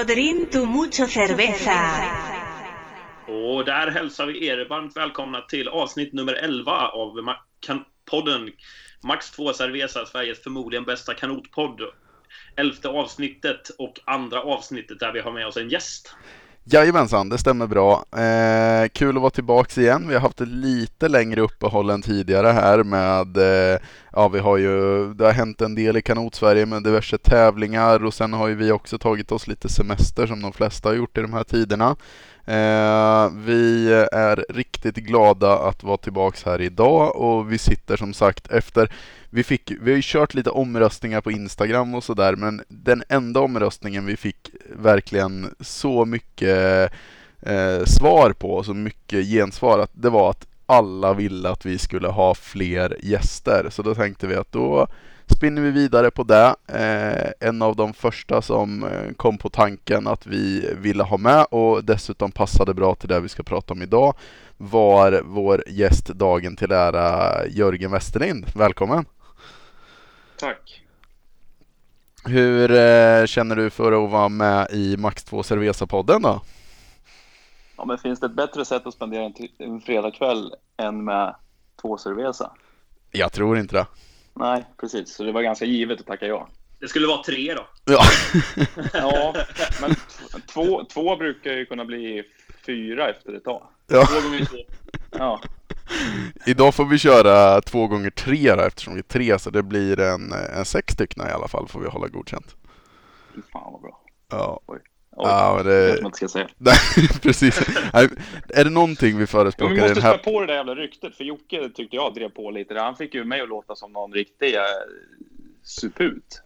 Codrinto mucho cerveza. Och där hälsar vi er varmt välkomna till avsnitt nummer 11 av podden Max 2 Cerveza, Sveriges förmodligen bästa kanotpodd. 11:e avsnittet och andra avsnittet där vi har med oss en gäst. Jajamensan, det stämmer bra. Kul att vara tillbaka igen. Vi har haft ett lite längre uppehåll än tidigare här med, det har hänt en del i Kanot-Sverige med diverse tävlingar och sen har ju vi också tagit oss lite semester som de flesta har gjort i de här tiderna. Vi är riktigt glada att vara tillbaka här idag och vi sitter som sagt efter vi har ju kört lite omröstningar på Instagram och sådär, men den enda omröstningen vi fick verkligen så mycket svar på, så mycket gensvar, att det var att alla ville att vi skulle ha fler gäster. Så då tänkte vi att då spinner vi vidare på det. En av de första som kom på tanken att vi ville ha med och dessutom passade bra till det vi ska prata om idag var vår gäst dagen till ära, Jörgen Westerlind. Välkommen! Tack. Hur känner du för att vara med i Max 2 Cerveza-podden då? Ja, men finns det ett bättre sätt att spendera en fredagkväll än med 2 Cerveza? Jag tror inte det. Nej, precis. Så det var ganska givet att tacka ja. Det skulle vara 3 då. Ja, ja, men 2 brukar ju kunna bli 4 efter ett tag. ja. 2 gånger 2. Ja. Idag får vi köra 2 gånger 3 då, eftersom vi är 3, så det blir en 6 stycken i alla fall får vi hålla godkänt. Fan vad bra. Ja. Oj. Ja, men Det som man inte ska säga. Nej, precis. Är det någonting vi förespråkar Vi måste i den här... spä på det där jävla ryktet, för Jocke tyckte jag drev på lite. Han fick ju mig att låta som någon riktig suput.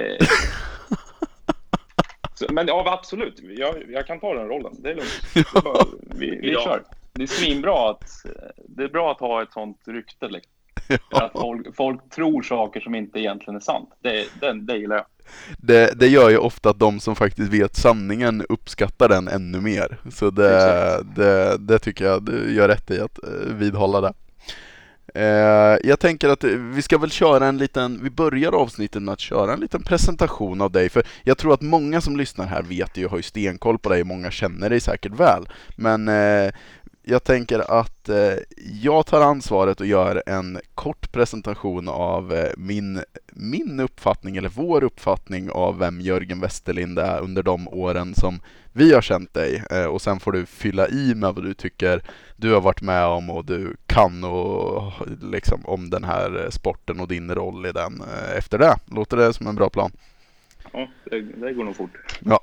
Men ja, absolut. Jag kan ta den rollen. Det är lugnt. Det är bara, vi kör. Det är svinbra det är bra att ha ett sånt rykte. Liksom. Ja. Att folk tror saker som inte egentligen är sant. Det gillar jag. Det gör ju ofta att de som faktiskt vet sanningen uppskattar den ännu mer. Så det tycker jag du gör rätt i att vidhålla det. Jag tänker att vi ska väl köra vi börjar avsnittet med att köra en liten presentation av dig. För jag tror att många som lyssnar här har ju stenkoll på dig, många känner dig säkert väl. Men jag tänker att jag tar ansvaret och gör en kort presentation av min uppfattning, eller vår uppfattning av vem Jörgen Westerlind är under de åren som vi har känt dig. Och sen får du fylla i med vad du tycker du har varit med om och du kan och liksom om den här sporten och din roll i den efter det. Låter det som en bra plan? Ja, det går nog fort. Ja.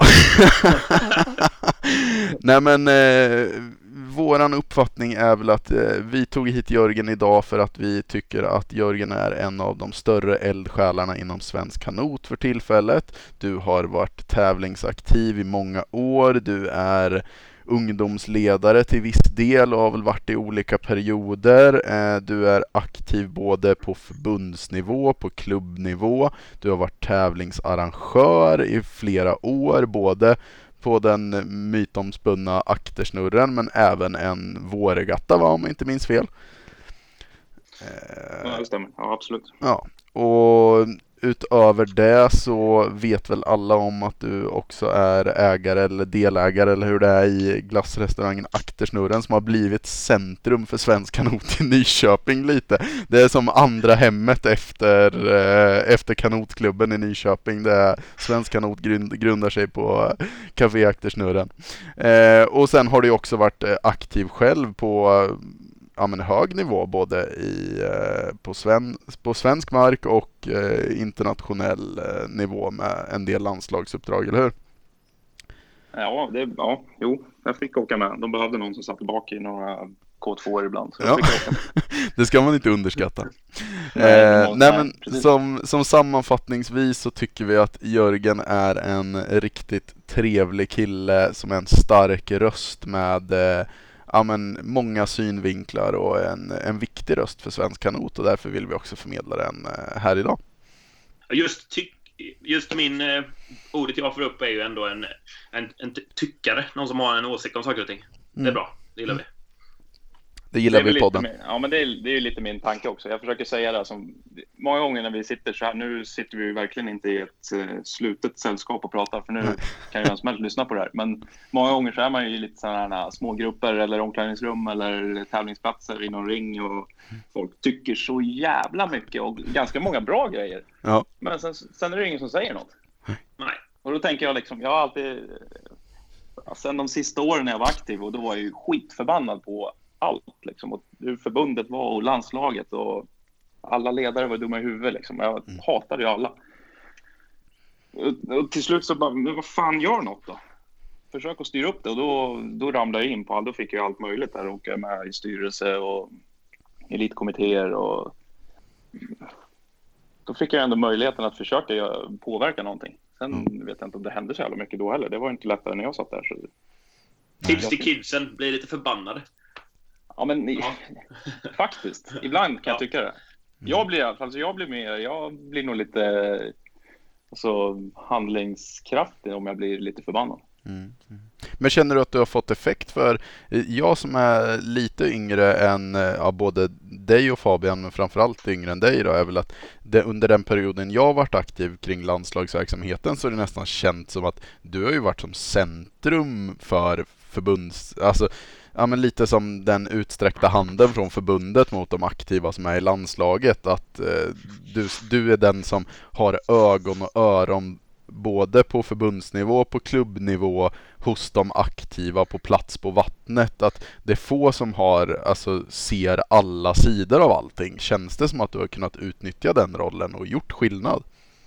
Nej, men våran uppfattning är väl att vi tog hit Jörgen idag för att vi tycker att Jörgen är en av de större eldsjälarna inom svensk kanot för tillfället. Du har varit tävlingsaktiv i många år. Du är ungdomsledare till viss del och har väl varit i olika perioder. Du är aktiv både på förbundsnivå, på klubbnivå. Du har varit tävlingsarrangör i flera år, både på den mytomspunna aktersnurren men även en vårregatta, om jag inte minns fel. Ja, det stämmer. Ja, absolut. Ja, och utöver det så vet väl alla om att du också är ägare eller delägare eller hur det är i glassrestaurangen Aktersnurren som har blivit centrum för svensk kanot i Nyköping lite. Det är som andra hemmet efter kanotklubben i Nyköping. Det är svensk kanot grundar sig på Café Aktersnurren. Och sen har du också varit aktiv själv på hög nivå både på svensk mark och internationell nivå med en del landslagsuppdrag, eller hur? Jo, jag fick åka med. De behövde någon som satt tillbaka i några K2 ibland. Så ja. fick åka med. Det ska man inte underskatta. Som sammanfattningsvis så tycker vi att Jörgen är en riktigt trevlig kille som är en stark röst med många synvinklar och en viktig röst för svensk kanot, och därför vill vi också förmedla den här idag. Just ordet jag får upp är ju ändå en tyckare, någon som har en åsikt om saker och ting. Det är bra, det gillar vi. Det gillar vi i podden. Men det är ju lite min tanke också. Jag försöker säga det som många gånger när vi sitter så här, nu sitter vi verkligen inte i ett slutet sällskap och pratar, för nu kan ju vem som helst lyssna på det här. Men många gånger så är man ju i lite sådana här små grupper eller omklädningsrum eller tävlingsplatser i någon ring, och folk tycker så jävla mycket och ganska många bra grejer. Ja. Men sen är det ingen som säger något. Nej. Och då tänker jag liksom, jag har alltid, sen de sista åren när jag var aktiv, och då var jag ju skitförbannad på allt liksom, och hur förbundet var och landslaget, och alla ledare var dumma i huvudet liksom. Jag hatade ju alla. Och till slut så bara, men vad fan, gör något då? Försök att styra upp det, och då ramlade jag in på allt. Då fick jag allt möjligt där, åka med i styrelse och elitkommittéer, och då fick jag ändå möjligheten att försöka påverka någonting. Sen vet jag inte om det hände så jävla mycket då heller. Det var inte lättare när jag satt där. Så... Tips till kidsen, blir lite förbannade. Ja, men faktiskt. Ibland kan jag tycka det. Jag blir nog lite handlingskraftig om jag blir lite förbannad. Men känner du att du har fått effekt? För jag som är lite yngre än både dig och Fabian, men framförallt yngre än dig då, är väl att under den perioden jag varit aktiv kring landslagsverksamheten, så är det nästan känt som att du har ju varit som centrum för förbunds... Alltså, ja, men lite som den utsträckta handen från förbundet mot de aktiva som är i landslaget. Att du är den som har ögon och öron både på förbundsnivå, på klubbnivå, hos de aktiva på plats på vattnet. Att det är få som ser alla sidor av allting. Känns det som att du har kunnat utnyttja den rollen och gjort skillnad?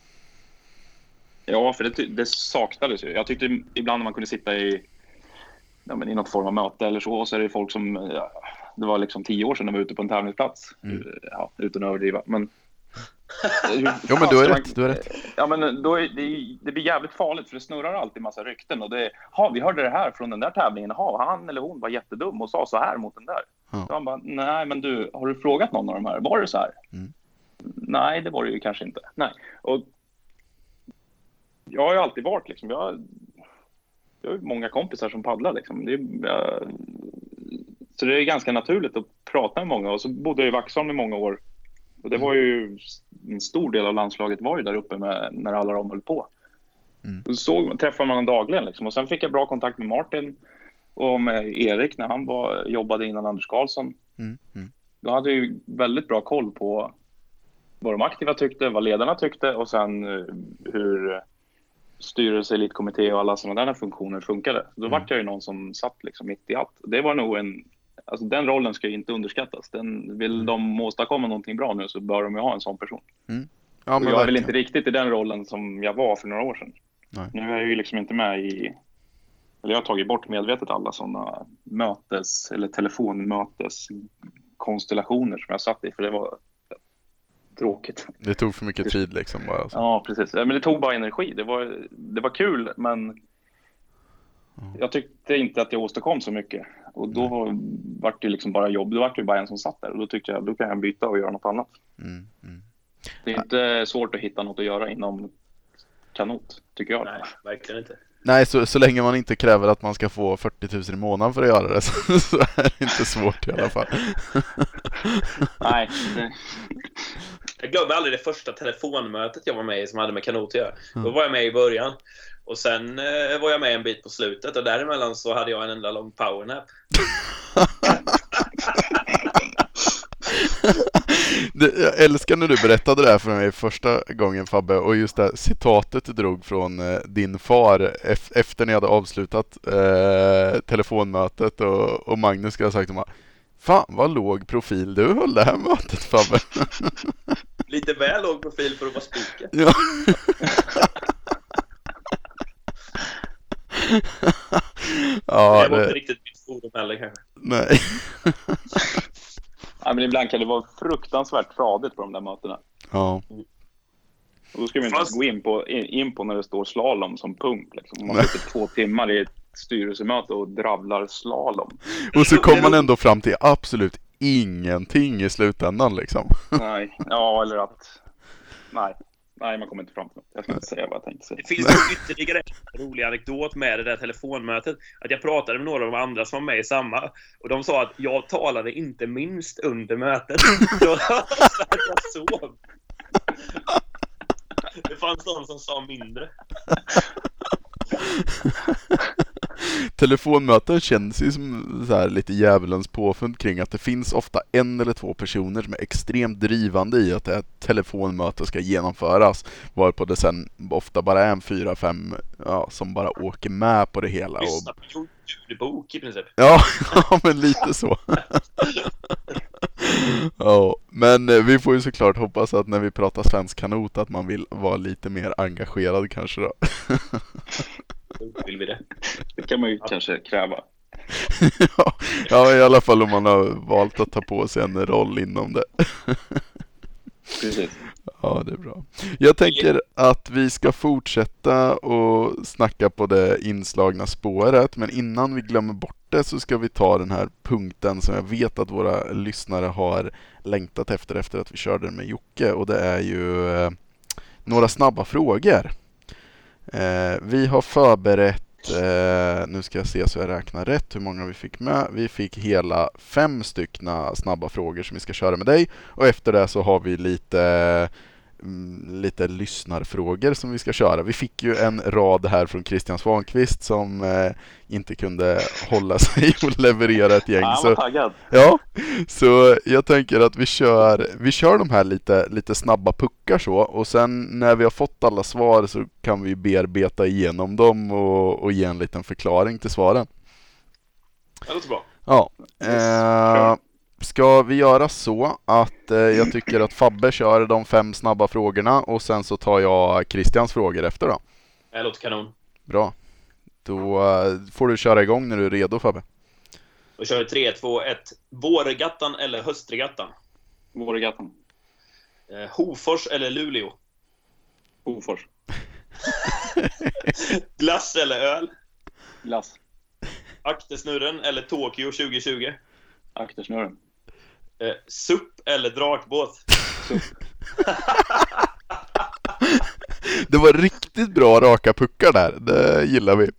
Ja, för det saknades ju. Jag tyckte ibland när man kunde sitta i något form av möte eller så, och så är det folk som, det var liksom 10 år sedan de var ute på en tävlingsplats. Ja, utan att överdriva. Men jo, men du är rätt. Ja, men det blir jävligt farligt, för det snurrar alltid massa rykten, och vi hörde det här från den där tävlingen. Han eller hon var jättedum och sa så här mot den där. Så han bara, nej men du, har du frågat någon av de här? Var det så här? Nej, det var det ju kanske inte. Nej. Och jag har ju alltid varit liksom, jag har ju många kompisar som paddlar liksom. Så det är ganska naturligt att prata med många. Och så bodde jag i Vaxholm i många år. Och det var ju en stor del av landslaget var ju där uppe när alla de höll på. Så träffade man dagligen liksom. Och sen fick jag bra kontakt med Martin och med Erik när han jobbade innan Anders Karlsson. Då hade jag ju väldigt bra koll på vad de aktiva tyckte, vad ledarna tyckte, och sen hur styrelse, elitkommitté och alla sådana där funktioner funkade. Då var jag ju någon som satt liksom mitt i allt. Det var nog den rollen ska ju inte underskattas. Vill de åstadkomma någonting bra nu, så bör de ju ha en sån person. Ja, men jag är väl inte riktigt i den rollen som jag var för några år sedan. Nej. Nu är jag ju liksom inte med eller jag har tagit bort medvetet alla sådana eller telefonmöteskonstellationer som jag satt i, för det var tråkigt. Det tog för mycket tid liksom bara. Alltså. Ja, precis. Men det tog bara energi. Det var kul, men jag tyckte inte att jag åstadkom så mycket. Och då var det liksom bara jobb. Då var det bara en som satt där. Och då tyckte jag, då kan jag byta och göra något annat. Det är inte svårt att hitta något att göra inom kanot, tycker jag. Nej, verkligen inte. Nej, så länge man inte kräver att man ska få 40 000 i månaden för att göra det, så är det inte svårt i alla fall. Nej. Jag glömmer aldrig det första telefonmötet jag var med i som hade med kanot att göra. Då var jag med i början. Och sen var jag med en bit på slutet. Och däremellan så hade jag en enda lång powernap. Jag älskar när du berättade det här för mig första gången, Fabbe. Och just det citatet du drog från din far efter när jag hade avslutat telefonmötet. Och Magnus skulle ha sagt om fan vad låg profil du höll det här mötet, Fabbe. Lite väl låg profil för att vara speaker. Ja. Ja, det var inte riktigt mitt forum heller kanske. Nej. Ja, men ibland kan det vara fruktansvärt tradigt på de där mötena. Ja. Och då ska vi inte ens gå in på när det står slalom som punkt. Liksom. Man sitter 2 timmar i ett styrelsemöte och dravlar slalom. Och så kommer man ändå fram till absolut ingenting i slutändan liksom. Nej, ja, eller att... Nej, man kommer inte fram till något. Jag ska inte säga vad jag tänkte säga. Det finns ytterligare en rolig anekdot med det där telefonmötet. Att jag pratade med några av de andra som var med i samma. Och de sa att jag talade inte minst under mötet. Jag sov. Det fanns de som sa mindre. Telefonmöten känns ju som så här lite djävulens påfund kring att det finns ofta en eller två personer som är extremt drivande i att det här telefonmötet ska genomföras, varpå det sen ofta bara är en 4-5 som bara åker med på det hela. Lyssna på ljudbok i princip. Ja, men lite så. Ja, men vi får ju såklart hoppas att när vi pratar svensk kanot att man vill vara lite mer engagerad kanske då. Vill vi det? Det kan man ju kanske kräva. Ja, i alla fall om man har valt att ta på sig en roll inom det. Precis. Ja, det är bra. Jag tänker att vi ska fortsätta och snacka på det inslagna spåret, men innan vi glömmer bort det så ska vi ta den här punkten som jag vet att våra lyssnare har längtat efter att vi körde den med Jocke, och det är ju några snabba frågor. Vi har förberett, nu ska jag se så jag räknar rätt hur många vi fick med. Vi fick hela 5 stycken snabba frågor som vi ska köra med dig, och efter det så har vi lite lyssnarfrågor som vi ska köra. Vi fick ju en rad här från Christian Svankvist som inte kunde hålla sig och leverera ett gäng. Han var taggad. Ja, så jag tänker att vi kör de här lite snabba puckar så, och sen när vi har fått alla svar så kan vi bearbeta igenom dem och ge en liten förklaring till svaren. Det låter bra. Ja. Ska vi göra så att jag tycker att Fabbe kör de 5 snabba frågorna och sen så tar jag Christians frågor efter då? Det låter kanon. Bra. Då får du köra igång när du är redo, Fabbe. Då kör vi 3, 2, 1. Vårregattan eller höstregattan? Vårregattan. Hofors eller Luleå? Hofors. Glass eller öl? Glass. Aktersnurren eller Tokyo 2020? Aktersnurren. SUP eller drakbåt? SUP. Det var riktigt bra raka puckar där. Det gillar vi.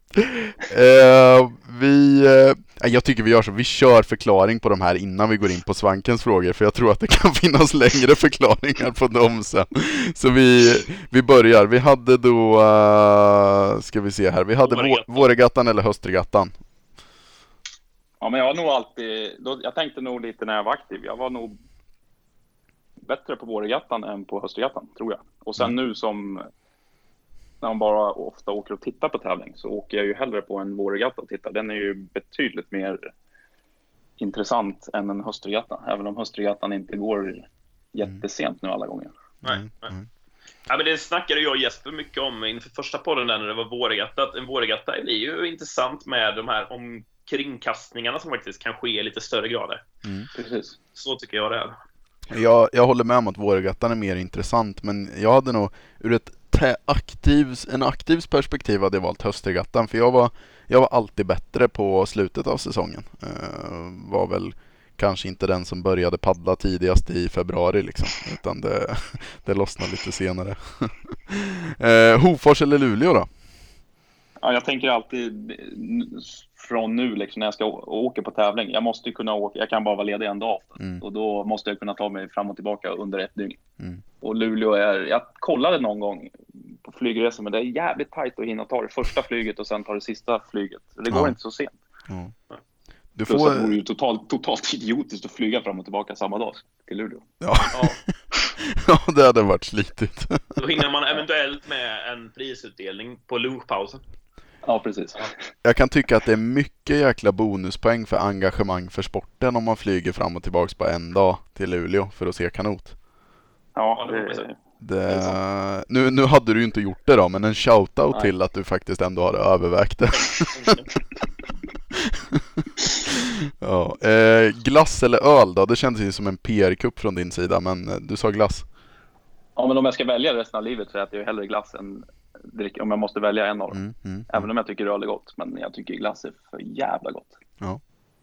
Jag tycker vi gör så. Vi kör förklaring på de här innan vi går in på Svankens frågor. För jag tror att det kan finnas längre förklaringar på dem sen. Så vi börjar. Vi hade då... ska vi se här. Vi hade vårregattan eller höstregattan. Ja, men jag har nog alltid... Jag tänkte nog lite när jag var aktiv. Jag var nog bättre på vårregattan än på höstregattan, tror jag. Och sen nu som... När man bara ofta åker och tittar på tävling så åker jag ju hellre på en vårregatta och tittar. Den är ju betydligt mer intressant än en höstregatta. Även om höstregattan inte går jättesent nu alla gånger. Nej. Ja, men det snackade jag och Jesper mycket om inför första podden där när det var vårregatta. En vårregatta är ju intressant med de här omkringkastningarna som faktiskt kan ske i lite större grader. Precis. Så tycker jag det är. Jag håller med om att vårregattan är mer intressant, men jag hade nog ur ett aktivs perspektiv hade jag valt höstregattan, för jag var alltid bättre på slutet av säsongen. Var väl kanske inte den som började paddla tidigast i februari liksom, utan det lossnade lite senare. Hofors eller Luleå då? Ja, jag tänker alltid från nu liksom, när jag ska åka på tävling. Jag måste ju kunna åka, jag kan bara vara ledig en dag. Och då måste jag kunna ta mig fram och tillbaka under ett dygn. Och Luleå jag kollade någon gång på flygresan, men det är jävligt tajt att hinna ta det första flyget och sen ta det sista flyget. Det går inte så sent. Du Plus att det vore ju totalt idiotiskt att flyga fram och tillbaka samma dag till Luleå. Ja, det hade varit slitigt. Då hinner man eventuellt med en prisutdelning på lunchpausen. Ja, precis. Jag kan tycka att det är mycket jäkla bonuspoäng för engagemang för sporten om man flyger fram och tillbaka på en dag till Luleå för att se kanot. Ja, nu hade du ju inte gjort det då, men en shoutout till att du faktiskt ändå har övervägt det. Ja, glass eller öl då? Det kändes ju som en PR-kupp från din sida, men du sa glass. Ja, men om jag ska välja resten av livet så äter jag hellre glass än drick, om jag måste välja en av dem. Även om jag tycker öl är gott, men jag tycker glass är för jävla gott. Ja,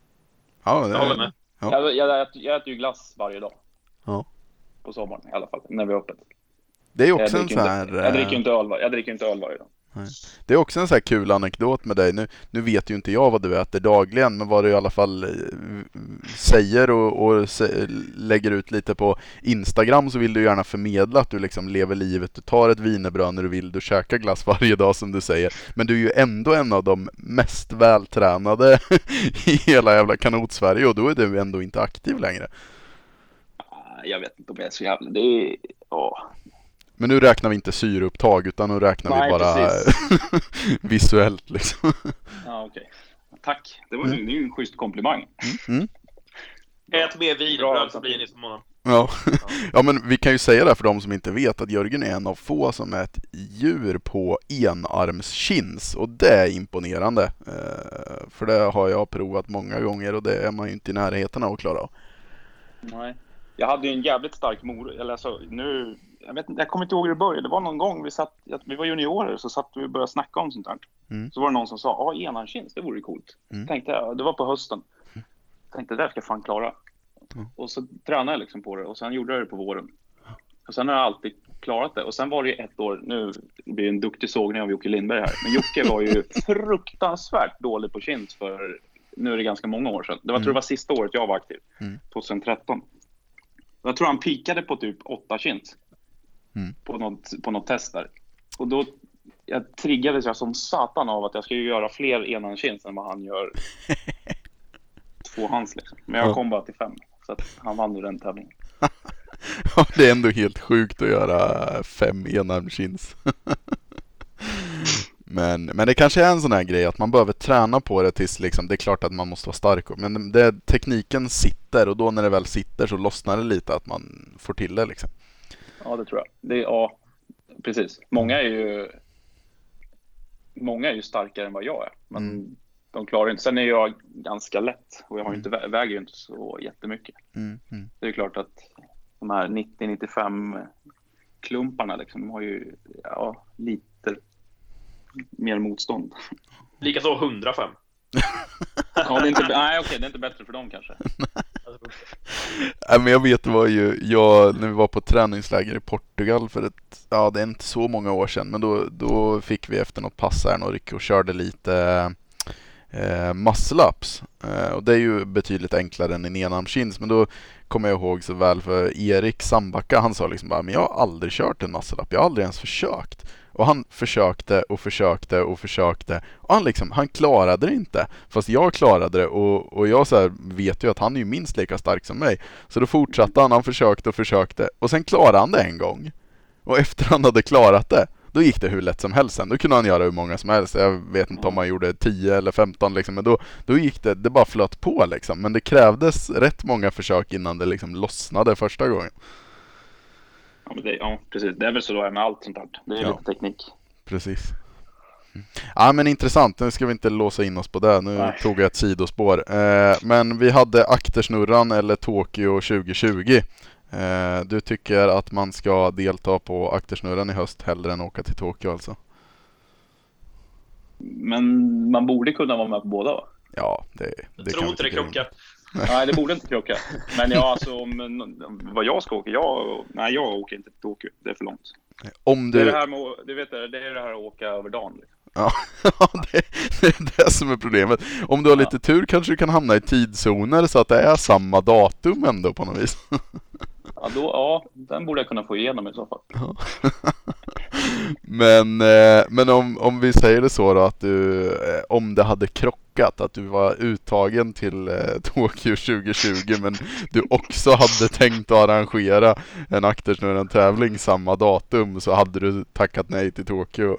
jag äter ju glass varje dag. Ja. På sommaren i alla fall, när vi är öppet. Det är ju också en så här... Jag dricker inte öl varje dag. Det är också en så här kul anekdot med dig. Nu vet ju inte jag vad du äter dagligen, men vad du i alla fall säger och lägger ut lite på Instagram, så vill du gärna förmedla att du liksom lever livet. Du tar ett wienerbröd när du vill, du käkar glass varje dag som du säger. Men du är ju ändå en av de mest vältränade i hela jävla Kanot-Sverige, och då är du ändå inte aktiv längre. Jag vet inte om jag är så jävla... Det är... Men nu räknar vi inte syreupptag, utan nu räknar vi bara visuellt liksom. Ja, okej. Tack. Det var ju en schysst komplimang. Ät mer wienerbröd så blir ni så många. Ja, men vi kan ju säga det för de som inte vet, att Jörgen är en av få som är ett djur på enarmskins, och det är imponerande. För det har jag provat många gånger, och det är man ju inte i närheten av att klara av. Nej. Jag hade ju en jävligt stark jag kommer inte ihåg hur det började. Det var någon gång vi var juniorer, så satt vi och började snacka om sånt här. Så var det någon som sa, enarmskins, det vore coolt. Tänkte jag, det var på hösten. Tänkte, det där ska jag fan klara. Och så tränade jag liksom på det, och sen gjorde jag det på våren. Och sen har jag alltid klarat det. Och sen var det ett år, nu blir det en duktig sågning av Jocke Lindberg här. Men Jocke var ju fruktansvärt dålig på chins för, nu är det ganska många år sedan. Tror det var sista året jag var aktiv, 2013. Jag tror han pikade på typ 8 chins på något test där. Och då triggades jag som satan av att jag skulle göra fler enarmschins än vad han gör tvåhands liksom. Men jag kom bara till 5, så att han vann ju den tävlingen. Ja, det är ändå helt sjukt att göra 5 enarmschins. Men det kanske är en sån här grej att man behöver träna på det tills liksom, det är klart att man måste vara stark. Men tekniken sitter, och då när det väl sitter så lossnar det lite, att man får till det liksom. Ja, det tror jag. Ja, precis. Många är ju starkare än vad jag är. Men de klarar inte. Sen är jag ganska lätt, och jag har inte, väger ju inte så jättemycket. Det är klart att de här 90-95 klumparna liksom, de har ju lite mer motstånd. Likaså 105. Ja, det är inte bättre för dem kanske. Men jag vet, det var ju när vi var på träningsläger i Portugal för det är inte så många år sedan, men då fick vi efter något pass här och körde lite muscle-ups. Och det är ju betydligt enklare än en enarmschins, men då kommer jag ihåg så väl, för Erik Sambacka, han sa liksom bara, men jag har aldrig kört en muscle-up, jag har aldrig ens försökt. Och han försökte och han klarade det inte, fast jag klarade det, och jag så här vet ju att han är ju minst lika stark som mig. Så då fortsatte han försökte, och sen klarade han det en gång. Och efter han hade klarat det, då gick det hur lätt som helst sen. Då kunde han göra hur många som helst. Jag vet inte om han gjorde 10 eller 15 liksom, men då gick det bara flöt på liksom. Men det krävdes rätt många försök innan det liksom lossnade första gången. Ja, precis. Det är väl så då med allt sånt här. Det är lite teknik. Precis. Ja, men intressant. Nu ska vi inte låsa in oss på det. Nu tog jag ett sidospår. Men vi hade aktersnurran eller Tokyo 2020. Du tycker att man ska delta på aktersnurran i höst hellre än åka till Tokyo alltså? Men man borde kunna vara med på båda, va? Ja, jag tror inte det krockar. Nej, det borde inte krocka. Men vad jag ska åka, jag åker inte till Tokyo. Det är för långt. Det är det här med, det är det här att åka över dagen. Liksom. Ja, det är det som är problemet. Om du har lite tur kanske du kan hamna i tidszoner så att det är samma datum ändå på något vis. Den borde jag kunna få igenom i så fall. Ja. Men om vi säger det så då, att om det hade krockat, att du var uttagen till Tokyo 2020, men du också hade tänkt att arrangera en aktersnurran-tävling samma datum, så hade du tackat nej till Tokyo.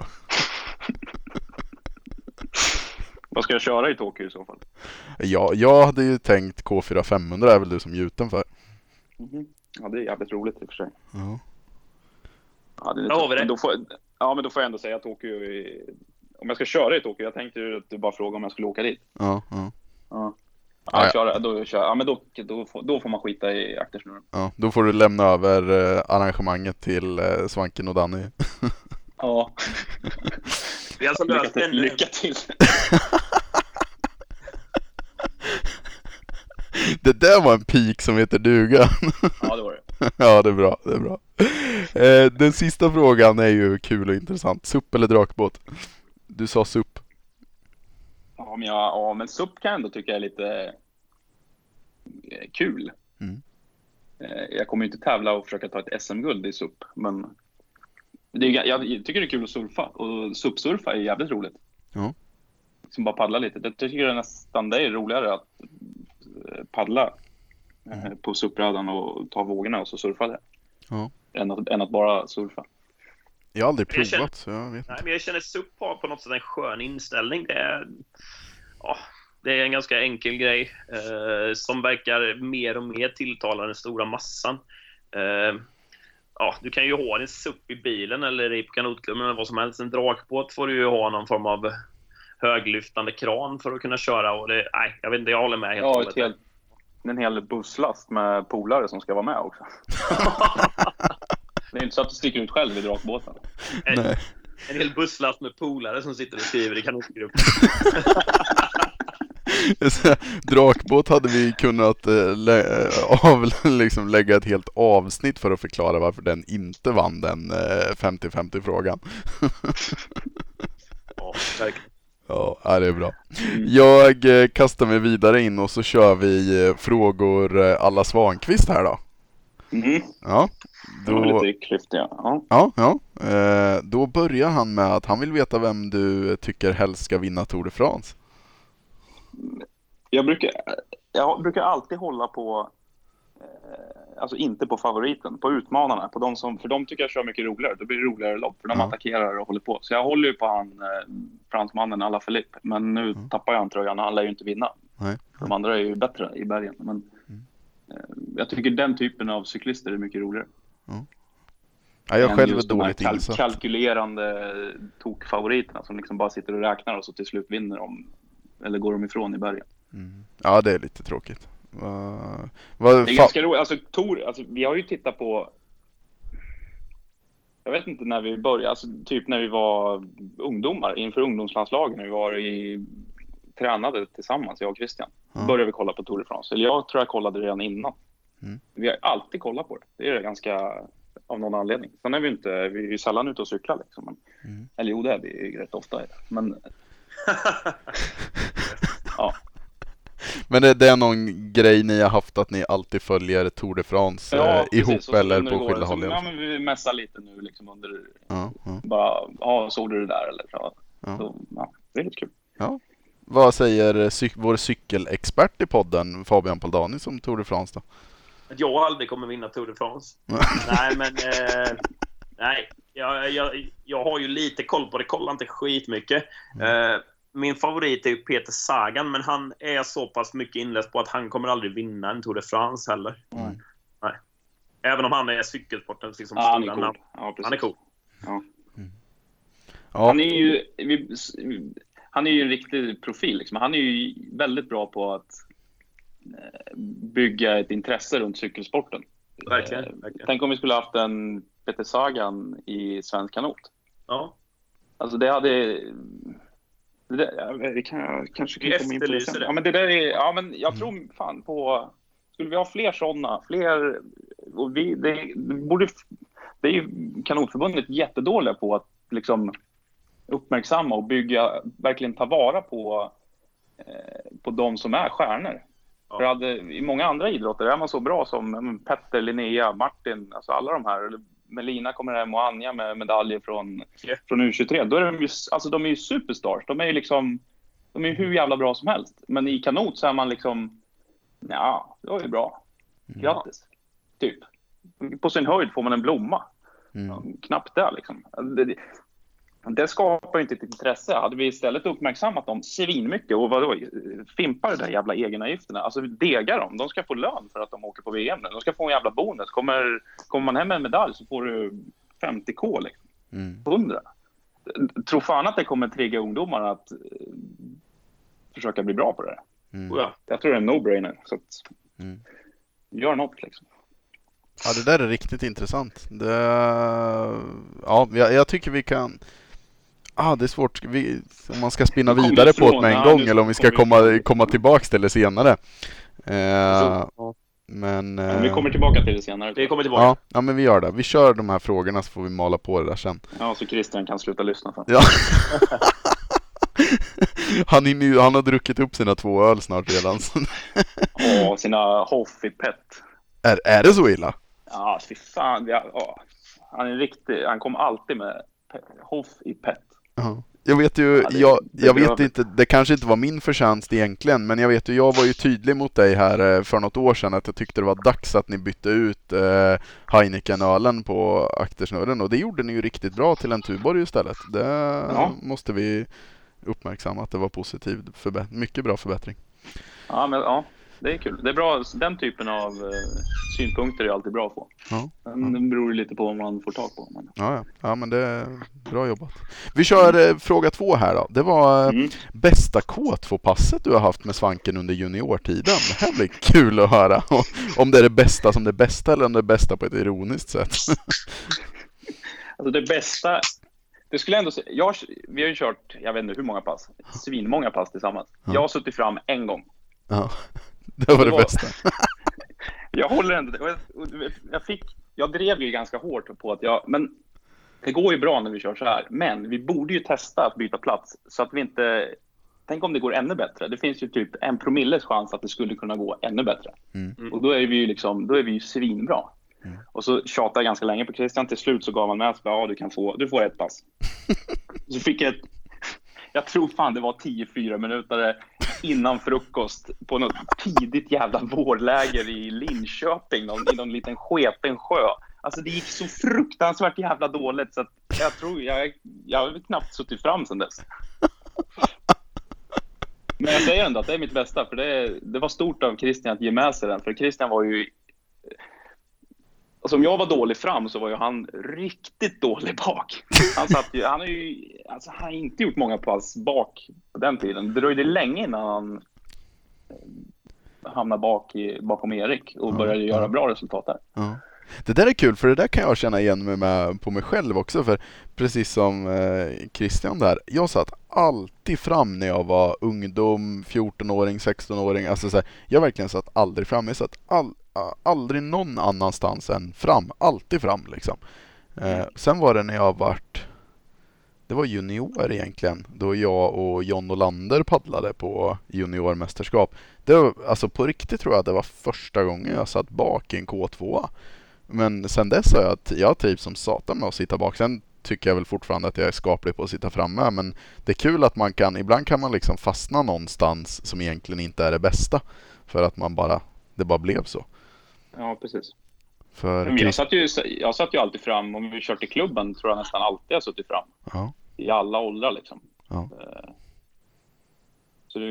Vad ska jag köra i Tokyo i så fall? Ja, jag hade ju tänkt K4 500 är väl du som gjuten för. Ja, det är jävligt roligt i och för sig. Ja, det är men då får jag ändå säga att Tokyo om jag ska köra i Tokyo, jag tänkte ju att du bara fråga om jag skulle åka dit. Ja. Men då får man skita i aktersnurran. Ja, då får du lämna över arrangemanget till Svanken och Danny. Ja. Det är alltså lycka till. Det där var en pik som heter duga. Ja, det var det. Ja, det är bra. Den sista frågan är ju kul och intressant. SUP eller drakbåt? Du sa SUP. Men SUP kan jag ändå tycka är lite kul. Jag kommer inte tävla och försöka ta ett SM-guld i SUP, men jag tycker det är kul att surfa, och SUP-surfa är jävligt roligt. Ja. Som bara paddla lite. Jag tycker nästan det är roligare att paddla på SUP-brädan och ta vågorna och så surfa det. Ja. Än att bara surfa. Jag har aldrig provat, så jag vet inte. Nej, men jag känner SUP har på något sätt en skön inställning. Det är en ganska enkel grej som verkar mer och mer tilltala den stora massan. Du kan ju ha en SUP i bilen eller i kanotklubben eller vad som helst. En drakbåt får du ju ha någon form av höglyftande kran för att kunna köra. Och jag vet inte, jag håller med helt. En hel busslast med polare som ska vara med också. Det är inte så att du sticker ut själv i drakbåten. En hel busslast med polare som sitter och skriver i kanotgruppen. Drakbåt hade vi kunnat lägga ett helt avsnitt för att förklara varför den inte vann den 50-50-frågan. Ja, verkligen. Ja, det är bra. Jag kastar mig vidare in och så kör vi frågor alla Svankvist här då. Ja. Då börjar han med att han vill veta vem du tycker helst ska vinna Tour de France. Jag brukar alltid hålla på alltså inte på favoriten, på utmanarna, på för de tycker jag kör mycket roligare. Det blir roligare lopp för de attackerar och håller på. Så jag håller ju på han fransmannen Alaphilippe, men nu tappar jag tröjan, han lär ju inte vinna. Nej. De andra är ju bättre i bergen, men jag tycker den typen av cyklister är mycket roligare. Ja, jag själv är dåligt insatt. Kalkylerande tokfavoriterna som liksom bara sitter och räknar och så till slut vinner de, eller går de ifrån i bergen. Ja, det är lite tråkigt. Det är ganska roligt. Alltså, vi har ju tittat på, jag vet inte när vi började, alltså typ när vi var ungdomar inför ungdomslandslagen, när vi var tränade tillsammans, jag och Christian. Började vi kolla på Tour de France. Eller jag tror jag kollade redan innan. Vi har alltid kollat på det. Det är ganska av någon anledning. Sen är vi är ju sällan ute och cyklar liksom. Eller jo, det är vi rätt ofta. Men ja. Men det är någon grej ni har haft att ni alltid följer Tour de France ihop precis, eller på skilda håll? Ja, men vi mässar lite nu liksom under bara, såg du det där eller så. Så, det är lite kul. Ja. Vad säger vår cykelexpert i podden, Fabian Paldani, som Tour de France då? Jag aldrig kommer vinna Tour de France. Nej, men jag har ju lite koll på det, kollar inte skitmycket. Min favorit är ju Peter Sagan, men han är så pass mycket inläst på att han kommer aldrig vinna en Tour de France heller. Nej. Även om han är cykelsporten liksom han är cool. Ja, precis. Han är cool. Ja. Ja. Han är ju en riktig profil liksom. Han är ju väldigt bra på att bygga ett intresse runt cykelsporten. Verkligen. Tänk om vi skulle haft en Peter Sagan i svensk kanot. Ja. Alltså det hade... Det kan jag kanske komma in på det sen. Ja, men det där är... Ja, men jag tror fan på... Skulle vi ha fler sådana, fler... Och det är ju Kanotförbundet jättedåliga på att liksom uppmärksamma och bygga, verkligen ta vara på de som är stjärnor. Ja. För i många andra idrotter är man så bra som Petter, Linnea, Martin, alltså alla de här, eller Melina kommer hem och Anja med medaljer från U23. Då är de är ju superstars. De är ju liksom, de är ju hur jävla bra som helst. Men i kanot så är man liksom, ja, det var ju bra. Grattis. Typ. På sin höjd får man en blomma. Knappt det liksom. Det skapar inte ett intresse. Hade vi istället uppmärksammat dem svinmycket och vadå, fimpar det där jävla egenavgifterna. Alltså degar dem. De ska få lön för att de åker på VM nu. De ska få en jävla bonus. Kommer man hem med en medalj så får du 50k liksom. 100. Tror fan att det kommer trigga ungdomar att försöka bli bra på det. Jag tror det är en no-brainer. Så att, gör något liksom. Ja, det där är riktigt intressant. Jag tycker vi kan... det är svårt om man ska spinna vidare på det med en gång eller om vi ska komma tillbaka till det senare. Men vi kommer tillbaka till det senare. Vi kommer tillbaka. Ja, men vi gör det. Vi kör de här frågorna så får vi mala på det där sen. Ja, så Christian kan sluta lyssna sen. Ja. Han har druckit upp sina 2 öl snart redan. Ja, sina Hoff i pet. Är det så illa? Ja, fy fan. Ja. Han är riktig. Han kom alltid med Hoff i pet. Uh-huh. Jag vet ju, jag vet inte, det kanske inte var min förtjänst egentligen, men jag vet ju, jag var ju tydlig mot dig här för något år sedan att jag tyckte det var dags att ni bytte ut Heineken-ölen på aktersnurren, och det gjorde ni ju riktigt bra till en Tuborg istället. Det måste vi uppmärksamma att det var positivt, mycket bra förbättring. Ja, men ja. Det är kul. Det är bra. Den typen av synpunkter är alltid bra att få. Det beror lite på om man får tag på. Men... Ja, men det är bra jobbat. Vi kör fråga 2 här då. Det var bästa K2-passet du har haft med Svanken under juniortiden. Det här blir kul att höra. Om det är det bästa som det bästa eller om det är bästa på ett ironiskt sätt. Alltså det bästa... Det skulle ändå säga... Vi har ju kört, jag vet inte hur många pass. Svinmånga pass tillsammans. Jag har suttit fram en gång. Ja. Det var det bästa. Jag håller ändå. Jag drev ju ganska hårt på att men det går ju bra när vi kör så här. Men vi borde ju testa att byta plats så att vi inte. Tänk om det går ännu bättre. Det finns ju typ 1 promilles chans att det skulle kunna gå ännu bättre. Och då är vi ju då är vi ju svinbra. Och så tjatade jag ganska länge på Christian. Till slut så gav han med sig, du får 1 pass. Så fick jag jag tror fan det var 10-4 minuter innan frukost på något tidigt jävla vårläger i Linköping, i någon liten sketen sjö. Alltså det gick så fruktansvärt jävla dåligt så att jag tror jag har knappt suttit fram sedan dess. Men jag säger ändå att det är mitt bästa, för det var stort av Christian att ge med sig den, för Christian var ju... Alltså om jag var dålig fram så var ju han riktigt dålig bak. Han har inte gjort många pass bak på den tiden. Det dröjde länge innan han hamnade bakom Erik och började göra bra resultat där. Ja. Det där är kul, för det där kan jag känna igen mig med på mig själv också, för precis som Christian där, jag satt alltid fram när jag var ungdom, 14-åring, 16-åring, alltså så här, jag verkligen satt aldrig fram, jag satt aldrig någon annanstans än fram, alltid fram liksom. Sen var det när det var junior egentligen, då jag och John Olander paddlade på juniormästerskap. Det var, alltså på riktigt tror jag att det var första gången jag satt bak i en K2. Men sen dess har jag trivs som satan med att sitta bak. Sen tycker jag väl fortfarande att jag är skaplig på att sitta framme, men det är kul att ibland kan man liksom fastna någonstans som egentligen inte är det bästa, för att det bara blev så. Ja, precis. Men jag satt ju alltid fram. Om vi kört i klubben tror jag nästan alltid jag suttit fram. Ja. I alla åldrar liksom. Ja. Så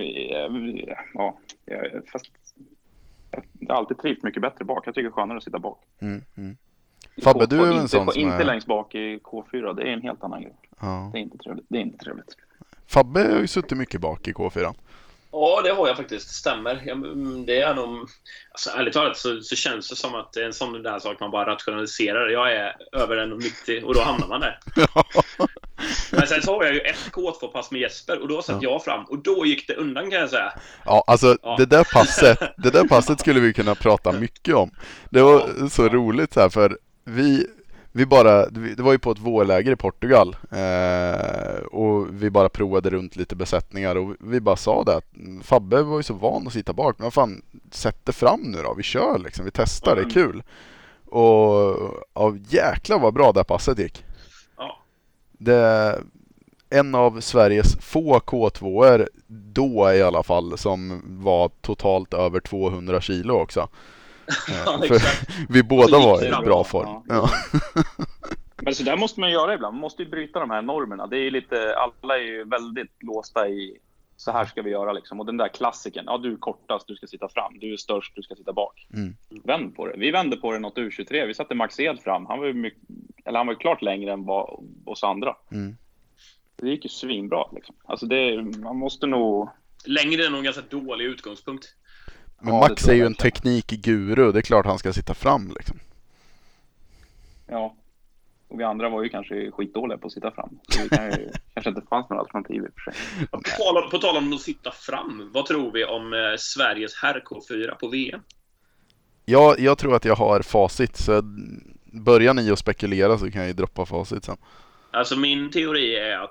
fast jag har alltid trivt mycket bättre bak. Jag tycker det är skönare att sitta bak. Fabbe, du är en sån som inte längst bak i K4. Det är en helt annan grej. Ja. Det är inte trevligt. Fabbe har ju suttit mycket bak i K4. Ja, det har jag faktiskt. Stämmer. Det är nog... Alltså, ärligt talat så känns det som att det är en sån där sak man bara rationaliserar. Jag är över 1,90 och då hamnar man där. Men sen så har jag ju ett K2-pass med Jesper och då satt jag fram och då gick det undan, kan jag säga. Ja, alltså det där passet skulle vi kunna prata mycket om. Det var så roligt så här, för det var ju på ett vårläger i Portugal och vi bara provade runt lite besättningar och vi bara sa det att Fabbe var ju så van att sitta bak, men fan, sätt det fram nu då, vi kör liksom, vi testar, det är kul. Och jäklar vad bra det passet gick. Ja. Det är en av Sveriges få K2-er då i alla fall som var totalt över 200 kilo också. För vi båda var i bra form. Ja. Men så där måste man göra ibland. Man måste ju bryta de här normerna. Det är lite, alla är ju väldigt låsta i så här ska vi göra liksom. Och den där klassiken, du är kortast, du ska sitta fram. Du är störst, du ska sitta bak. Vänd på det. Vi vände på det något U23. Vi satte Max Ed fram. Han var ju klart längre än oss andra. Det gick ju svinbra liksom. Alltså man måste nog... Längre är nog en ganska dålig utgångspunkt. Men Max är ju en teknikguru, det är klart han ska sitta fram liksom. Ja, och vi andra var ju kanske skitdåliga på att sitta fram. Så det kanske inte fanns några alternativ i och för sig. På tal om att sitta fram, vad tror vi om Sveriges herr-K4 på VM? Jag tror att jag har facit, så börjar ni att spekulera så kan jag ju droppa facit sen. Alltså min teori är att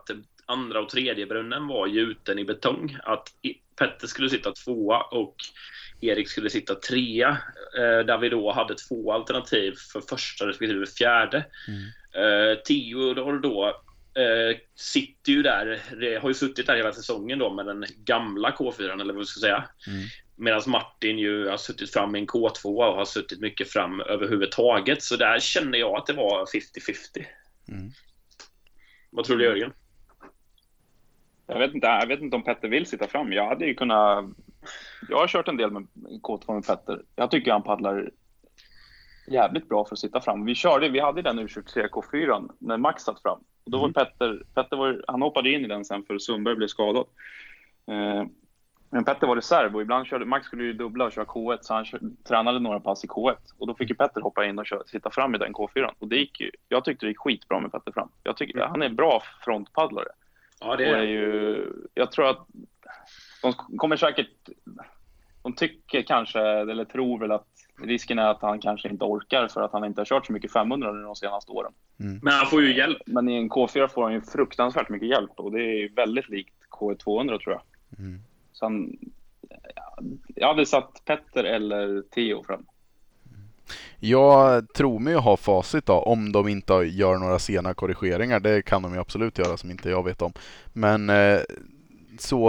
andra och tredje brunnen var gjuten i betong. Att Petter skulle sitta 2 och Erik skulle sitta 3. Där vi då hade 2 alternativ för första respektive fjärde. Theodor då sitter ju där, har ju suttit där hela säsongen då med den gamla K4 eller vad vi ska säga. Medan Martin ju har suttit fram i en K2 och har suttit mycket fram överhuvudtaget. Så där känner jag att det var 50-50. Vad tror du, Jörgen? Jag vet inte om Petter vill sitta fram. Jag har kört en del med K2 med Petter. Jag tycker han paddlar jävligt bra för att sitta fram. Vi hade den U23 K4 när Max satt fram. Och då var Petter han hoppade in i den sen för Sundberg blev skadad. Men Petter var reserv och ibland körde Max skulle ju dubbla och köra K1 så han tränade några pass i K1 och då fick ju Petter hoppa in och sitta fram i den K4 och jag tyckte det gick skitbra med Petter fram. Jag tycker han är en bra frontpaddlare. Ja, det är ju, jag tror att de kommer säkert de tycker kanske eller tror väl att risken är att han kanske inte orkar för att han inte har kört så mycket 500 de senaste åren. Men han får ju hjälp. Men i en K4 får han ju fruktansvärt mycket hjälp och det är väldigt likt K200 tror jag. Så jag hade satt Petter eller Theo fram. Jag tror mig att ha facit då, om de inte gör några sena korrigeringar. Det kan de ju absolut göra som inte jag vet om. Men så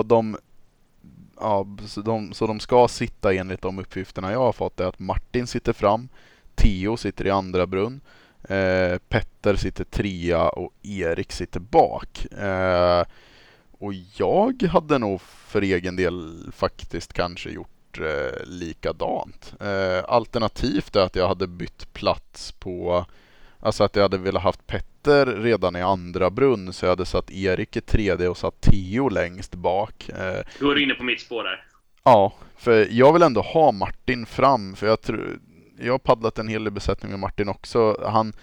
de ska sitta enligt de uppgifterna jag har fått är att Martin sitter fram, Theo sitter i andra brunn, Petter sitter 3 och Erik sitter bak. Och jag hade nog för egen del faktiskt kanske gjort likadant. Alternativt är att jag hade bytt plats på, alltså att jag hade velat haft Petter redan i andra brunn så jag hade satt Erik i 3D och satt Theo längst bak. Då är du inne på mitt spår där. Ja, för jag vill ändå ha Martin fram för jag har paddlat en hel del besättning med Martin också.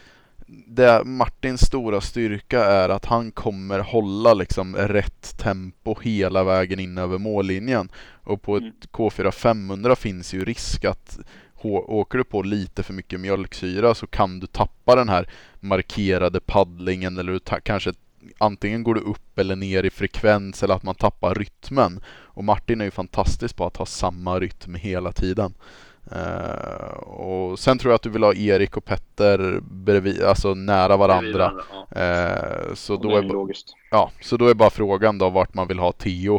Martins stora styrka är att han kommer hålla liksom rätt tempo hela vägen in över mållinjen. Och på ett K4 500 finns ju risk att åker du på lite för mycket mjölksyra så kan du tappa den här markerade paddlingen eller kanske antingen går du upp eller ner i frekvens eller att man tappar rytmen. Och Martin är ju fantastisk på att ha samma rytm hela tiden. Och sen tror jag att du vill ha Erik och Petter bredvid, alltså nära varandra. Så då är bara frågan då vart man vill ha Theo.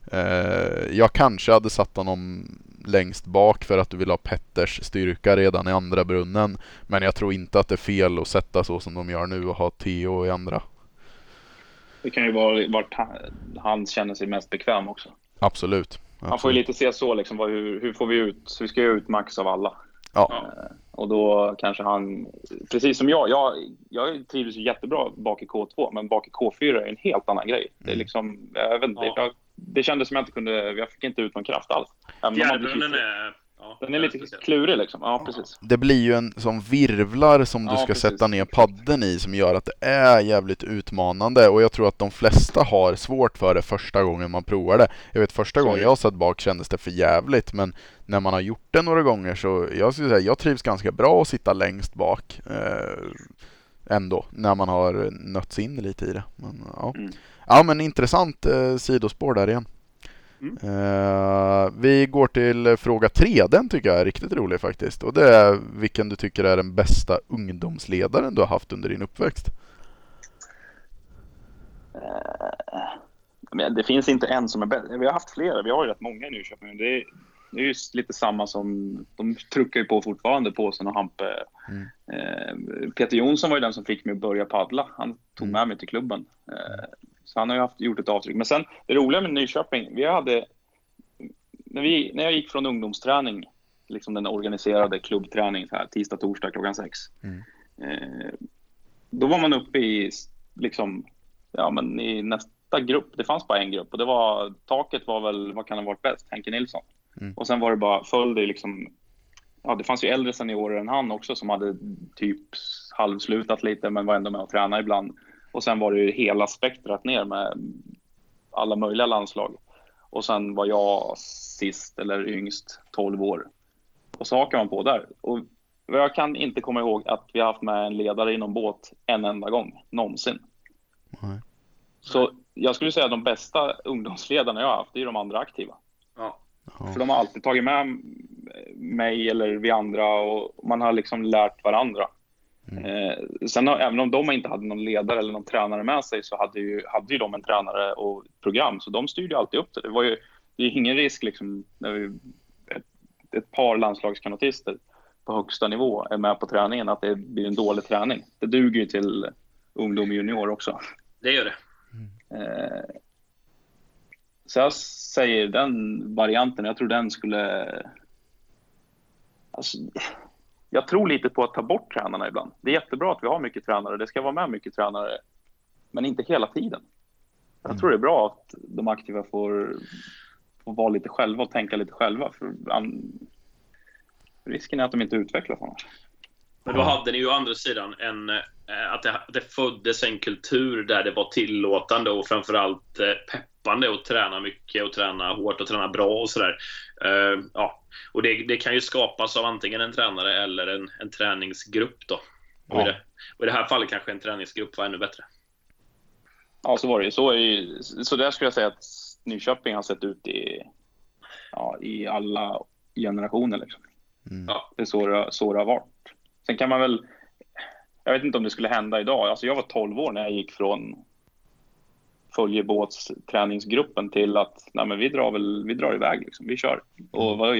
Jag kanske hade satt honom längst bak för att du vill ha Petters styrka redan i andra brunnen. Men jag tror inte att det är fel att sätta så som de gör nu och ha Theo i andra. Det kan ju vara vart han känner sig mest bekväm också. Absolut. Man får ju lite se så liksom, hur får vi ut, hur ska jag ut max av alla? Ja. Och då kanske han, precis som jag trivs ju jättebra bak i K2, men bak i K4 är en helt annan grej. Det är liksom, jag vet inte, det kändes som jag fick inte ut någon kraft alls. Fjärdbrunnen den är lite klurig liksom. Ja, precis. Det blir ju en som virvlar som du ska sätta ner padden i som gör att det är jävligt utmanande och jag tror att de flesta har svårt för det första gången man provar det. Jag vet första gången jag satt bak kändes det för jävligt men när man har gjort det några gånger så jag skulle säga jag trivs ganska bra att sitta längst bak ändå när man har nötts in lite i det. Men, ja men intressant sidospår där igen. Vi går till fråga 3. Den tycker jag är riktigt rolig faktiskt. Och det är vilken du tycker är den bästa ungdomsledaren du har haft under din uppväxt. Men det finns inte en som är bäst. Vi har haft flera, vi har ju rätt många i Nyköping. Det är ju lite samma som de truckar ju på fortfarande på sen och Hampe. Peter Jonsson var ju den som fick mig att börja paddla. Han tog med mig till klubben. Så han har ju gjort ett avtryck. Men sen, det roliga med Nyköping, när jag gick från ungdomsträning, liksom den organiserade klubbträning så här, tisdag, torsdag klockan 6. Då var man uppe i liksom, i nästa grupp. Det fanns bara en grupp och taket var väl, vad kan det ha varit bäst? Henke Nilsson. Och sen var det bara, följde liksom, det fanns ju äldre seniorer än han också som hade typ halvslutat lite men var ändå med och träna ibland. Och sen var det ju hela spektrat ner med alla möjliga landslag. Och sen var jag sist eller yngst 12 år. Och så hakar man på där. Och jag kan inte komma ihåg att vi har haft med en ledare i någon båt en enda gång, någonsin. Så jag skulle säga att de bästa ungdomsledarna jag har haft, det är de andra aktiva. Ja. För de har alltid tagit med mig eller vi andra, och man har liksom lärt varandra. Sen även om de inte hade någon ledare eller någon tränare med sig, så hade ju de en tränare och program, så de styrde alltid upp det. Det är ingen risk liksom, när ett par landslagskanotister på högsta nivå är med på träningen, att det blir en dålig träning. Det duger ju till ungdom och junior också. Det gör det. Så jag säger den varianten. Jag tror den skulle... Alltså, jag tror lite på att ta bort tränarna ibland. Det är jättebra att vi har mycket tränare. Det ska vara med mycket tränare. Men inte hela tiden. Jag tror det är bra att de aktiva får vara lite själva och tänka lite själva. För risken är att de inte utvecklas annars. Men då hade ni ju å andra sidan att det föddes en kultur där det var tillåtande och framförallt peppande att träna mycket och träna hårt och träna bra och sådär. Ja. Och det kan ju skapas av antingen en tränare eller en träningsgrupp då. Och i det här fallet kanske en träningsgrupp var ännu bättre. Ja, så var det ju. Så där skulle jag säga att Nyköping har sett ut i alla generationer liksom. Ja. Det är så det har varit. Sen kan man väl, jag vet inte om det skulle hända idag. Alltså jag var 12 år när jag gick från följebåtsträningsgruppen till att nej, men vi drar iväg liksom. Vi kör. Och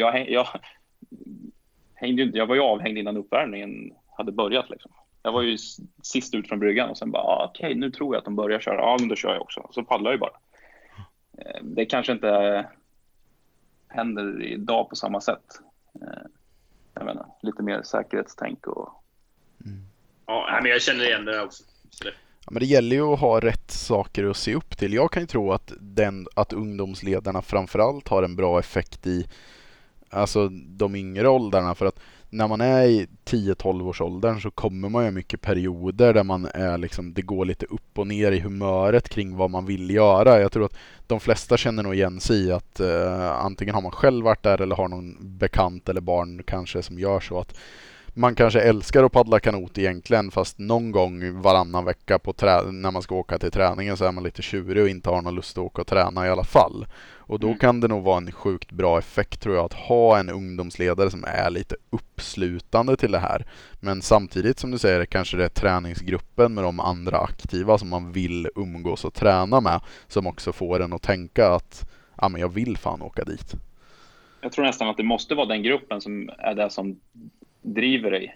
jag var ju avhängd innan uppvärmningen hade börjat liksom. Jag var ju sist ut från bryggan och sen bara okej, nu tror jag att de börjar köra. Ja, men då kör jag också. Så paddlar jag ju bara. Det kanske inte händer idag på samma sätt. Jag menar, lite mer säkerhetstänk och... Ja, men jag känner igen det också. Ja, men det gäller ju att ha rätt saker att se upp till. Jag kan ju tro att ungdomsledarna framförallt har en bra effekt i alltså de yngre åldrarna, för att när man är i 10-12 års åldern så kommer man ju mycket perioder där man är liksom, det går lite upp och ner i humöret kring vad man vill göra. Jag tror att de flesta känner nog igen sig i att antingen har man själv varit där eller har någon bekant eller barn kanske som gör så att man kanske älskar att paddla kanot egentligen, fast någon gång varannan vecka när man ska åka till träningen så är man lite tjurig och inte har någon lust att åka och träna i alla fall. Och då kan det nog vara en sjukt bra effekt tror jag att ha en ungdomsledare som är lite uppslutande till det här. Men samtidigt som du säger kanske det är träningsgruppen med de andra aktiva som man vill umgås och träna med som också får en att tänka att men jag vill fan åka dit. Jag tror nästan att det måste vara den gruppen som är det som driver dig.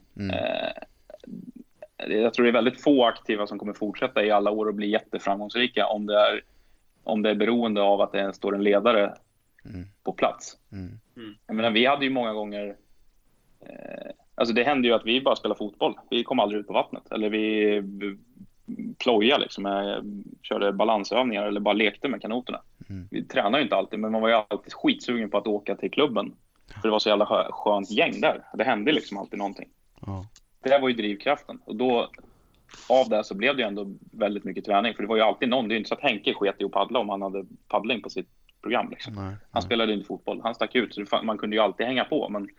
Jag tror det är väldigt få aktiva som kommer fortsätta i alla år och bli jätteframgångsrika om det är beroende av att det står en ledare på plats. Jag menar, vi hade ju många gånger alltså det hände ju att vi bara spelade fotboll. Vi kom aldrig ut på vattnet. Eller vi plojade liksom, körde balansövningar eller bara lekte med kanoterna. Vi tränade ju inte alltid, men man var ju alltid skitsugen på att åka till klubben. För det var så jävla skönt gäng där. Det hände liksom alltid någonting. Det där var ju drivkraften. Och då, av det så blev det ju ändå väldigt mycket träning. För det var ju alltid någon. Det är ju inte så att Henke sket i att paddla om han hade paddling på sitt program. Liksom. Nej. Han spelade ju inte fotboll. Han stack ut. Så man kunde ju alltid hänga på. Men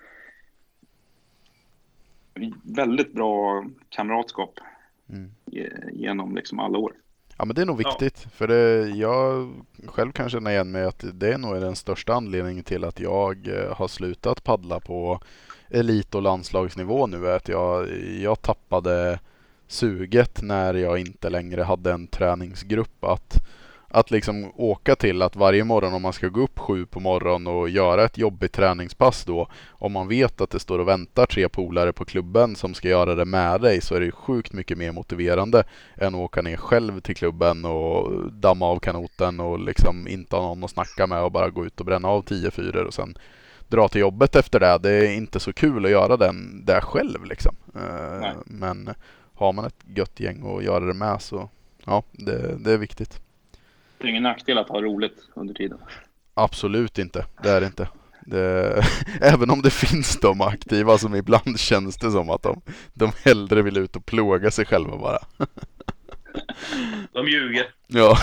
väldigt bra kamratskap genom liksom alla år. Ja, men det är nog viktigt. För jag själv kan känna igen mig att det är nog den största anledningen till att jag har slutat paddla på elit- och landslagsnivå nu. Är att jag tappade suget när jag inte längre hade en träningsgrupp att liksom åka till, att varje morgon om man ska gå upp 7 på morgonen och göra ett jobbigt träningspass då, om man vet att det står och väntar 3 polare på klubben som ska göra det med dig, så är det sjukt mycket mer motiverande än att åka ner själv till klubben och damma av kanoten och liksom inte ha någon att snacka med och bara gå ut och bränna av 10 fyror och sen dra till jobbet efter det. Det är inte så kul att göra det själv liksom. Men har man ett gött gäng att göra det med så ja, det är viktigt. Det är ingen nackdel att ha roligt under tiden. Absolut inte, det är det inte. Även om det finns de aktiva som ibland känns det som att de hellre vill ut och plåga sig själva bara. De ljuger. Ja.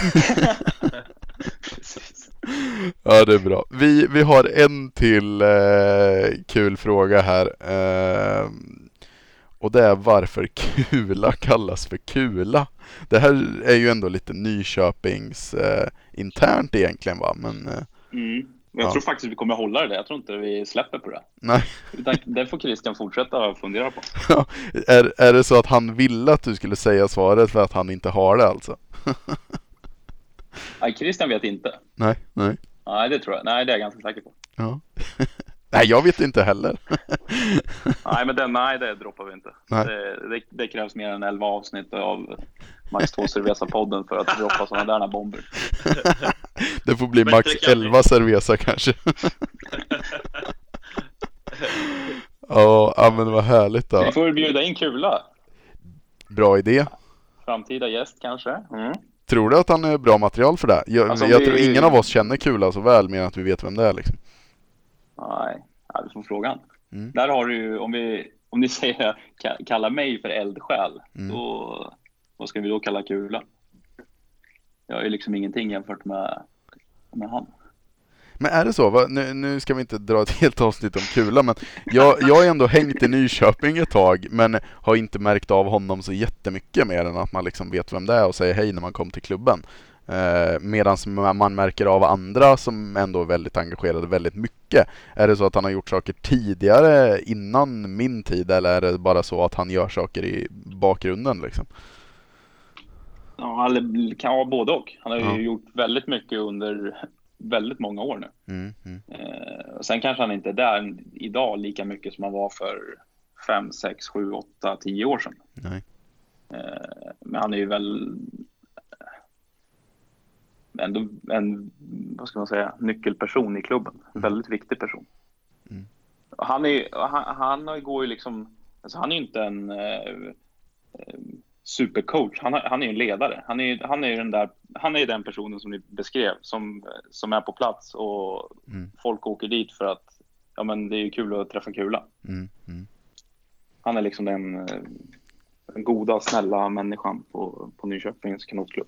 Ja, det är bra. Vi har en till kul fråga här. Och det är varför Kula kallas för Kula. Det här är ju ändå lite Nyköpings internt egentligen, va? Men, jag tror faktiskt vi kommer hålla det. Jag tror inte vi släpper på det. Nej. Utan det får Christian fortsätta fundera på. Är det så att han ville att du skulle säga svaret för att han inte har det alltså? Nej, Christian vet inte. Nej. Nej, det tror jag. Nej, det är jag ganska säker på. Ja. Nej, jag vet inte heller. Nej, det droppar vi inte. Det krävs mer än 11 avsnitt av Max 2 Cerveza-podden för att droppa sådana där bomber. Det får bli max 11 Cerveza kanske. Ja, men vad härligt då. Vi får bjuda in Kula. Bra idé. Framtida gäst kanske. Tror du att han är bra material för det? Jag tror ingen av oss känner Kula så väl, men att vi vet vem det är liksom. Nej, vi får frågan. Där har du ju, om ni säger kalla mig för eldsjäl, då vad ska vi då kalla Kula? Jag är liksom ingenting jämfört med han. Men är det så? Nu ska vi inte dra ett helt avsnitt om Kula, men jag har ändå hängt i Nyköping ett tag, men har inte märkt av honom så jättemycket mer än att man liksom vet vem det är och säger hej när man kommer till klubben. Medan man märker av andra som ändå är väldigt engagerade väldigt mycket. Är det så att han har gjort saker tidigare innan min tid, eller är det bara så att han gör saker i bakgrunden liksom? Ja, det kan vara både och. Han har ju gjort väldigt mycket under väldigt många år nu. Sen kanske han inte är där idag lika mycket som han var för 5, 6, 7, 8, 10 år sedan. Nej. Men han är ju väl ändå en, vad ska man säga, nyckelperson i klubben. En väldigt viktig person. Han går ju liksom, alltså han är ju inte en supercoach. Han är ju en ledare. Han är den personen som ni beskrev som är på plats och folk åker dit för att men det är ju kul att träffa Kula. Han är liksom den goda, snälla människan på Nyköpings kanotklubb.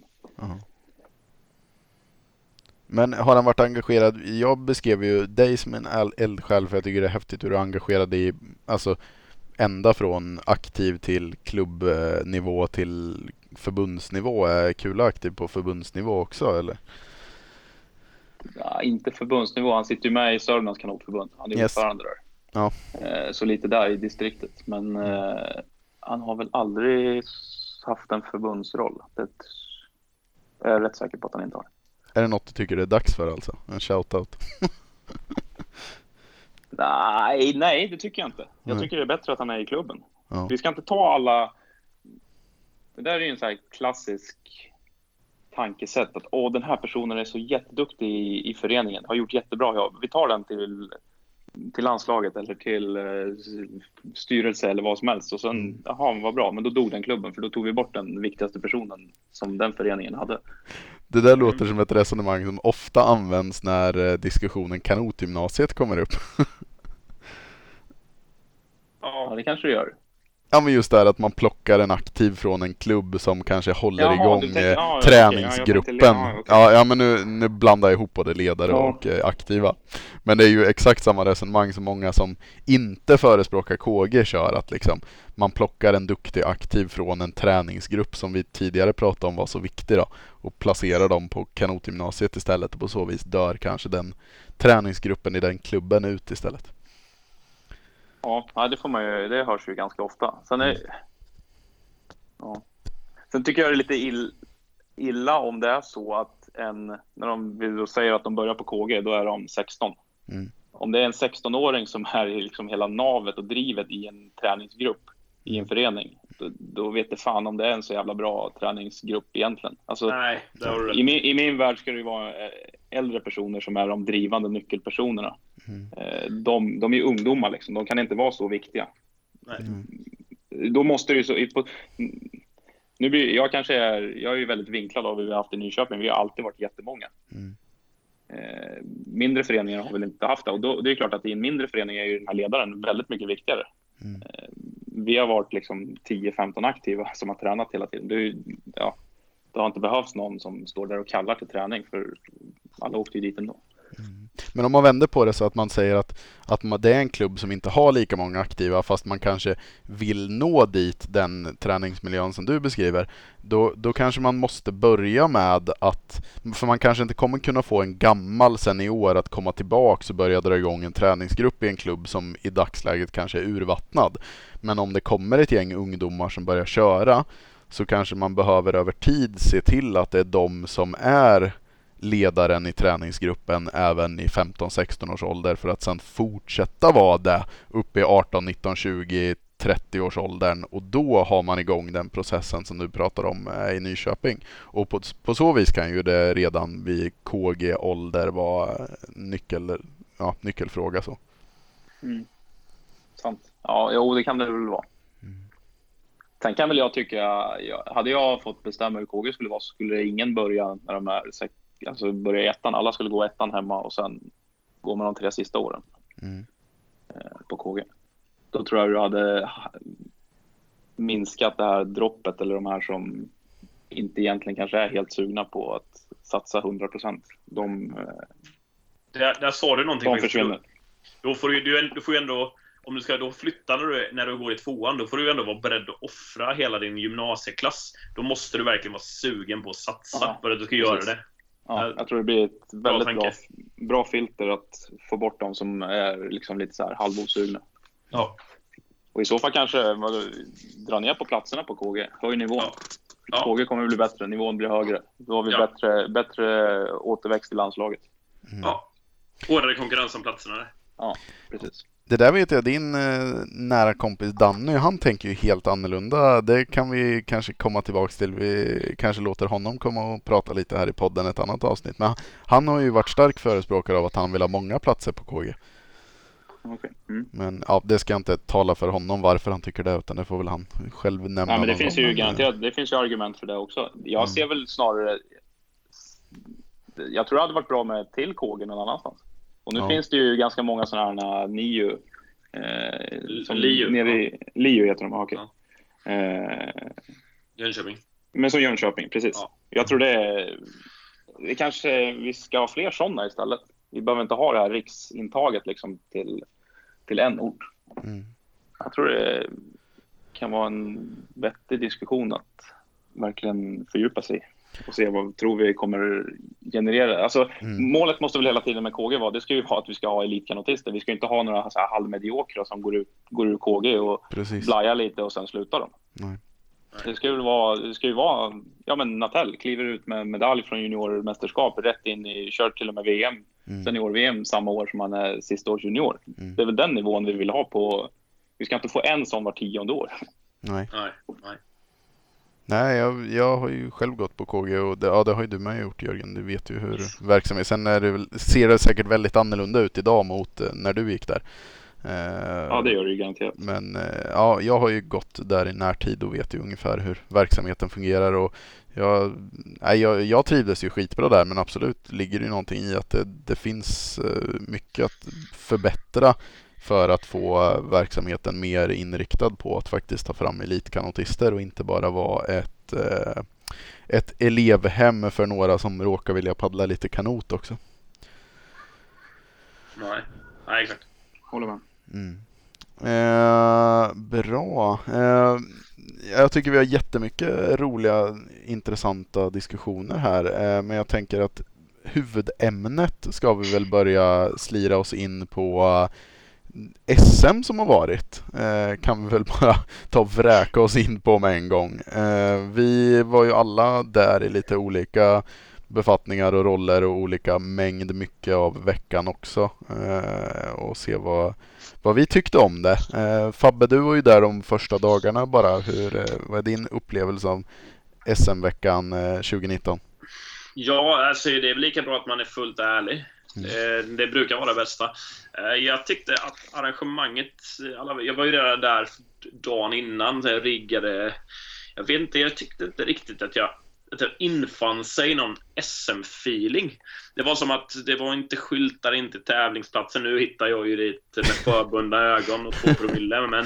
Men har han varit engagerad? Jag beskrev ju dig som en eldsjäl för jag tycker det är häftigt hur du är engagerad i, alltså ända från aktiv till klubbnivå till förbundsnivå. Är Kula aktiv på förbundsnivå också, eller? Ja, inte förbundsnivå. Han sitter ju med i Sörmlands kanotförbund. Han är ordförande där. Ja. Så lite där i distriktet. Men han har väl aldrig haft en förbundsroll. Det är jag rätt säker på att han inte har. Är det något du tycker det är dags för alltså? En shoutout? Nej, det tycker jag inte. Jag tycker det är bättre att han är i klubben. Ja. Vi ska inte ta alla... Det där är ju en sån här klassisk tankesätt att den här personen är så jätteduktig i föreningen, har gjort jättebra jobb. Vi tar den till landslaget eller till styrelse eller vad som helst och sen, vad bra, men då dog den klubben för då tog vi bort den viktigaste personen som den föreningen hade. Det där låter som ett resonemang som ofta används när diskussionen kanotgymnasiet kommer upp. Ja, det kanske det gör. Ja, men just där att man plockar en aktiv från en klubb som kanske håller igång träningsgruppen. Ja, men nu blandar jag ihop både ledare och aktiva. Men det är ju exakt samma resonemang som många som inte förespråkar KG kör, att liksom man plockar en duktig aktiv från en träningsgrupp som vi tidigare pratade om var så viktig då, och placerar dem på kanotgymnasiet istället, och på så vis dör kanske den träningsgruppen i den klubben ut istället. Ja, det får man ju, det hörs ju ganska ofta. Sen tycker jag det är lite illa om det är så att när de vill säga att de börjar på KG, då är de 16. Om det är en 16-åring som är liksom hela navet och drivet i en träningsgrupp i en förening, då vet det fan om det är en så jävla bra träningsgrupp egentligen. Alltså, nej, i min värld ska det ju vara äldre personer som är de drivande nyckelpersonerna. De är ju ungdomar liksom. De kan inte vara så viktiga. Då måste det ju så... Jag är ju väldigt vinklad av hur vi har haft i Nyköping. Vi har alltid varit jättemånga. Mindre föreningar har väl inte haft det. Och då, det är klart att i en mindre förening är ju den här ledaren väldigt mycket viktigare. Vi har varit liksom 10-15 aktiva som har tränat hela tiden. Det har inte behövts någon som står där och kallar till träning, för alla åkte ju dit ändå. Men om man vänder på det så att man säger att det är en klubb som inte har lika många aktiva, fast man kanske vill nå dit, den träningsmiljön som du beskriver, då kanske man måste börja med att, för man kanske inte kommer kunna få en gammal senior att komma tillbaka och börja dra igång en träningsgrupp i en klubb som i dagsläget kanske är urvattnad. Men om det kommer ett gäng ungdomar som börjar köra, så kanske man behöver över tid se till att det är de som är ledaren i träningsgruppen även i 15-16 års ålder, för att sen fortsätta vara det uppe i 18, 19, 20, 30 års åldern, och då har man igång den processen som du pratar om i Nyköping. Och på så vis kan ju det redan vid KG-ålder vara nyckelfråga så. Sant. Ja, jo, det kan det väl vara. Sen kan väl jag tycka, hade jag fått bestämma hur KG skulle vara, så skulle ingen börja när de är börja i ettan. Alla skulle gå ettan hemma och sen går man de 3 sista åren på KG. Då tror jag du hade minskat det här droppet, eller de här som inte egentligen kanske är helt sugna på att satsa 100%. Där sa du någonting. De försvinner. Då får du får ju ändå, om du ska då flytta när du går i 2:an, då får du ändå vara beredd att offra hela din gymnasieklass. Då måste du verkligen vara sugen på att satsa för att du ska göra det. Ja, jag tror det blir ett väldigt bra filter att få bort de som är liksom lite så här halvosugna. Ja. Och i så fall kanske dra ner på platserna på KG, höj nivån. Ja. KG kommer bli bättre, nivån blir högre. Då har vi bättre återväxt i landslaget. Ja. Hårdare konkurrens om platserna där. Ja, precis. Det där vet jag, din nära kompis Danny, han tänker ju helt annorlunda. Det kan vi kanske komma tillbaka till. Vi kanske låter honom komma och prata lite här i podden ett annat avsnitt. Men han har ju varit stark förespråkare av att han vill ha många platser på KG. Okay. Men ja, det ska jag inte tala för honom varför han tycker det, utan det får väl han själv nämna. Ja, men det finns ju garanterat, det finns ju argument för det också. Jag ser väl snarare, jag tror det hade varit bra med till KG någon annanstans. Och nu finns det ju ganska många sådana här NIU som LIU. LIU heter de, okej. Jönköping. Men som Jönköping, precis. Ja. Jag tror det kanske vi ska ha fler sådana istället. Vi behöver inte ha det här riksintaget liksom till en ort. Jag tror det kan vara en vettig diskussion att verkligen fördjupa sig och se vad tror vi kommer generera. Alltså, målet måste väl hela tiden med KG vara, det ska ju vara att vi ska ha elitkanotister. Vi ska inte ha några så här halvmediokra som går ur KG och blajar lite och sen slutar de. Nej. Det ska ju vara ja, men Natell kliver ut med medalj från juniormästerskap rätt in i, kör till och med VM, senior-VM samma år som han är sista års junior. Det är väl den nivån vi vill ha på. Vi ska inte få en sån var 10:e år. Nej, jag har ju själv gått på KG och det har ju du med gjort, Jörgen. Du vet ju hur verksamhet. Sen ser det säkert väldigt annorlunda ut idag mot när du gick där. Ja, det gör det ju garanterat. Men ja, jag har ju gått där i närtid och vet ju ungefär hur verksamheten fungerar. Och jag trivdes ju skitbra där, men absolut ligger det ju någonting i att det finns mycket att förbättra för att få verksamheten mer inriktad på att faktiskt ta fram elitkanotister och inte bara vara ett elevhem för några som råkar vilja paddla lite kanot också. Nej, exakt. Håller med. Bra. Jag tycker vi har jättemycket roliga, intressanta diskussioner här. Men jag tänker att huvudämnet ska vi väl börja slira oss in på. SM som har varit kan vi väl bara ta och vräka oss in på med en gång. Vi var ju alla där i lite olika befattningar och roller och olika mängd mycket av veckan också. Och se vad vi tyckte om det. Fabbe, du var ju där de första dagarna bara. Vad är din upplevelse av SM-veckan 2019? Ja, alltså det är väl lika bra att man är fullt ärlig. Det brukar vara det bästa. Jag tyckte att arrangemanget, jag var ju redan där dagen innan jag riggade. Jag vet inte, jag tyckte inte riktigt att jag infann sig någon SM-feeling. Det var som att det var inte skyltar in till tävlingsplatsen. Nu hittar jag ju dit med förbundna ögon och 2 promille. Men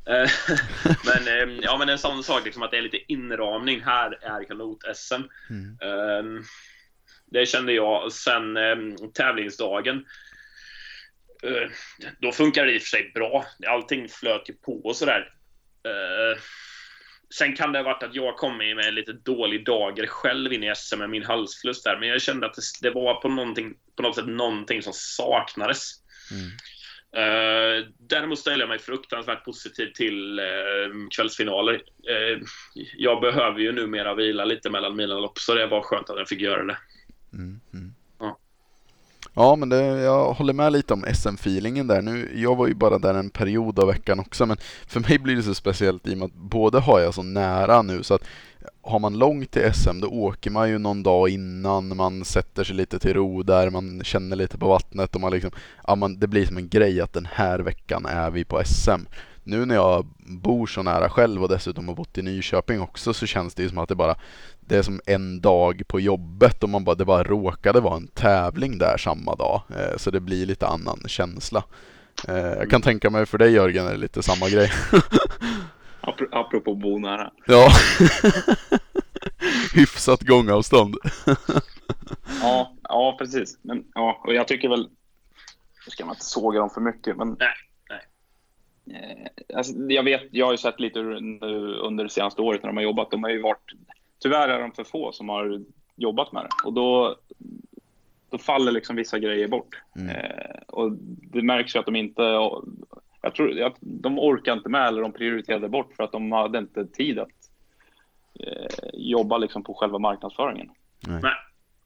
en sån sak liksom att det är lite inramning. Här är kanot-SM. Det kände jag. Sen tävlingsdagen, då funkar det i och för sig bra. Allting flöt ju på och sådär. Sen kan det ha varit att jag kom med en lite dålig dager själv in i SM med min halsfluss där. Men jag kände att det var på något sätt någonting som saknades. Däremot ställer jag mig fruktansvärt positiv till kvällsfinaler. Jag behöver ju numera vila lite mellan mina lopp, så det var skönt att jag fick göra det. Ja, men jag håller med lite om SM-feelingen där. Nu, jag var ju bara där en period av veckan också, men för mig blir det så speciellt i och med att både har jag så nära nu, så att har man långt till SM då åker man ju någon dag innan, man sätter sig lite till ro där, man känner lite på vattnet och man liksom, det blir som en grej att den här veckan är vi på SM. Nu när jag bor så nära själv och dessutom har bott i Nyköping också, så känns det ju som att det är som en dag på jobbet och det bara råkade vara en tävling där samma dag. Så det blir lite annan känsla. Jag kan tänka mig för dig, Jörgen, är det lite samma grej. Apropå bo nära. Ja. Hyfsat gångavstånd. Ja, precis. Men och jag tycker väl, nu ska man inte såga dem för mycket, men nej. Alltså, jag har ju sett lite under det senaste året när de har jobbat. De har ju varit, tyvärr är de för få som har jobbat med det. Och då faller liksom vissa grejer bort. Och det märks ju att de inte, jag tror att de orkar inte med, eller de prioriterade bort för att de hade inte tid att jobba liksom på själva marknadsföringen. Nej.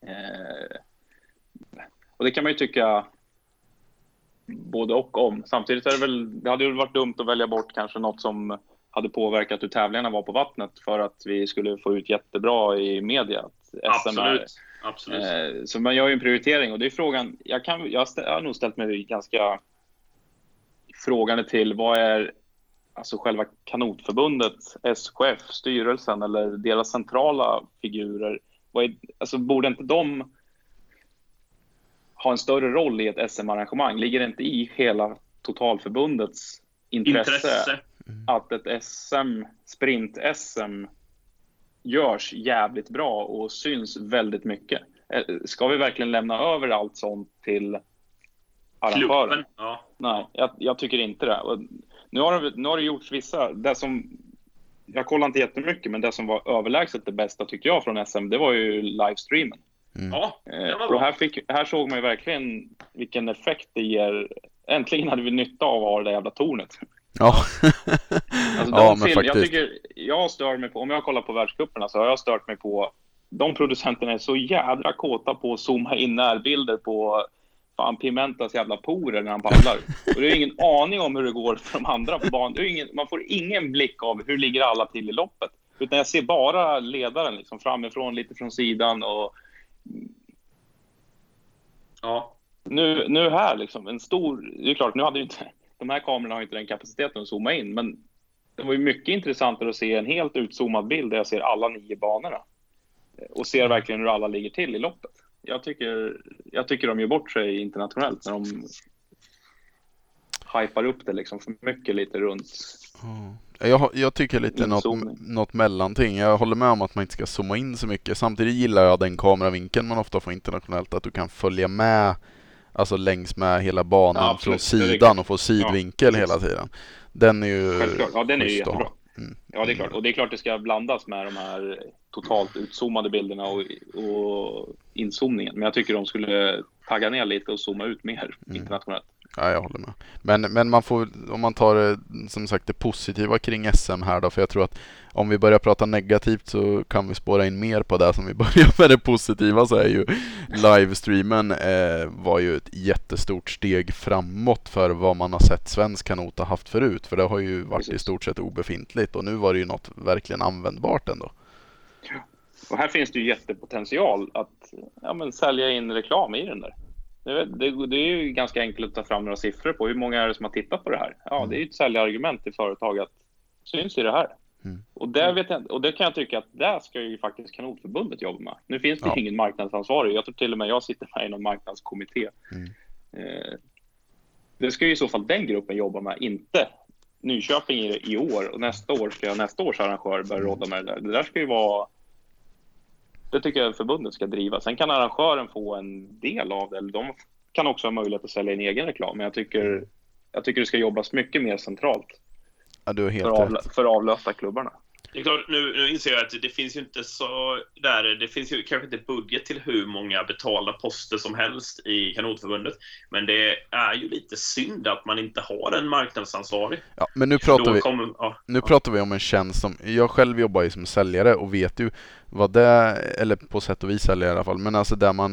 Och det kan man ju tycka både och om. Samtidigt är det hade ju varit dumt att välja bort kanske något som hade påverkat hur tävlingarna var på vattnet för att vi skulle få ut jättebra i media. Absolut. Så man gör ju en prioritering, och det är frågan, jag har nog ställt mig ganska frågande till vad är alltså själva kanotförbundet, SKF, styrelsen eller deras centrala figurer, alltså borde inte de ha en större roll i ett SM-arrangemang? Ligger det inte i hela totalförbundets intresse att ett sprint-SM görs jävligt bra och syns väldigt mycket? Ska vi verkligen lämna över allt sånt till arrangören? Ja. Nej, jag tycker inte det. Och nu har det gjorts vissa, jag kollar inte jättemycket, men det som var överlägset det bästa tycker jag från SM, det var ju livestreamen. Ja, det var och bra. här såg man ju verkligen vilken effekt det ger. Äntligen hade vi nytta av att ha det där jävla tornet. Ja. Alltså jag stör mig på, om jag kollar på världscuperna så har jag stört mig på de producenterna är så jädra kåta på att zooma in närbilder på Pimentas jävla porer när han paddlar. Och det är ingen aning om hur det går för de andra på banan. Man får ingen blick av hur ligger alla till i loppet. Utan jag ser bara ledaren liksom framifrån, lite från sidan och nu här liksom en stor, det är klart, nu hade ju inte de här kamerorna har inte den kapaciteten att zooma in, men det var ju mycket intressantare att se en helt utzoomad bild där jag ser alla 9 banorna och ser verkligen hur alla ligger till i loppet. Jag tycker de gör bort sig internationellt när de hypar upp det liksom för mycket lite runt. Jag tycker lite något mellanting. Jag håller med om att man inte ska zooma in så mycket. Samtidigt gillar jag den kameravinkeln man ofta får internationellt, att du kan följa med alltså längs med hela banan från sidan och få sidvinkel hela tiden. Den är ju självklart. Ja, den är ju jättebra. Ja, det är klart. Och det är klart det ska blandas med de här totalt utzoomade bilderna och inzoomningen. Men jag tycker de skulle tagga ner lite och zooma ut mer internationellt. Ja, jag håller med. Men man får, om man tar det, som sagt, det positiva kring SM här då, för jag tror att om vi börjar prata negativt så kan vi spåra in mer på det som vi börjar med det positiva, så är ju livestreamen var ju ett jättestort steg framåt för vad man har sett svensk kanot ha haft förut, för det har ju varit i stort sett obefintligt och nu var det ju något verkligen användbart ändå. Ja. Och här finns det ju jättepotential att sälja in reklam i den där. Det är ju ganska enkelt att ta fram några siffror på hur många är det som har tittat på det här. Ja, det är ju ett säljargument till företag att syns i det här. Och det kan jag tycka att där ska ju faktiskt Kanotförbundet jobba med. Nu finns det ingen marknadsansvarig. Jag tror till och med jag sitter med i någon marknadskommitté. Det ska ju i så fall den gruppen jobba med, inte Nyköping i år. Och nästa år ska nästa års arrangör börja råda med det där. Det där ska ju vara Det tycker jag förbundet ska driva. Sen kan arrangören få en del av det. Eller de kan också ha möjlighet att sälja en egen reklam. Men jag tycker det ska jobbas mycket mer centralt. Ja, du är helt rätt. För att avlösa klubbarna. Det är klart, nu inser jag att det finns ju inte så där, det finns ju kanske inte budget till hur många betalda poster som helst i kanotförbundet, men det är ju lite synd att man inte har en marknadsansvarig. Ja, men nu pratar vi om en tjänst som, jag själv jobbar ju som säljare och vet ju vad det är, eller på sätt och vis säljare i alla fall, men alltså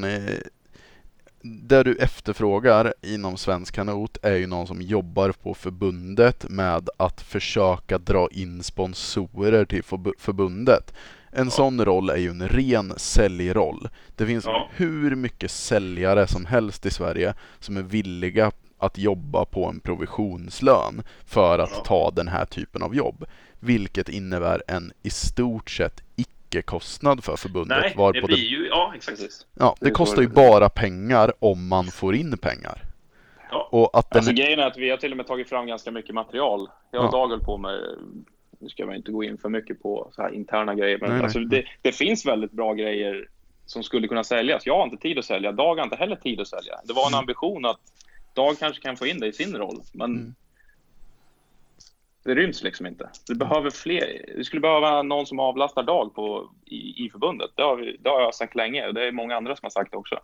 där du efterfrågar inom Svensk Kanot är ju någon som jobbar på förbundet med att försöka dra in sponsorer till förbundet. En sån roll är ju en ren säljroll. Det finns hur mycket säljare som helst i Sverige som är villiga att jobba på en provisionslön för att ta den här typen av jobb. Vilket innebär en i stort sett kostnad för förbundet. Nej, det blir ju, exakt. Ja, det kostar ju bara pengar om man får in pengar. Ja. Och att alltså grejen är att vi har till och med tagit fram ganska mycket material. Jag och Dag höll på med, nu ska man inte gå in för mycket på så här interna grejer, men alltså det finns väldigt bra grejer som skulle kunna säljas. Jag har inte tid att sälja, Dag har inte heller tid att sälja. Det var en ambition att Dag kanske kan få in det i sin roll, men det ryms liksom inte. Det behöver fler. Vi skulle behöva någon som avlastar Dag i förbundet. Det har jag sagt länge, och det är många andra som har sagt det också.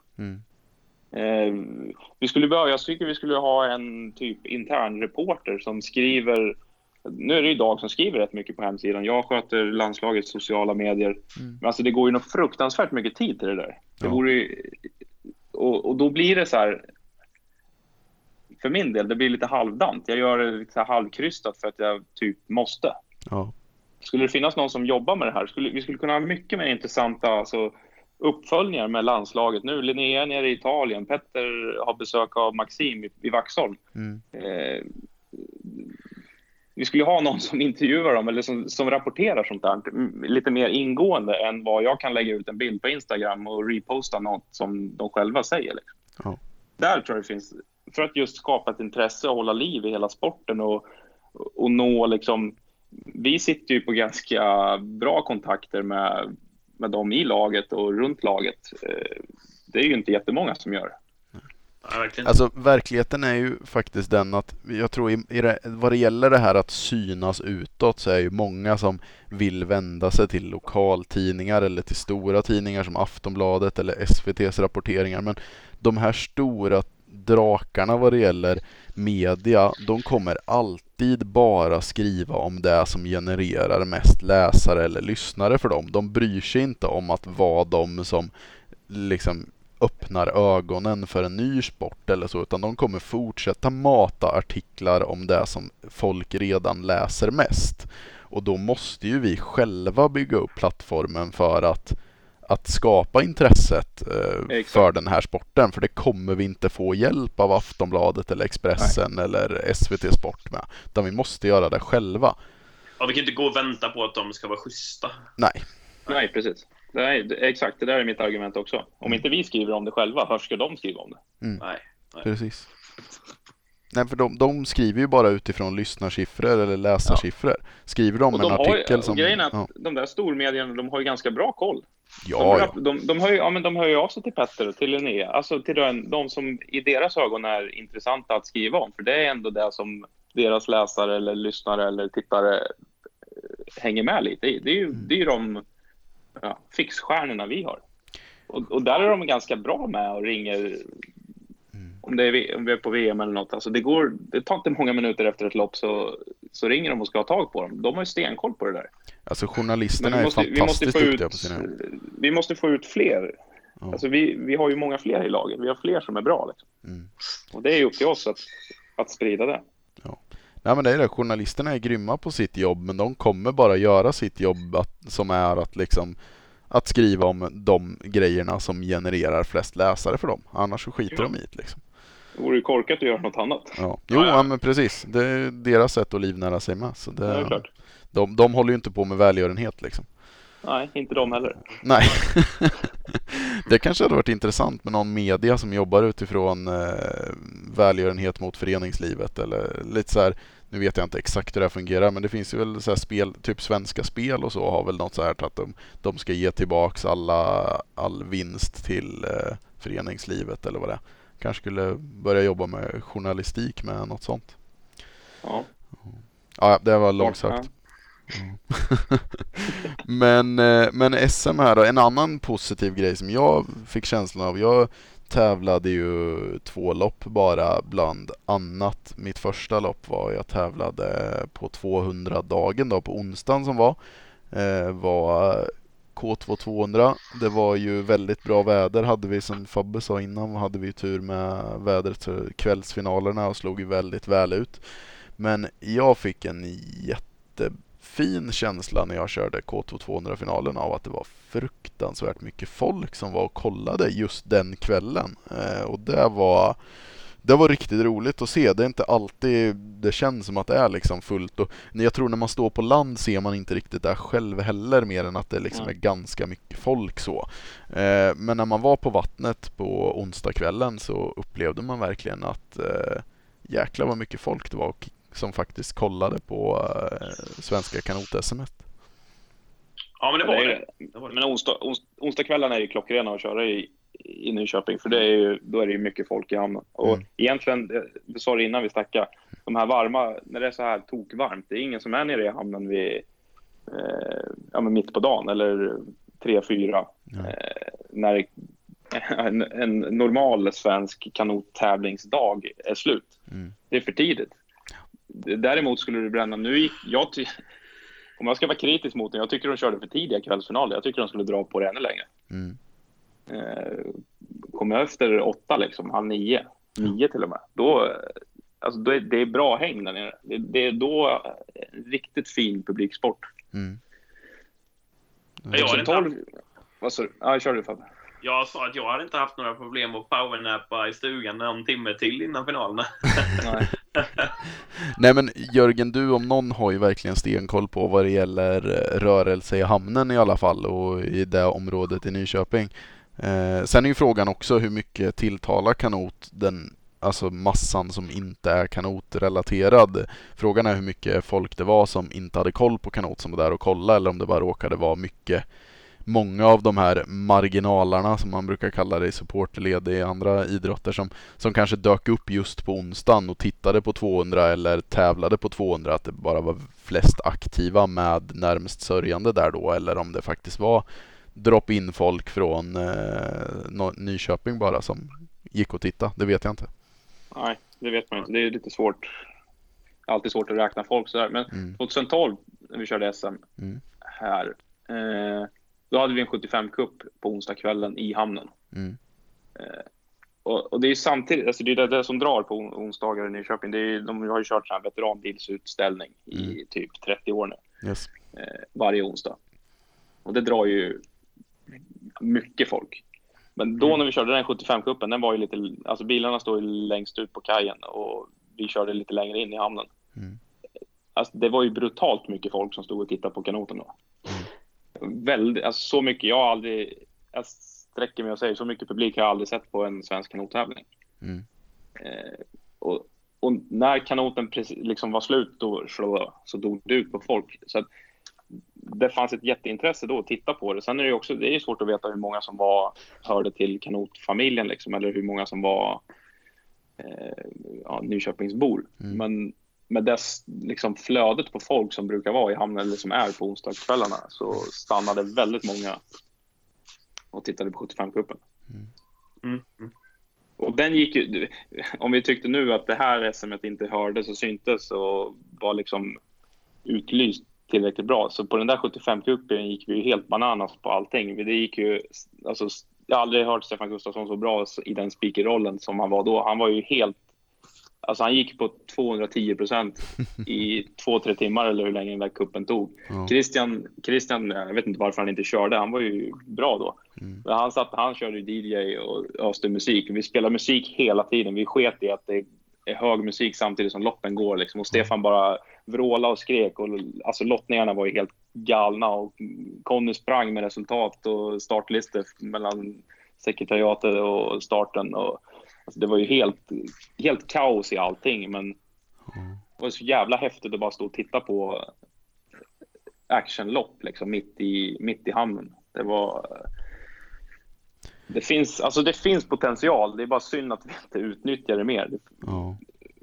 Jag tycker vi skulle ha en typ intern reporter som skriver. Nu är det ju Dag som skriver rätt mycket på hemsidan. Jag sköter landslagets sociala medier. Men alltså det går ju nog fruktansvärt mycket tid till det där. Det vore, och då blir det så här. För min del, det blir lite halvdant. Jag gör det lite halvkrystat för att jag typ måste. Ja. Skulle det finnas någon som jobbar med det här, vi skulle kunna ha mycket mer intressanta uppföljningar med landslaget. Nu Linnea nere i Italien, Petter har besök av Maxim i Vaxholm. Vi skulle ha någon som intervjuar dem eller som rapporterar sånt där lite mer ingående än vad jag kan lägga ut en bild på Instagram och reposta något som de själva säger. Liksom. Ja. Där tror jag det finns, för att just skapa ett intresse och hålla liv i hela sporten och nå liksom, vi sitter ju på ganska bra kontakter med dem i laget och runt laget. Det är ju inte jättemånga som gör det. Alltså verkligheten är ju faktiskt den att jag tror vad det gäller det här att synas utåt så är ju många som vill vända sig till lokaltidningar eller till stora tidningar som Aftonbladet eller SVT:s rapporteringar, men de här stora drakarna vad det gäller media, de kommer alltid bara skriva om det som genererar mest läsare eller lyssnare för dem. De bryr sig inte om att vara de som liksom öppnar ögonen för en ny sport eller så, utan de kommer fortsätta mata artiklar om det som folk redan läser mest. Och då måste ju vi själva bygga upp plattformen för att skapa intresset för den här sporten, för det kommer vi inte få hjälp av Aftonbladet eller Expressen eller SVT Sport med, utan vi måste göra det själva. Ja, vi kan inte gå och vänta på att de ska vara schyssta. Nej, precis. Exakt, det där är mitt argument också. Om inte vi skriver om det själva, hur ska de skriva om det? Nej. Precis. Nej, för de skriver ju bara utifrån lyssnarsiffror eller läsarsiffror. Skriver de en artikel som... Grejen är att de där stormedierna, de har ju ganska bra koll. De hör ju av sig till Petter och till Linnea. Alltså till de som i deras ögon är intressanta att skriva om. För det är ändå det som deras läsare eller lyssnare eller tittare hänger med lite i. Det är ju de fixstjärnorna vi har. Och där är de ganska bra med och ringer om vi är på VM eller något. Alltså det tar inte många minuter efter ett lopp så ringer de och ska ha tag på dem. De har ju stenkoll på det där. Alltså journalisterna är fantastiskt duktiga på sina jobb. Vi måste få ut fler. Ja. Alltså vi har ju många fler i laget. Vi har fler som är bra. Liksom. Och det är ju upp till oss att sprida det. Ja. Nej, men det är det. Journalisterna är grymma på sitt jobb, men de kommer bara göra sitt jobb som är att skriva om de grejerna som genererar flest läsare för dem. Annars så skiter de i det liksom. Det vore ju korkat att göra något annat. Ja. Jo, men precis. Det är deras sätt att livnära sig med. Så det är klart. De håller ju inte på med välgörenhet liksom. Nej, inte de heller. Nej. Det kanske hade varit intressant med någon media som jobbar utifrån välgörenhet mot föreningslivet eller lite så här. nu vet jag inte exakt hur det fungerar, men det finns ju väl så här spel, typ Svenska Spel och så har väl något så här att de ska ge tillbaks all vinst till föreningslivet eller vad det är. Kanske skulle börja jobba med journalistik med något sånt. Ja. Ja, det var långt sagt. Men SM här då, en annan positiv grej som jag fick känslan av. Jag tävlade ju 2 lopp bara, bland annat. Mitt första lopp var jag tävlade på 200-dagen då, på onsdagen som var K2 200. Det var ju väldigt bra väder, hade vi som Fabbe sa innan, hade vi tur med vädret till kvällsfinalerna och slog ju väldigt väl ut. Men jag fick en jättefin känsla när jag körde K2 200-finalen av att det var fruktansvärt mycket folk som var och kollade just den kvällen. Och det var riktigt roligt att se. Det är inte alltid det känns som att det är liksom fullt. Och jag tror när man står på land ser man inte riktigt det själv heller, mer än att det liksom är ganska mycket folk så. Men när man var på vattnet på onsdagskvällen så upplevde man verkligen att jäklar vad mycket folk det var som faktiskt kollade på svenska kanot-SM-et. Ja, men det var det. Men onsdagskvällarna är ju klockrena att köra i Nyköping, för då är det ju mycket folk i hamnen. Och egentligen, du sa det innan vi stackade, de här varma, när det är så här tokvarmt, det är ingen som är nere i hamnen vid mitt på dagen eller 3-4 när en normal svensk kanottävlingsdag är slut. Det är för tidigt. Däremot skulle du bränna om jag ska vara kritisk mot den, jag tycker de körde för tidiga kvällsfinaler. Jag tycker de skulle dra på det ännu längre. Kommer jag efter 8 liksom, 8:30, 9 till och med, då det är bra häng där nere. Det är då riktigt fin publiksport. Jag kör du, Fabbe. Jag sa att jag hade inte haft några problem att powernappa i stugan någon timme till innan finalerna. Nej, men Jörgen, du om någon har ju verkligen stenkoll på vad det gäller rörelse i hamnen i alla fall, och i det området i Nyköping. Sen är ju frågan också hur mycket tilltalar kanot alltså massan som inte är kanotrelaterad. Frågan är hur mycket folk det var som inte hade koll på kanot som var där och kolla, eller om det bara råkade vara många av de här marginalarna som man brukar kalla det i supportled i andra idrotter som kanske dök upp just på onsdagen och tittade på 200 eller tävlade på 200, att det bara var flest aktiva med närmast sörjande där då, eller om det faktiskt var drop-in folk från Nyköping bara som gick och titta. Det vet jag inte. Nej, det vet man inte. Det är lite svårt. Alltid svårt att räkna folk sådär. Men 2012 när vi körde SM här, då hade vi en 75-cup på onsdagskvällen i hamnen. Och det är samtidigt, alltså det är det som drar på onsdagar i Nyköping. De har ju kört så här veteranbilsutställning i typ 30 år nu. Yes. Varje onsdag. Och det drar ju mycket folk. Men då när vi körde den 75-cupen, den var ju lite, alltså bilarna står ju längst ut på kajen och vi körde lite längre in i hamnen. Alltså det var ju brutalt mycket folk som stod och tittade på kanoten då. Väldigt, alltså så mycket, jag sträcker mig och säger, så mycket publik har jag aldrig sett på en svensk kanottävling. Och när kanoten liksom var slut då, så dog det ut på folk. Så att det fanns ett jätteintresse då att titta på det. Sen är det ju också, det är svårt att veta hur många som hörde till kanotfamiljen liksom, eller hur många som var Nyköpingsbor. Men med dess liksom flödet på folk som brukar vara i hamnen eller som är på onsdagskvällarna, så stannade väldigt många och tittade på 75-cupen. Och den gick ju, om vi tyckte nu att det här SM:et inte hördes och syntes och var liksom utlyst tillräckligt bra, så på den där 75-cupen gick vi ju helt bananas på allting. Det gick ju, alltså, jag har aldrig hört Stefan Gustafsson så bra i den speakerrollen som han var då. Han var ju helt, alltså han gick på 210% i 2-3 timmar eller hur länge den där kuppen tog. Christian, jag vet inte varför han inte körde, han var ju bra då. Men han körde ju DJ och öste musik. Vi spelade musik hela tiden. Vi sket i att det är hög musik samtidigt som loppen går liksom. Och Stefan bara vråla och skrek, och alltså lottningarna var ju helt galna, och Conny sprang med resultat och startlistor mellan sekretariatet och starten, och alltså det var ju helt kaos i allting, men var så jävla häftigt att bara stå och titta på actionlopp liksom mitt i hamnen. Det finns potential. Det är bara synd att vi inte utnyttjar det mer. Ja.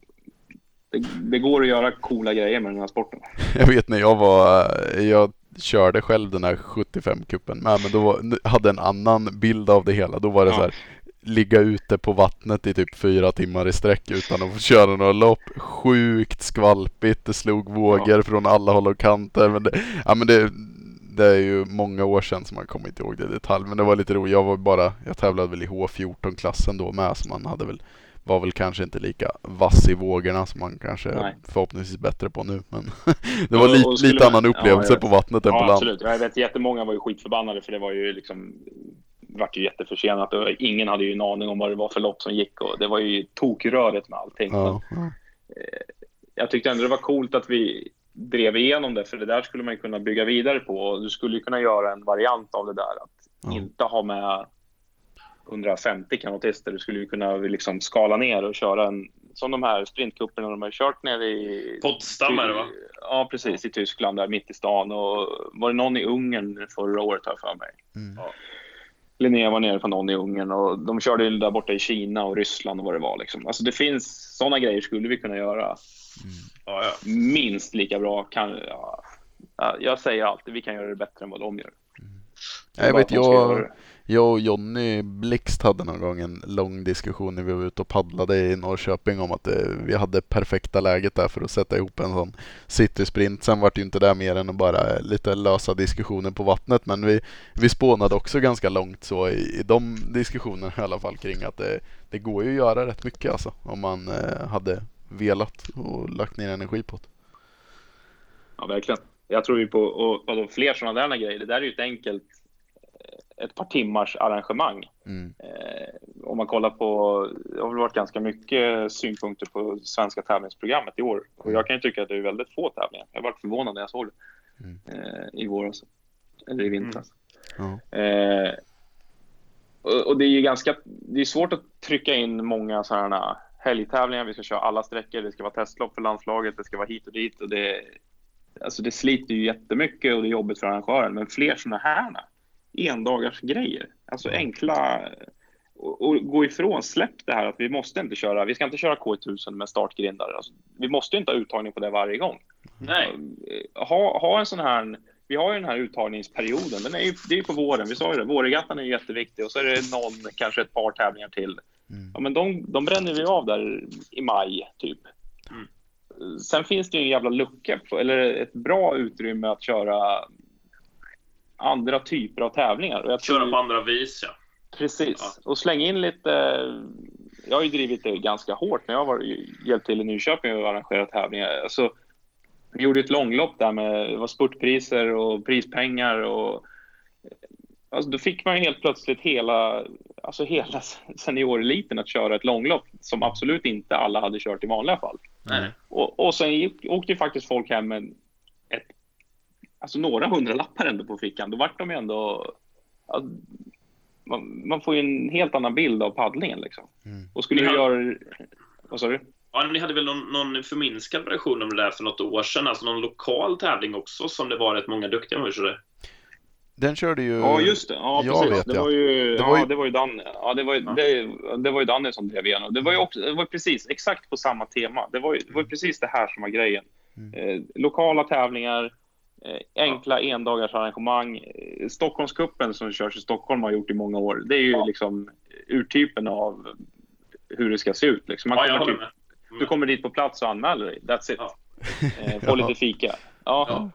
Det går att göra coola grejer med den här sporten. Jag vet när jag körde själv den här 75-kuppen med, men då hade en annan bild av det hela. Då var det så här, ligga ute på vattnet i typ 4 timmar i sträck utan att få köra några lopp. Sjukt skvalpigt, det slog vågor från alla håll och kanter. Men det är ju många år sedan som man kommer inte ihåg det i detalj. Men det var lite roligt. Jag tävlade väl i H14-klassen då med, så man var väl kanske inte lika vass i vågorna som man kanske förhoppningsvis bättre på nu. Men det var lite annan upplevelse på vattnet än på land. Absolut. Jag vet jättemånga var ju skitförbannade för det var ju liksom vart ju jätteförsenat och ingen hade ju en aning om vad det var för lopp som gick och det var ju tokröret med allting. Ja. Jag tyckte ändå det var coolt att vi drev igenom det, för det där skulle man kunna bygga vidare på och du skulle kunna göra en variant av det där att inte ha med 150 kanotister. Du skulle kunna liksom skala ner och köra som de här sprintcuperna de har kört ner i Potsdam är det, va? Ja, precis, i Tyskland där mitt i stan, och var det någon i Ungern förra året här för mig. Ja. Linnea var nere på någon i Ungern och de körde ju där borta i Kina och Ryssland och vad det var liksom. Alltså det finns sådana grejer skulle vi kunna göra minst lika bra. Jag säger alltid vi kan göra det bättre än vad de gör. Jag vet, jag och Jonny Blixt hade någon gång en lång diskussion när vi var ute och paddlade i Norrköping om att vi hade perfekta läget där för att sätta ihop en sån citysprint. Sen var det ju inte där mer än att bara lite lösa diskussioner på vattnet, men vi spånade också ganska långt så i de diskussionerna i alla fall kring att det går ju att göra rätt mycket alltså, om man hade velat och lagt ner energi på det. Ja, verkligen. Jag tror ju på och fler sådana där grejer. Det där är ju ett par timmars arrangemang. Om man kollar på, det har väl varit ganska mycket synpunkter på svenska tävlingsprogrammet i år. Och jag kan ju tycka att det är väldigt få tävlingar. Jag var förvånad när jag såg det i våras. Eller i vintras. Och det är ju det är svårt att trycka in många sådana helgtävlingar. Vi ska köra alla sträckor. Det ska vara testlopp för landslaget. Det ska vara hit och dit. Och det sliter ju jättemycket och det är jobbigt för arrangören. Men fler sådana här endagars grejer. Alltså enkla och gå ifrån, släpp det här att vi ska inte köra K1000 med startgrindar. Alltså, vi måste inte ha uttagning på det varje gång. Nej. Ha en sån här, vi har ju den här uttagningsperioden. Det är ju på våren. Vi sa ju det, vårregattan är ju jätteviktig och så är det kanske ett par tävlingar till. Ja, men de bränner vi av där i maj typ. Sen finns det ju en jävla lucka eller ett bra utrymme att köra andra typer av tävlingar. Och köra på andra vis, ja. Precis. Ja. Och slänga in lite. Jag har ju drivit det ganska hårt när jag har hjälpt till i Nyköping och arrangerat tävlingar. Alltså, vi gjorde ett långlopp där med det var spurtpriser och prispengar och alltså, då fick man ju helt plötsligt hela senioreliten att köra ett långlopp som absolut inte alla hade kört i vanliga fall. Och sen åkte ju faktiskt folk hem med några hundralappar ändå på fickan. Då vart de ju ändå man får ju en helt annan bild av paddlingen liksom. Och skulle vi göra vad sa du? Ja, ni hade väl någon förminskad version av det där för något år sedan, alltså någon lokal tävling också som det var rätt många duktiga människor. Den körde ju. Ja, just det. Ja, precis. Det var ju Danne. Ja, det var ju Danne som drev igenom. Det var precis exakt på samma tema. Det var ju precis det här som var grejen. Lokala tävlingar, enkla endagars arrangemang. Stockholmscupen som körs i Stockholm har gjort i många år. Det är ju liksom urtypen av hur det ska se ut liksom. Du kommer dit på plats och anmäler dig. That's it. Få lite fika. Ja.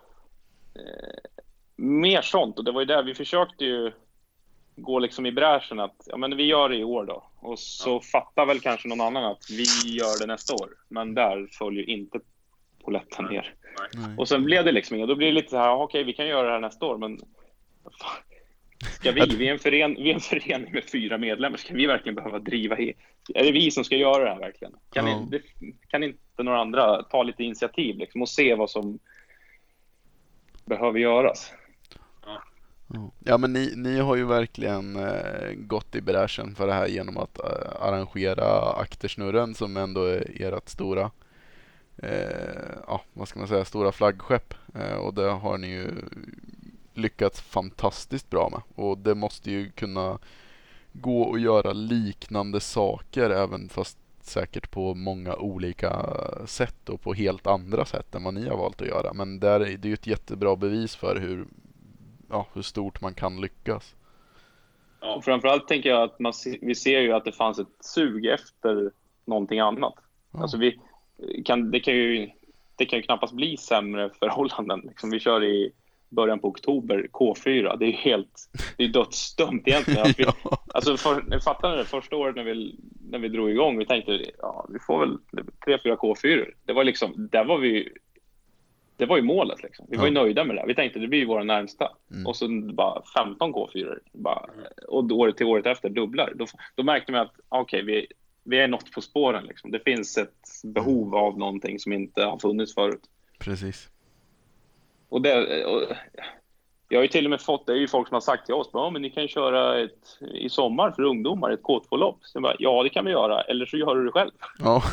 Mer sånt, och det var ju där vi försökte ju gå liksom i bräschen att men vi gör det i år då, och så fattar väl kanske någon annan att vi gör det nästa år, men där följer inte polletten ner. Och sen blev det liksom, och då blir det lite så här, okej, vi kan göra det här nästa år, men ska vi är en förening med 4 medlemmar, ska vi verkligen behöva driva är det vi som ska göra det här verkligen? Kan inte några andra ta lite initiativ liksom och se vad som behöver göras? Ja, men ni har ju verkligen gått i bräschen för det här genom att arrangera Aktersnurren som ändå är ert stora vad ska man säga, stora flaggskepp. Och det har ni ju lyckats fantastiskt bra med. Och det måste ju kunna gå att göra liknande saker, även fast säkert på många olika sätt och på helt andra sätt än vad ni har valt att göra. Men det är ju ett jättebra bevis för hur stort man kan lyckas. Ja, framförallt tänker jag att vi ser ju att det fanns ett sug efter någonting annat. Ja. Alltså det kan ju knappast bli sämre förhållanden. Liksom vi kör i början på oktober K4. Det är dödsdömt egentligen. Att fattar ni det första året när vi drog igång, vi tänkte vi får väl 3-4 K4. Det var liksom, det var ju målet liksom. Vi var ju nöjda med det. Vi tänkte det blir ju våra närmsta. Och så bara 15 K4 och året efter dubblar. Då märkte man att vi är något på spåren liksom. Det finns ett behov av någonting som inte har funnits förut. Precis. Och jag har ju till och med fått, det är ju folk som har sagt till oss, men ni kan ju köra i sommar för ungdomar, ett K2-lopp. Så jag bara, ja, det kan vi göra, eller så gör du det själv. Ja.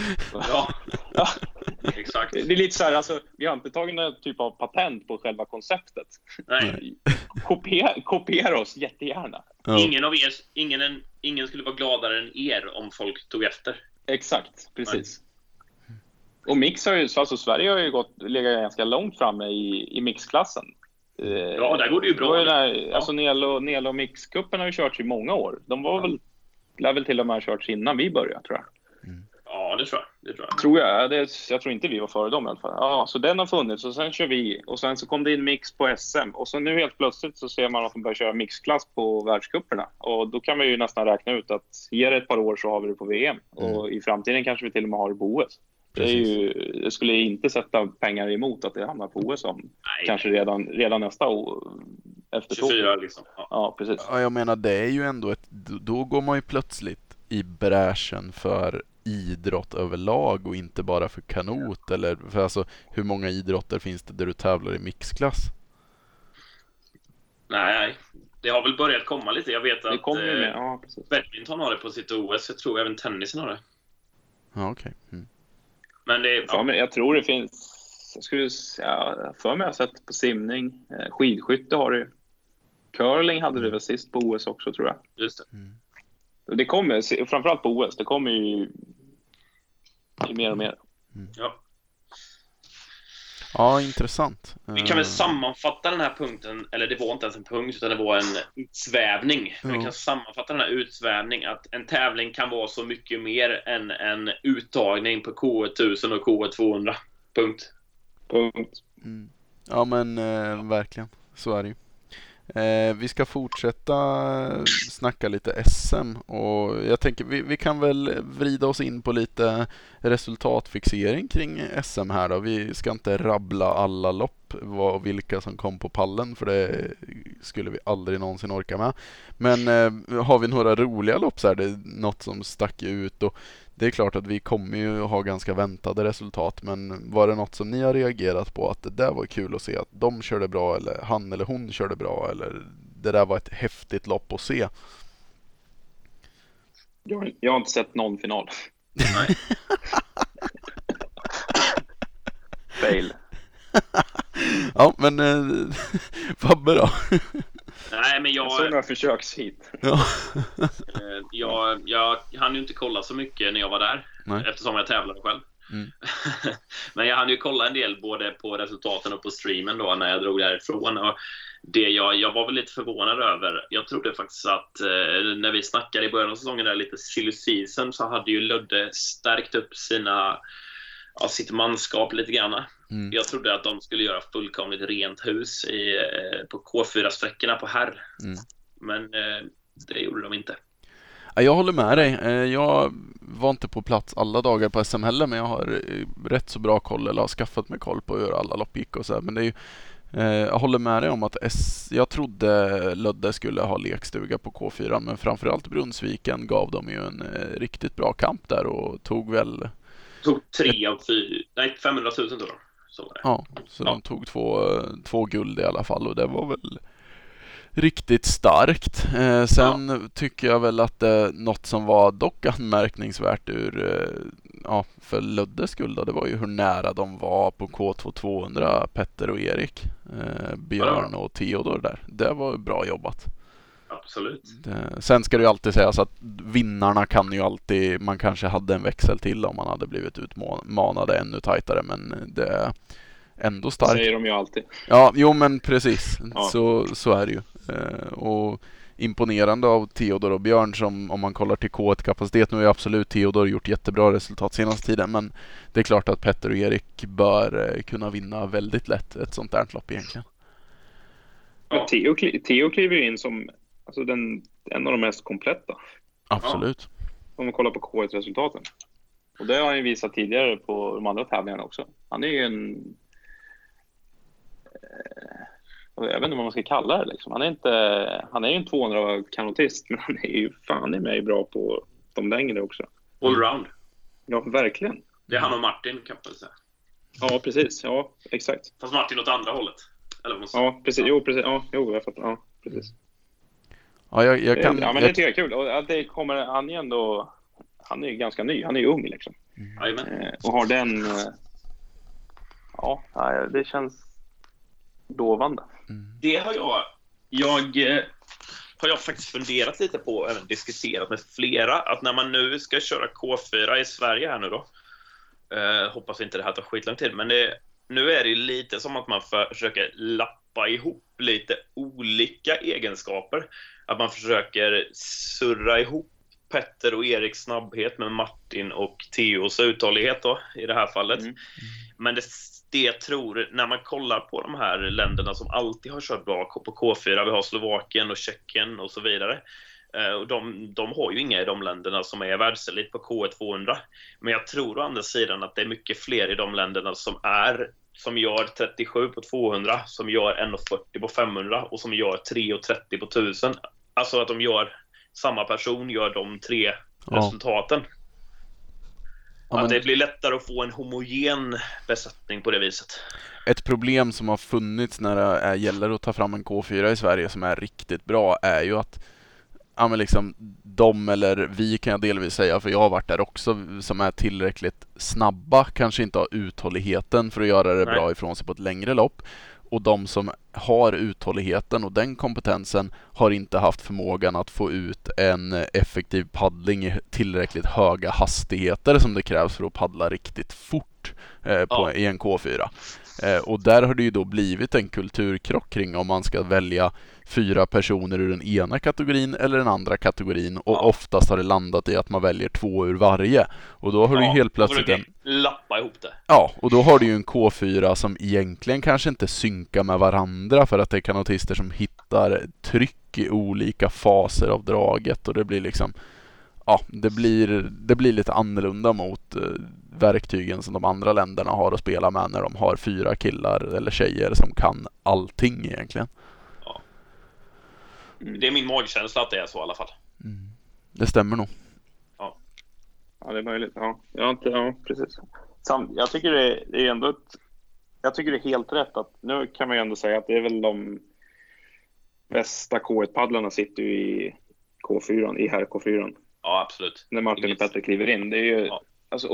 Ja. Exakt. Det är lite så här, alltså, vi har inte tagit någon typ av patent på själva konceptet. Nej. Kopiera oss jättegärna. Ja. Ingen skulle vara gladare än er om folk tog efter. Exakt, precis. Nej. Och mix har ju, alltså Sverige har ju legat ganska långt framme i mixklassen. Ja, där går det ju bra. Alltså Nelo och Mixcupen har ju körts i många år. De lär väl till och med ha körts innan vi började, tror jag. Ja, det tror jag. Jag tror inte vi var före dem i alla fall. Ja, så den har funnits och sen kör vi. Och sen så kom det in mix på SM. Och så nu helt plötsligt så ser man att de börjar köra mixklass på världscuperna. Och då kan vi ju nästan räkna ut att ger det ett par år så har vi det på VM. Och i framtiden kanske vi till och med har det på OS. Det skulle inte sätta pengar emot att det hamnar på OS om kanske redan nästa år. Efter 24 liksom. Ja, precis. Ja, jag menar det är ju ändå då går man ju plötsligt i bräschen för idrott överlag och inte bara för kanot, eller för alltså hur många idrotter finns det där du tävlar i mixklass? Nej, det har väl börjat komma lite. Jag vet att badminton har det på sitt OS. Jag tror även tennisen har det. Ja, okej. Men jag tror det finns, för mig har jag sett på simning, skidskytte har det. Curling hade det väl sist på OS också, tror jag. Just det. Det kommer, framförallt på OS, det kommer ju mer och mer. Ja, intressant. Vi kan väl sammanfatta den här punkten, eller det var inte ens en punkt utan det var en utsvävning. Vi kan sammanfatta den här utsvävning att en tävling kan vara så mycket mer än en uttagning på K1000 och K200. Punkt. Ja, men verkligen, så är det ju. Vi ska fortsätta snacka lite SM och jag tänker vi kan väl vrida oss in på lite resultatfixering kring SM här då. Vi ska inte rabbla alla lopp och vilka som kom på pallen, för det skulle vi aldrig någonsin orka med. Men har vi några roliga lopp så här, det är något som stack ut, och det är klart att vi kommer ju ha ganska väntade resultat, men var det något som ni har reagerat på att det där var kul att se, att de körde bra eller han eller hon körde bra, eller det där var ett häftigt lopp att se? Jag har inte sett någon final. Nej. Fail. Ja, men Fabbe då? Nej, men jag såg några försökshit. Jag hann ju inte kolla så mycket när jag var där. Nej. Eftersom jag tävlade själv. Men jag hann ju kolla en del både på resultaten och på streamen då när jag drog därifrån. Och det jag var väl lite förvånad över. Jag trodde faktiskt att när vi snackade i början av säsongen där lite silly season, så hade ju Ludde stärkt upp sitt manskap lite grann. Jag trodde att de skulle göra fullkomligt rent hus på K4-sträckorna på herr. Men det gjorde de inte. Jag håller med dig. Jag var inte på plats alla dagar på SM heller, men jag har rätt så bra koll, eller har skaffat mig koll på hur alla lopp gick och så här. Men det är ju, jag håller med dig om att jag trodde Ludde skulle ha lekstuga på K4, men framförallt Brunnsviken gav dem ju en riktigt bra kamp där och tog 3 av 4, nej 500 000 då. Så var det. Ja, så de tog två guld i alla fall, och det var väl riktigt starkt. Sen tycker jag väl att något som var dock anmärkningsvärt för Luddes skull då, det var ju hur nära de var på K2 200, Petter och Erik, Björn och Theodor där. Det var bra jobbat. Absolut. Sen ska det ju alltid sägas att vinnarna kan ju alltid, man kanske hade en växel till om man hade blivit utmanade ännu tajtare, men det är ändå starkt. Säger de ju alltid. Ja, jo men precis. Ja. Så är det ju. Och imponerande av Theodor och Björn, som om man kollar till K1-kapacitet, nu är absolut Theodor gjort jättebra resultat senaste tiden, men det är klart att Petter och Erik bör kunna vinna väldigt lätt ett sånt där lopp egentligen. Ja. Theo kliver in som en av de mest kompletta. Absolut. Om man kollar på K1-resultaten. Och det har han ju visat tidigare på de andra tävlingarna också. Han är ju jag vet inte vad man ska kalla det liksom. Han är ju en 200-kanotist, men han är ju med bra på de längre också. Allround. Ja, verkligen. Det är han och Martin kan man säga. Ja, precis. Ja, exakt. Fast Martin åt andra hållet. Eller vad man säger. Ja, precis. Jo, precis. Ja, jag fattar. Ja, precis. Ja, jag kan... Ja, men det tycker jag är kul. Och att det kommer, han är ju ganska ny. Han är ju ung liksom. Och har den... det känns lovande. Det har jag faktiskt funderat lite på och även diskuterat med flera, att när man nu ska köra K4 i Sverige här nu då, hoppas inte det här tar skitlång tid, men nu är det lite som att man försöker lappa ihop lite olika egenskaper, att man försöker surra ihop Petter och Eriks snabbhet med Martin och Theos uthållighet då, i det här fallet. Men det jag tror, när man kollar på de här länderna som alltid har kört bra på K4, vi har Slovakien och Tjeckien och så vidare, och de har ju inga i de länderna som är världselit på K1 200. Men jag tror å andra sidan att det är mycket fler i de länderna som gör 37 på 200, som gör 1,40 på 500 och som gör 3,30 på 1000. Alltså att samma person gör de tre resultaten. Att det blir lättare att få en homogen besättning på det viset. Ett problem som har funnits när det gäller att ta fram en K4 i Sverige som är riktigt bra är ju att vi kan jag delvis säga, för jag har varit där också, som är tillräckligt snabba, kanske inte har uthålligheten för att göra det bra ifrån sig på ett längre lopp. Och de som har uthålligheten och den kompetensen har inte haft förmågan att få ut en effektiv paddling i tillräckligt höga hastigheter som det krävs för att paddla riktigt fort i en K4. Och där har det ju då blivit en kulturkrock kring om man ska välja 4 personer ur den ena kategorin eller den andra kategorin, och oftast har det landat i att man väljer 2 ur varje, och då har du helt plötsligt lappa ihop det. Ja, och då har du ju en K4 som egentligen kanske inte synkar med varandra, för att det är kanotister som hittar tryck i olika faser av draget, och det blir liksom det blir lite annorlunda mot verktygen som de andra länderna har att spela med när de har 4 killar eller tjejer som kan allting egentligen. Ja. Det är min magkänsla att det är så i alla fall. Det stämmer nog. Ja, det är möjligt. Ja, precis. Jag tycker det är ändå jag tycker det är helt rätt att nu kan man ju ändå säga att det är väl de bästa K1-paddlarna sitter ju i K4, i här K4. Ja, absolut. När Martin och Petter kliver in. Det är ju... Ja. Alltså,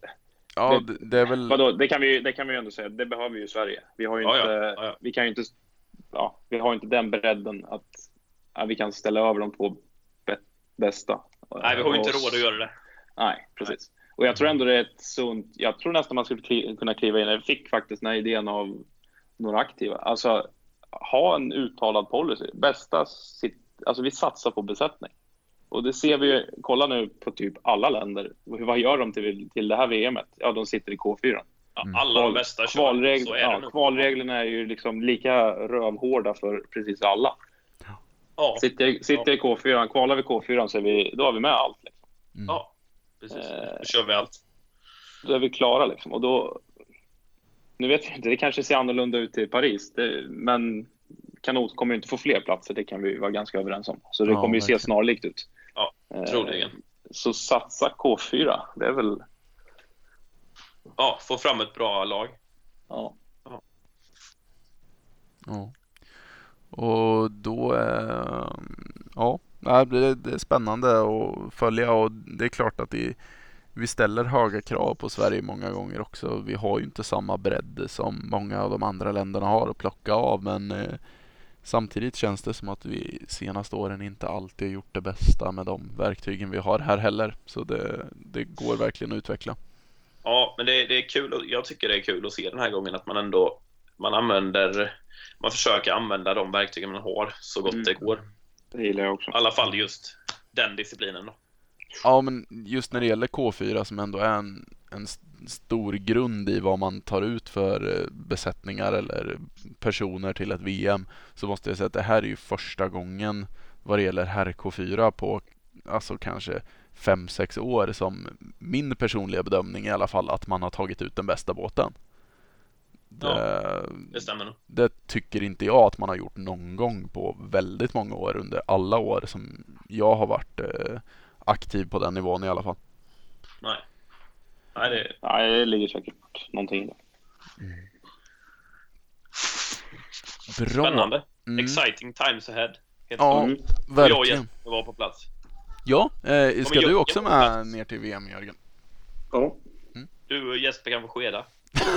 det är väl... Vadå, det kan vi ju ändå säga. Det behöver vi ju i Sverige. Vi har ju inte... Vi kan ju inte... Ja, vi har inte den bredden att vi kan ställa över dem på bästa. Nej, vi har ju inte råd att göra det. Nej, precis. Och jag tror ändå det är ett sunt... Jag tror nästan man skulle kunna kliva in. Jag fick faktiskt den här idén av några aktiva. Alltså, ha en uttalad policy. Alltså, vi satsar på besättning. Och det ser vi ju, kolla nu på typ alla länder. Vad gör de till det här VMet? Ja, de sitter i K4. Ja, alla de bästa kör. Kvalreglerna är ju liksom lika rövhårda för precis alla. Ja. Sitter i K4, kvalar vi K4 så då har vi med allt. Liksom. Ja, precis. Då kör vi allt. Då är vi klara liksom. Och då, nu vet jag inte, det kanske ser annorlunda ut i Paris. Men kanot kommer ju inte få fler platser, det kan vi vara ganska överens om. Så det kommer ju se snarlikt ut. Ja, troligen. Så satsa K4, det är väl... Ja, få fram ett bra lag. Ja. Och då, ja, det är spännande att följa, och det är klart att vi ställer höga krav på Sverige många gånger också. Vi har ju inte samma bredd som många av de andra länderna har att plocka av, men samtidigt känns det som att vi senaste åren inte alltid har gjort det bästa med de verktygen vi har här heller. Så det går verkligen att utveckla. Ja, men det är kul, och jag tycker det är kul att se den här gången att man försöker använda de verktygen man har så gott det går. Det gillar jag också. I alla fall just den disciplinen då. Ja, men just när det gäller K4 som ändå är en stor grund i vad man tar ut för besättningar eller personer till ett VM, så måste jag säga att det här är ju första gången vad det gäller herr K4 på alltså kanske 5-6 år, som min personliga bedömning i alla fall, att man har tagit ut den bästa båten. Det stämmer nog. Det tycker inte jag att man har gjort någon gång på väldigt många år, under alla år som jag har varit aktiv på den nivån i alla fall. Nej, det ligger säkert någonting där. Bra. Spännande. Exciting times ahead. Ja, verkligen. Jag var på plats. Ja, ska du också med plats ner till VM, Jörgen? Ja. Du och Jesper kan få skeda.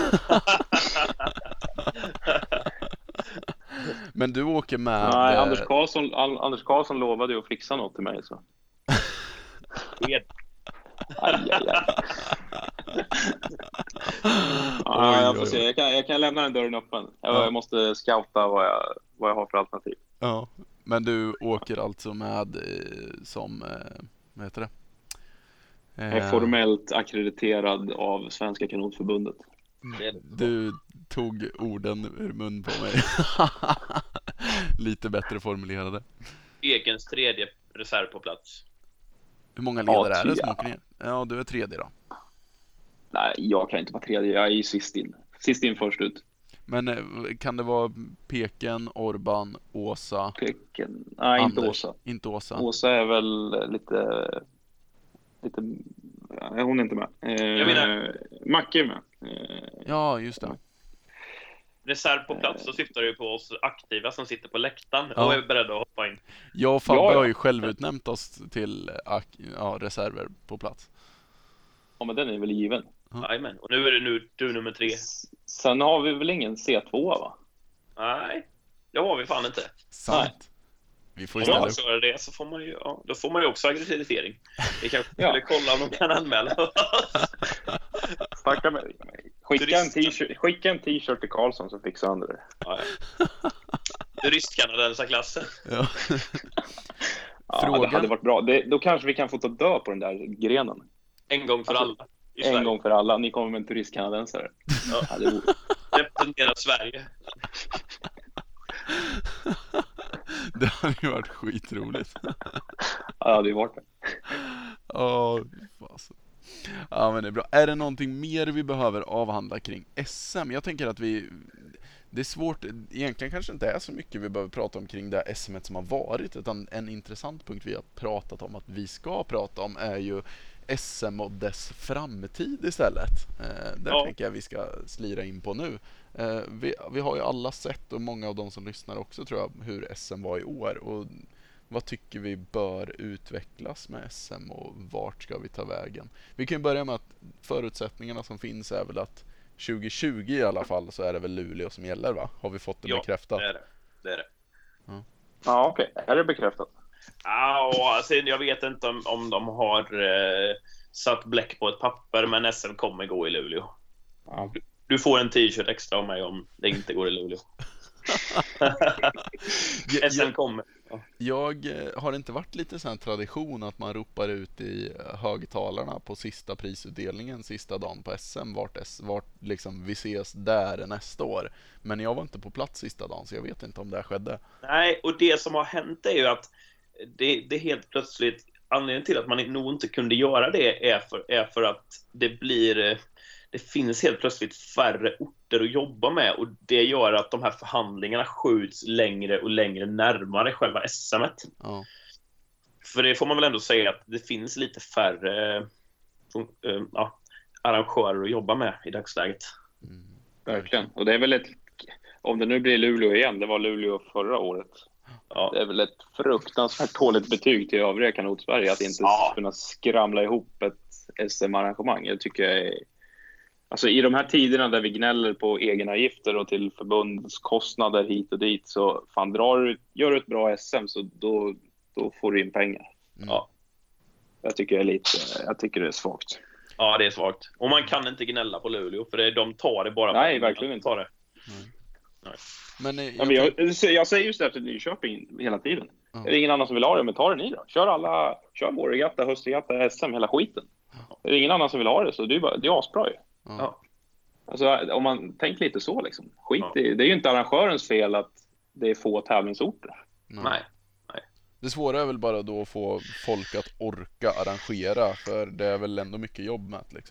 Men du åker med... Nej, Anders Karlsson lovade ju att fixa något till mig, så. Sked. Aj. Ja, jag får se. Jag kan lämna den dörren öppen. Jag måste scouta vad jag har för alternativ. Ja, men du åker alltså med som... vad heter det? Jag är formellt akkrediterad av Svenska kanotförbundet. Du tog orden ur mun på mig. Lite bättre formulerade. Ekens tredje reserv på plats. Hur många ledare är det som åker ner? Ja, du är tredje då. Nej, jag kan inte vara tredje. Jag är ju sist in. Sist in först ut. Men kan det vara Peken, Orban, Åsa? Peken? Nej, Anders. inte Åsa. Inte Åsa. Åsa är väl lite... Hon är inte med. Jag menar... Macke är med. Ja, just det. Reserv på plats, så syftar det ju på oss aktiva som sitter på läktaren och är beredda att hoppa in. Jag och Fabbe har ju själv utnämnt oss till reserver på plats. Ja, men den är väl given. Jajamän, och nu är det du nummer 3. Sen har vi väl ingen C2, va? Nej, det har vi fan inte. Sant. Nej. Vi får Om ställa man upp. gör det så får man ju, då får man ju också ackreditering. Vi kanske skulle kolla om de kan anmäla oss. Snacka med mig. Skicka en t-shirt till Karlsson så fixar han det. Ja. Turistkanadensarklassen. Ja. Ja, det hade varit bra. Då kanske vi kan få ta död på den där grenen. En gång för alla. En gång för alla. Ni kommer med en turistkanadensare. Ja. Representera Sverige. Det hade ju varit skitroligt. Ja, det är varit det. Ja, men det är bra. Är det någonting mer vi behöver avhandla kring SM? Jag tänker att det är svårt, egentligen kanske inte är så mycket vi behöver prata om kring det SM som har varit, utan en intressant punkt vi har pratat om att vi ska prata om är ju SM och dess framtid istället. Där tänker jag vi ska slira in på nu. Vi har ju alla sett, och många av de som lyssnar också tror jag, hur SM var i år, och vad tycker vi bör utvecklas med SM och vart ska vi ta vägen? Vi kan börja med att förutsättningarna som finns är väl att 2020 i alla fall så är det väl Luleå som gäller, va? Har vi fått det bekräftat? Ja, det är det. Ja, okej. Är det bekräftat? Ja, alltså, jag vet inte om de har satt bläck på ett papper, men SM kommer gå i Luleå. Ja. Du får en t-shirt extra av mig om det inte går i Luleå. SM kommer. Jag har inte varit lite sån tradition att man ropar ut i högtalarna på sista prisutdelningen sista dagen på SM vart liksom vi ses där nästa år. Men jag var inte på plats sista dagen, så jag vet inte om det skedde. Nej, och det som har hänt är ju att det helt plötsligt, anledningen till att man nog inte kunde göra det är för att det finns helt plötsligt färre orter att jobba med, och det gör att de här förhandlingarna skjuts längre och längre närmare själva SM-et. Ja. För det får man väl ändå säga att det finns lite färre arrangörer att jobba med i dagsläget. Verkligen. Och det är väl om det nu blir Luleå igen, det var Luleå förra året. Ja. Det är väl ett fruktansvärt dåligt betyg till övriga Kanot-Sverige att inte kunna skramla ihop ett SM-arrangemang. Jag tycker alltså i de här tiderna där vi gnäller på egenavgifter och till förbundskostnader hit och dit, så fan, gör du ett bra SM, så då får du in pengar. Ja. Jag tycker det är svagt. Ja, det är svagt. Och man kan inte gnälla på Luleå, för de tar det bara. Nej, verkligen inte. Det. Nej. Men jag säger just det till Nyköping hela tiden. Det är ingen annan som vill ha det, men ta det ni då. Kör vårregatta, höstregatta, SM, hela skiten. Det är ingen annan som vill ha det, så det är asbra ju. Ja. Alltså, om man tänker lite så liksom. Det är ju inte arrangörens fel att det är få tävlingsorter. Nej. Det svåra är väl bara då att få folk att orka arrangera, för det är väl ändå mycket jobb med liksom.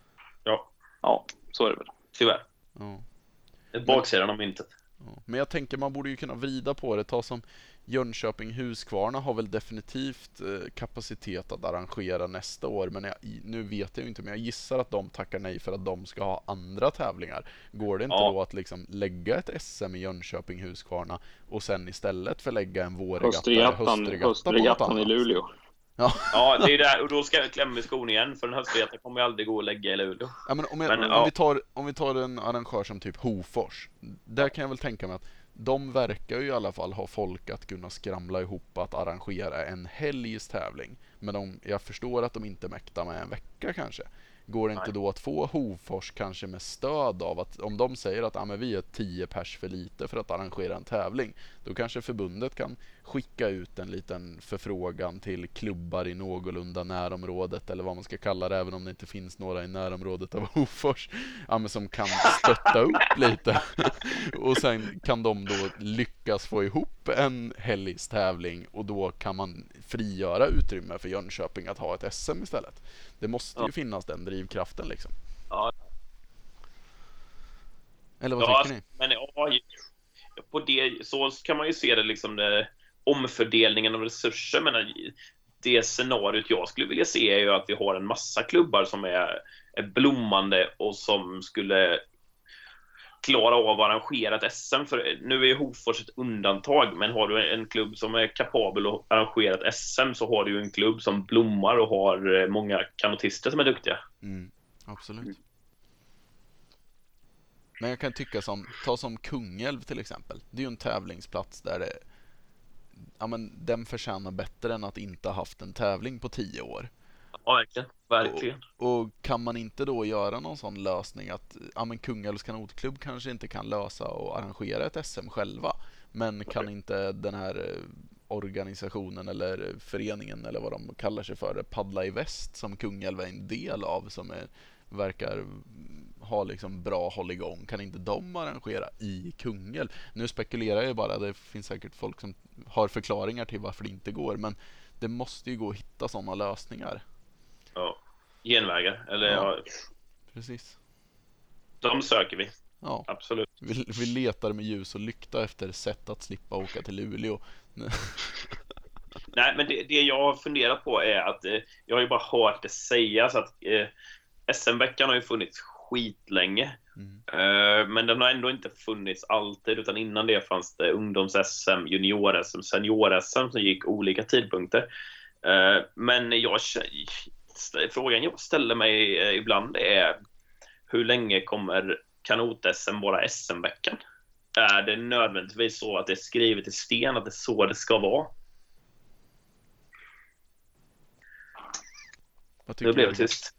Ja, så är det väl. Tyvärr. Baksidan av myntet. Men jag tänker man borde ju kunna vrida på det. Ta som Jönköping Huskvarna har väl definitivt kapacitet att arrangera nästa år. Men nu vet jag ju inte, men jag gissar att de tackar nej för att de ska ha andra tävlingar. Går det inte då att liksom lägga ett SM i Jönköping Huskvarna och sen istället förlägga en höstregattan i Luleå? Ja, det är där, och då ska jag klämma i skon igen, för den höstregatta kommer jag aldrig gå och lägga i Luleå. Ja, men om vi tar en arrangör som typ Hofors, där kan jag väl tänka mig att de verkar ju i alla fall ha folk att kunna skramla ihop att arrangera en helgs tävling. Men jag förstår att de inte mäktar med en vecka kanske. Går det inte då att få Hofors kanske med stöd av att om de säger att men vi är 10 pers för lite för att arrangera en tävling, då kanske förbundet kan skicka ut en liten förfrågan till klubbar i någorlunda närområdet, eller vad man ska kalla det, även om det inte finns några i närområdet av Hofors, men som kan stötta upp lite. Och sen kan de då lyckas få ihop en helgstävling, och då kan man frigöra utrymme för Jönköping att ha ett SM istället. Det måste ju finnas den drivkraften liksom. Ja. Eller vad tycker ni? Men på det så kan man ju se det liksom, omfördelningen av resurser. Men det scenariot jag skulle vilja se är ju att vi har en massa klubbar som är blommande och som skulle klara av att arrangera ett SM. För nu är ju Hofors ett undantag, men har du en klubb som är kapabel att arrangera ett SM, så har du ju en klubb som blommar och har många kanotister som är duktiga. Absolut. Men jag kan tycka ta som Kungälv till exempel. Det är ju en tävlingsplats där den förtjänar bättre än att inte ha haft en tävling på 10 år. Ja, verkligen. Och kan man inte då göra någon sån lösning att Kungälvs kanotklubb kanske inte kan lösa och arrangera ett SM själva, men kan inte den här organisationen eller föreningen eller vad de kallar sig för, Paddla i väst, som Kungälv är en del av, som verkar ha liksom bra hålligång, kan inte de arrangera i Kungälv? Nu spekulerar jag bara, det finns säkert folk som har förklaringar till varför det inte går, men det måste ju gå att hitta sådana lösningar. Ja, genvägar. Eller precis. De söker vi. Ja, absolut. Vi letar med ljus och lykta efter sätt att slippa åka till Luleå. Nej, men det jag har funderat på är att jag har ju bara hört det sägas att SM-veckan har ju funnits skitlänge. Men den har ändå inte funnits alltid, utan innan det fanns det ungdoms-SM, junior-SM, senior-SM som gick olika tidpunkter. Men frågan jag ställer mig ibland är: hur länge kommer kanot-SM vara SM-veckan? Är det nödvändigtvis så att det är skrivet i sten att det är så det ska vara? Nu blev det tyst.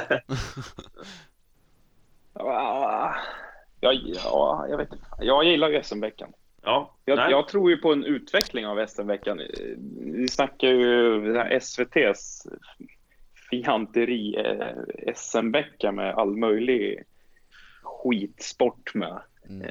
Jag vet inte. Jag gillar ju SM-veckan. Ja, jag tror ju på en utveckling av SM-veckan. Vi snackar ju SVT:s fihanteri SM-vecka med all möjlig skitsport med.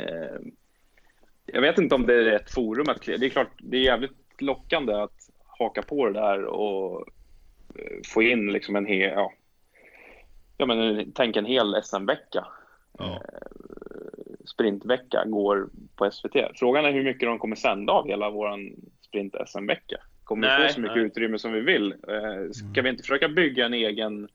Jag vet inte om det är ett forum att det är klart, det är jävligt lockande att haka på det där och få in liksom en hel tänk en hel SM-vecka. Sprintvecka går på SVT. Frågan är hur mycket de kommer sända av hela våran sprint-SM-vecka. Kommer vi få så mycket utrymme som vi vill? Ska vi inte försöka bygga en egen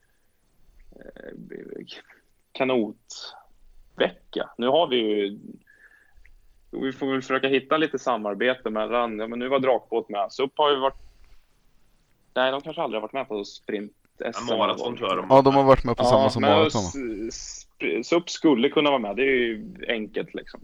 kanotvecka? Nu har vi ju vi får väl försöka hitta lite samarbete mellan, men nu var Drakbåt med. SUP har ju varit, nej, de kanske aldrig har varit med på sprint. Maraton tror jag. Ja, de har varit med på samma som maraton. SUP skulle kunna vara med, det är ju enkelt liksom.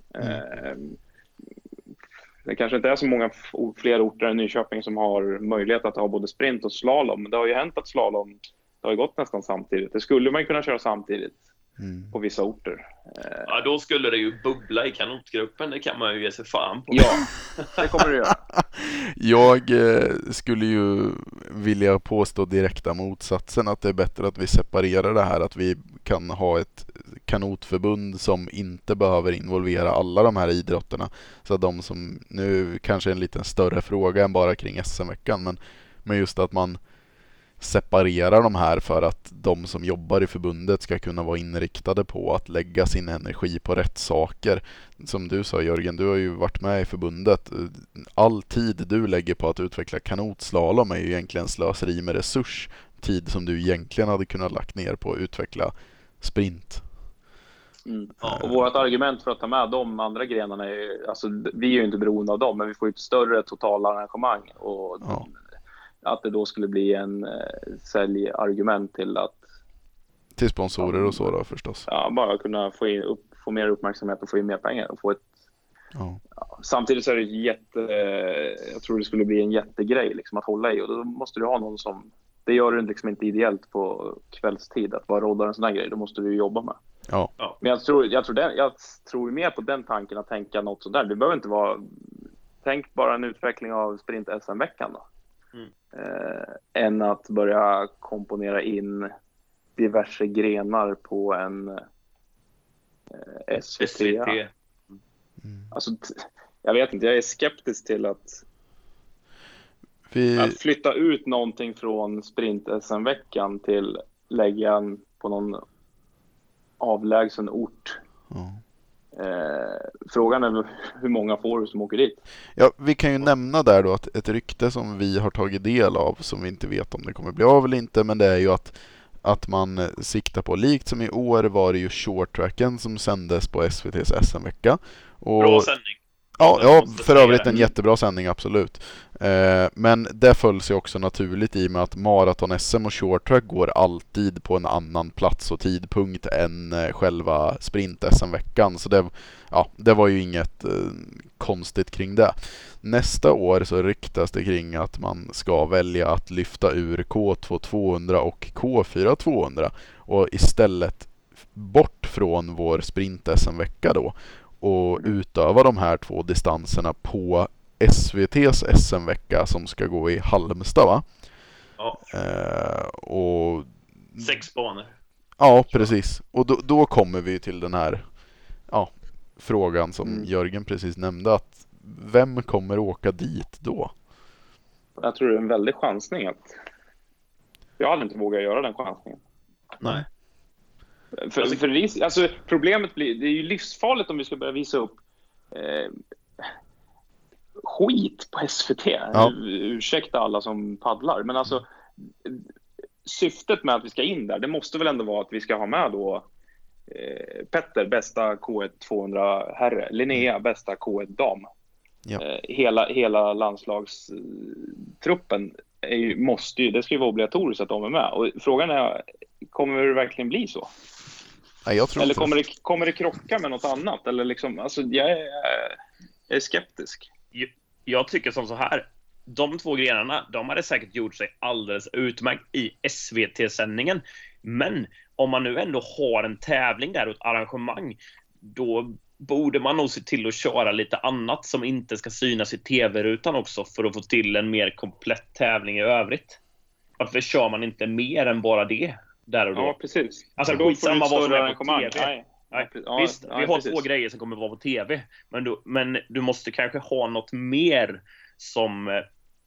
Det kanske inte är så många fler orter än Nyköping som har möjlighet att ha både sprint och slalom. Men det har ju hänt att slalom, det har ju gått nästan samtidigt. Det skulle man kunna köra samtidigt på vissa orter. Ja, då skulle det ju bubbla i kanotgruppen. Det kan man ju ge sig fan på. Ja, det kommer det göra. Jag skulle ju vilja påstå direkta motsatsen, att det är bättre att vi separerar det här, att vi kan ha ett kanotförbund som inte behöver involvera alla de här idrotterna. Så att de som, nu kanske är en liten större fråga än bara kring SM-veckan, men just att man separera de här för att de som jobbar i förbundet ska kunna vara inriktade på att lägga sin energi på rätt saker. Som du sa, Jörgen, du har ju varit med i förbundet. All tid du lägger på att utveckla kanotslalom är ju egentligen slöseri med resurs. Tid som du egentligen hade kunnat lagt ner på att utveckla sprint. Ja, och vårt argument för att ta med de andra grenarna är, alltså, vi är ju inte beroende av dem, men vi får ju ett större totalarrangemang, och att det då skulle bli en säljargument till sponsorer och så då förstås. Ja, bara kunna få mer uppmärksamhet och få in mer pengar och få ett. Samtidigt så är det jag tror det skulle bli en jättegrej liksom att hålla i, och då måste du ha någon som, det gör du liksom inte ideellt på kvällstid att vara roddare en sån här grej, då måste du jobba med. Ja. Men jag tror mer på den tanken, att tänka något sådär. Det behöver inte vara, tänk bara en utveckling av sprint SM-veckan då. Än att börja komponera in diverse grenar på en SVT. Alltså, jag vet inte, jag är skeptisk till att flytta ut någonting från sprint SM-veckan till lägga på någon avlägsen ort. Frågan är hur många får du som åker dit? Ja, vi kan ju nämna där då att ett rykte som vi har tagit del av, som vi inte vet om det kommer bli av eller inte, men det är ju att man siktar på, likt som i år var det ju shorttracken som sändes på SVT:s SM-vecka. Bra sändning. Ja, för övrigt en jättebra sändning, absolut. Men det följs ju också naturligt i med att maraton-SM och short-track går alltid på en annan plats och tidpunkt än själva sprint-SM-veckan. Så det var ju inget konstigt kring det. Nästa år så ryktas det kring att man ska välja att lyfta ur K2 200 och K4 200 och istället bort från vår sprint-SM-vecka då, och utöva de här två distanserna på SVT:s SM-vecka som ska gå i Halmstad, va? Ja. Och 6 banor. Ja, precis. Och då kommer vi till den här frågan som Jörgen precis nämnde, att vem kommer åka dit då? Jag tror det är en väldig chansning att jag hade inte vågat göra den chansningen. Nej. Alltså, problemet blir, det är ju livsfarligt om vi ska börja visa upp skit på SVT. Ja. Ursäkta alla som paddlar, men alltså syftet med att vi ska in där, det måste väl ändå vara att vi ska ha med då Petter, bästa K1 200 herre, Linnea, bästa K1 dam. Ja. Hela landslagstruppen det ska ju vara obligatoriskt att de är med. Och frågan är, kommer det verkligen bli så? Nej, jag tror eller inte. kommer det krocka med något annat? Eller liksom, alltså, jag är skeptisk. Jag tycker som så här. De två grenarna, de hade säkert gjort sig alldeles utmärkt i SVT-sändningen. Men om man nu ändå har en tävling där och ett arrangemang, då borde man nog se till att köra lite annat som inte ska synas i tv-rutan också, för att få till en mer komplett tävling i övrigt. Varför kör man inte mer än bara det där och då? Ja, precis. Alltså, då skitsamma vad som är på tv. Nej. Visst, vi har två grejer som kommer vara på tv. Men du måste kanske ha något mer som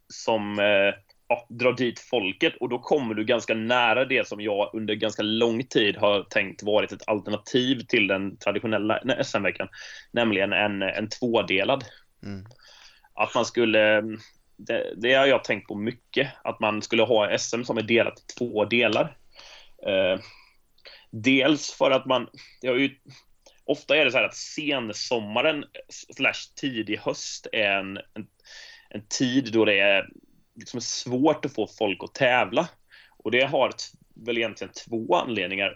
drar dit folket. Och då kommer du ganska nära det som jag under ganska lång tid har tänkt varit ett alternativ till den traditionella SM-veckan. Nämligen en tvådelad. Att man skulle... Det har jag tänkt på mycket. Att man skulle ha SM som är delat i 2 delar. Dels för att ofta är det så här att sensommaren / tidig höst är en tid då det är liksom svårt att få folk att tävla. Och det har väl egentligen 2 anledningar.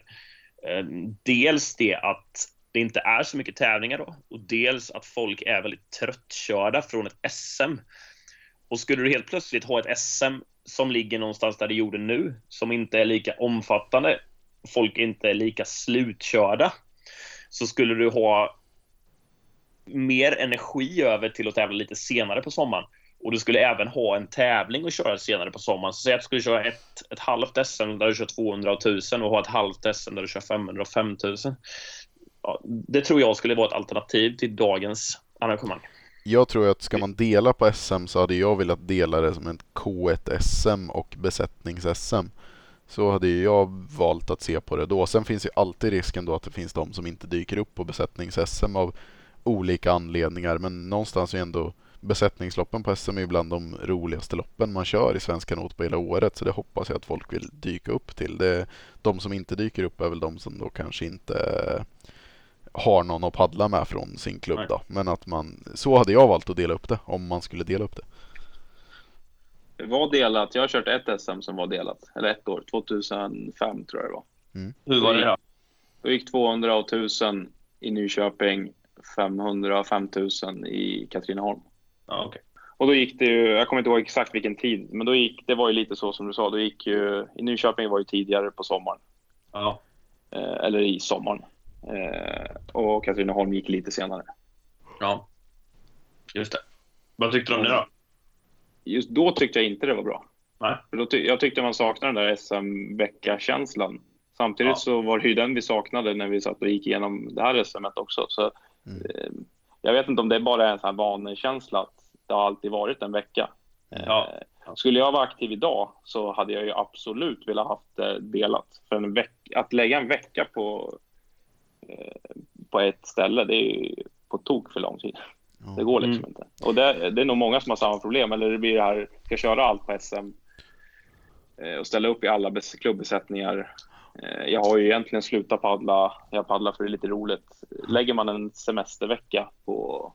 Dels det att det inte är så mycket tävlingar då, och dels att folk är väldigt tröttkörda från ett SM. Och skulle du helt plötsligt ha ett SM som ligger någonstans där det gjorde nu, som inte är lika omfattande, folk inte är lika slutkörda, så skulle du ha mer energi över till att tävla lite senare på sommaren. Och du skulle även ha en tävling att köra senare på sommaren. Så säg att du skulle köra ett halvt SM där du kör 200 och 1000 och ha ett halvt SM där du kör 500 och 5000. Ja, det tror jag skulle vara ett alternativ till dagens arrangemang. Jag tror att ska man dela på SM så hade jag velat dela det som ett K1-SM och besättnings-SM. Så hade jag valt att se på det då. Sen finns ju alltid risken då att det finns de som inte dyker upp på besättnings-SM av olika anledningar. Men någonstans är ändå besättningsloppen på SM är bland de roligaste loppen man kör i svensk kanot på hela året. Så det hoppas jag att folk vill dyka upp till. De som inte dyker upp är väl de som då kanske inte har någon att paddla med från sin klubb då. Men att så hade jag valt att dela upp det om man skulle dela upp det. Det var delat. Jag har kört ett SM som var delat. Eller ett år. 2005 tror jag det var. Hur var det då? Då gick 200 och 1000 i Nyköping. 500 och 5000 i Katrineholm. Ja, okej. Och då gick det ju, jag kommer inte ihåg exakt vilken tid, men det var ju lite så som du sa. Då gick ju, i Nyköping var ju tidigare på sommaren. Ja. Eller i sommaren. Och Katrineholm gick lite senare. Ja. Just det. Vad tyckte du om det då? Just då tyckte jag inte det var bra. Nej. För jag tyckte man saknade den där SM-vecka-känslan. Samtidigt så var det ju den vi saknade när vi satt och gick igenom det här SM:et också. Så jag vet inte om det bara är en sån här vanekänsla att det har alltid varit en vecka. Ja. Skulle jag vara aktiv idag så hade jag ju absolut velat haft det delat. För att lägga en vecka på ett ställe, det är ju på tok för lång tid. Det går liksom inte. Och det är nog många som har samma problem. Eller det blir det här, ska köra allt på SM och ställa upp i alla klubbbesättningar. Jag har ju egentligen slutat paddla. Jag paddlar för det är lite roligt. Lägger man en semestervecka på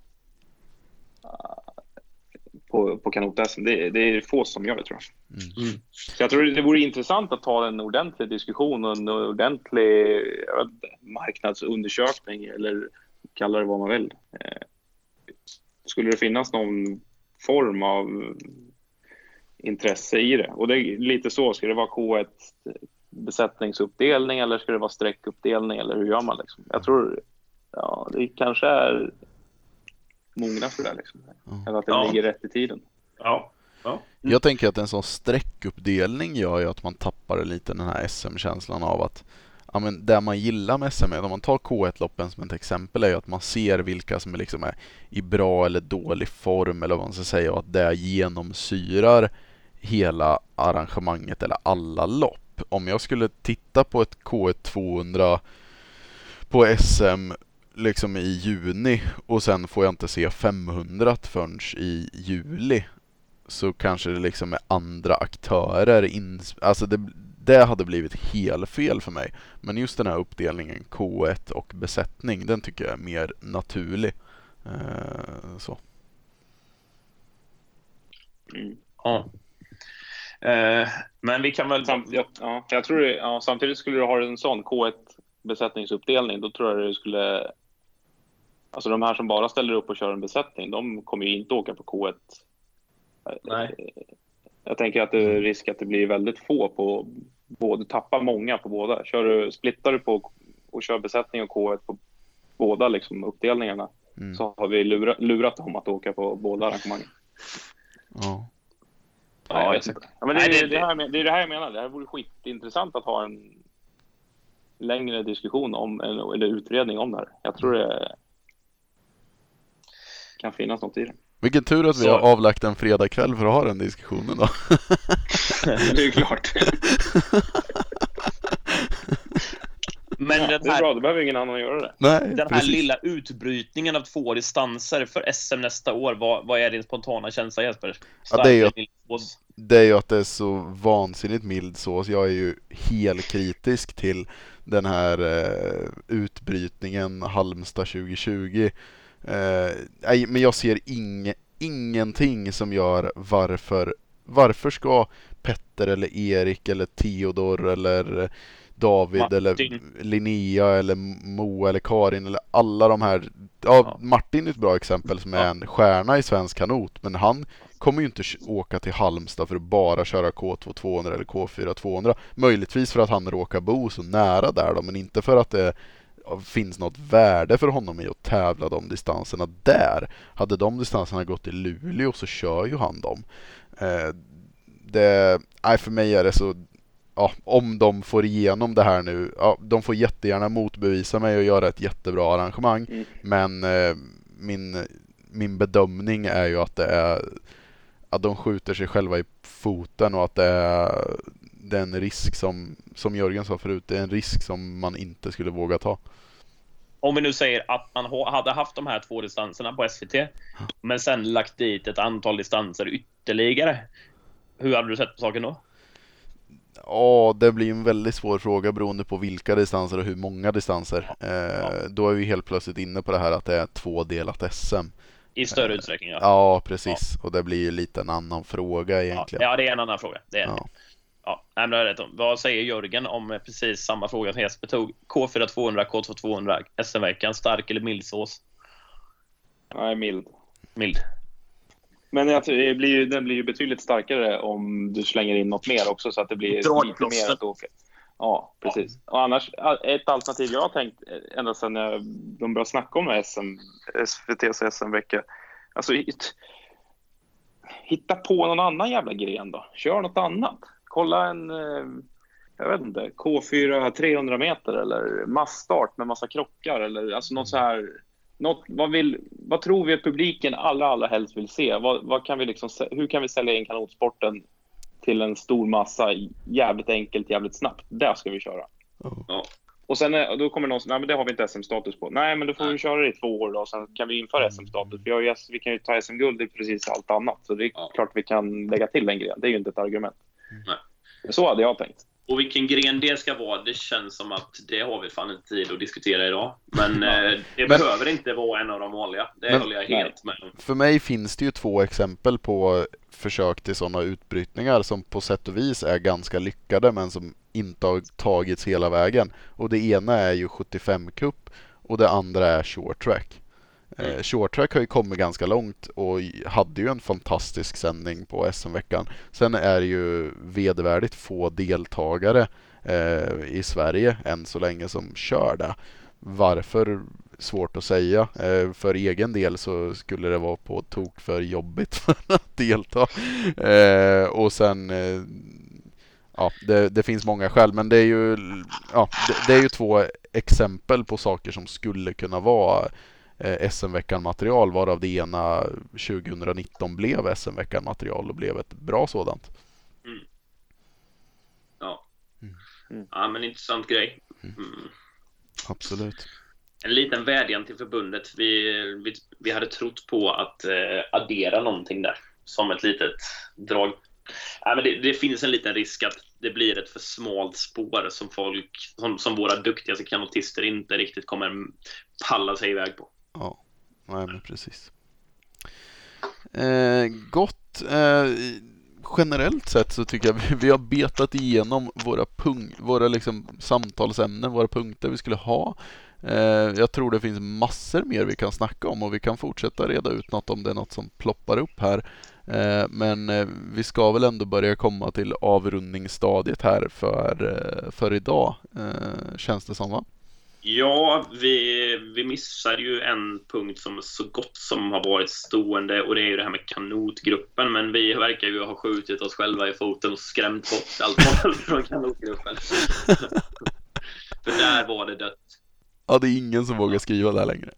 kanot-SM, det är få som gör det, tror jag. Så jag tror det vore intressant att ta en ordentlig diskussion och en ordentlig marknadsundersökning, eller kalla det vad man vill. Skulle det finnas någon form av intresse i det? Och det är lite så, ska det vara K1 besättningsuppdelning eller ska det vara sträckuppdelning, eller hur gör man liksom? Jag tror det kanske är mogna för det liksom. Eller att det ligger rätt i tiden. Ja. Jag tänker att en sån sträckuppdelning gör ju att man tappar lite den här SM-känslan av att men det man gillar med SM, om man tar K1-loppen som ett exempel, är ju att man ser vilka som liksom är i bra eller dålig form, eller vad man ska säga, och att det genomsyrar hela arrangemanget eller alla lopp. Om jag skulle titta på ett K1 200 på SM liksom i juni och sen får jag inte se 500 förrän i juli, så kanske det liksom är andra aktörer alltså det hade blivit helt fel för mig. Men just den här uppdelningen K1 och besättning, den tycker jag är mer naturlig. Så. Ja. Men vi kan väl... Jag tror det, samtidigt skulle du ha en sån K1 besättningsuppdelning, då tror jag det skulle... Alltså de här som bara ställer upp och kör en besättning, de kommer ju inte åka på K1. Nej. Jag tänker att det är risk att det blir väldigt få på både, tappar många på båda. Splittar du på och kör besättning och K1 på båda liksom uppdelningarna, så har vi lurat dem att åka på båda arrangemangen. Jag vet inte. Men det är det här jag menar. Det här vore skitintressant att ha en längre diskussion om, eller utredning om det här. Jag tror det kan finnas något i det. Vilken tur att vi har avlagt en fredagkväll för att ha den diskussionen då. Det är klart. Men det är bra, det behöver ingen annan göra det. Nej, den här lilla utbrytningen av 2 distanser för SM nästa år, vad är din spontana känsla, Jesper? Det är ju att sås. Det är ju att det är så vansinnigt mild sås. Jag är ju helt kritisk till den här utbrytningen Halmstad 2020. Nej, men jag ser ingenting som gör varför ska Petter eller Erik eller Theodor eller David Martin. eller Linnea eller Moa eller Karin eller alla de här. Ja, Martin är ett bra exempel som är en stjärna i svensk kanot, men han kommer ju inte åka till Halmstad för att bara köra K2 200 eller K4 200. Möjligtvis för att han råkar bo så nära där då, men inte för att det finns något värde för honom i att tävla de distanserna där. Hade de distanserna gått till Luleå så kör ju han dem. För mig är det så, ja, om de får igenom det här nu, ja, de får jättegärna motbevisa mig och göra ett jättebra arrangemang, men min bedömning är ju att det är att de skjuter sig själva i foten och att det är en risk som Jörgen sa förut, det är en risk som man inte skulle våga ta. Om vi nu säger att man hade haft de här 2 distanserna på SVT, men sen lagt dit ett antal distanser ytterligare, hur hade du sett på saken då? Ja, det blir en väldigt svår fråga beroende på vilka distanser och hur många distanser. Då är vi helt plötsligt inne på det här att det är 2-delat SM. I större utsträckning, ja. Ja, precis. Och det blir lite en annan fråga egentligen. Ja, det är en annan fråga. Det är en. Ja, nej, men det är rätt. Vad säger Jörgen om precis samma fråga som Jesper tog? K4 200, K2 200, SM-veckan, stark eller mild sås? Nej, mild. Mild. Men den blir ju betydligt starkare om du slänger in något mer också, så att det blir lite mer att åka. Ja, precis. Ja. Och annars, ett alternativ jag har tänkt ända sedan de började snacka om SVT:s SM-vecka. Alltså, hitta på någon annan jävla gren då. Kör något annat. Kolla en, jag vet inte, K4 300 meter eller massstart med massa krockar eller alltså något så här. Vad tror vi att publiken allra helst vill se? Vad kan vi liksom, hur kan vi sälja in kanotsporten till en stor massa jävligt enkelt, jävligt snabbt? Där ska vi köra. Ja. Och sen då kommer någon, nej men det har vi inte SM-status på. Nej, men då får vi köra det i 2 år då, och sen kan vi införa SM-status. Vi kan ju ta SM-guld i precis allt annat. Så det är klart vi kan lägga till den grejen. Det är ju inte ett argument. Nej. Så hade jag tänkt. Och vilken gren det ska vara, det känns som att det har vi fan inte tid att diskutera idag. Men det behöver inte vara en av de vanliga. Det håller jag helt med om. För mig finns det ju 2 exempel på försök till sådana utbrytningar som på sätt och vis är ganska lyckade men som inte har tagits hela vägen. Och det ena är ju 75 Cup och det andra är short track. Short track har ju kommit ganska långt och hade ju en fantastisk sändning på SM-veckan. Sen är det ju vedervärdigt få deltagare i Sverige än så länge som kör det. Varför? Svårt att säga. För egen del så skulle det vara på tok för jobbigt för att delta. Och sen det finns många skäl, men det är ju 2 exempel på saker som skulle kunna vara SM-veckan material, varav det ena 2019 blev SM-veckan material och blev ett bra sådant. Ja, men intressant grej. Absolut. En liten vädjan till förbundet. Vi hade trott på att addera någonting där som ett litet drag. Ja, men det finns en liten risk att det blir ett för smalt spår som folk som våra duktigaste kanotister inte riktigt kommer palla sig iväg på. Ja, nej men precis. Gott. Generellt sett så tycker jag vi har betat igenom våra liksom samtalsämnen, våra punkter vi skulle ha. Jag tror det finns massor mer vi kan snacka om och vi kan fortsätta reda ut något om det är något som ploppar upp här. Men vi ska väl ändå börja komma till avrundningsstadiet här för idag, känns det som, va? Ja, vi missar ju en punkt som så gott som har varit stående, och det är ju det här med kanotgruppen. Men vi verkar ju ha skjutit oss själva i foten och skrämt bort allt från kanotgruppen. För där var det dött. Ja, det är ingen som vågar skriva där längre.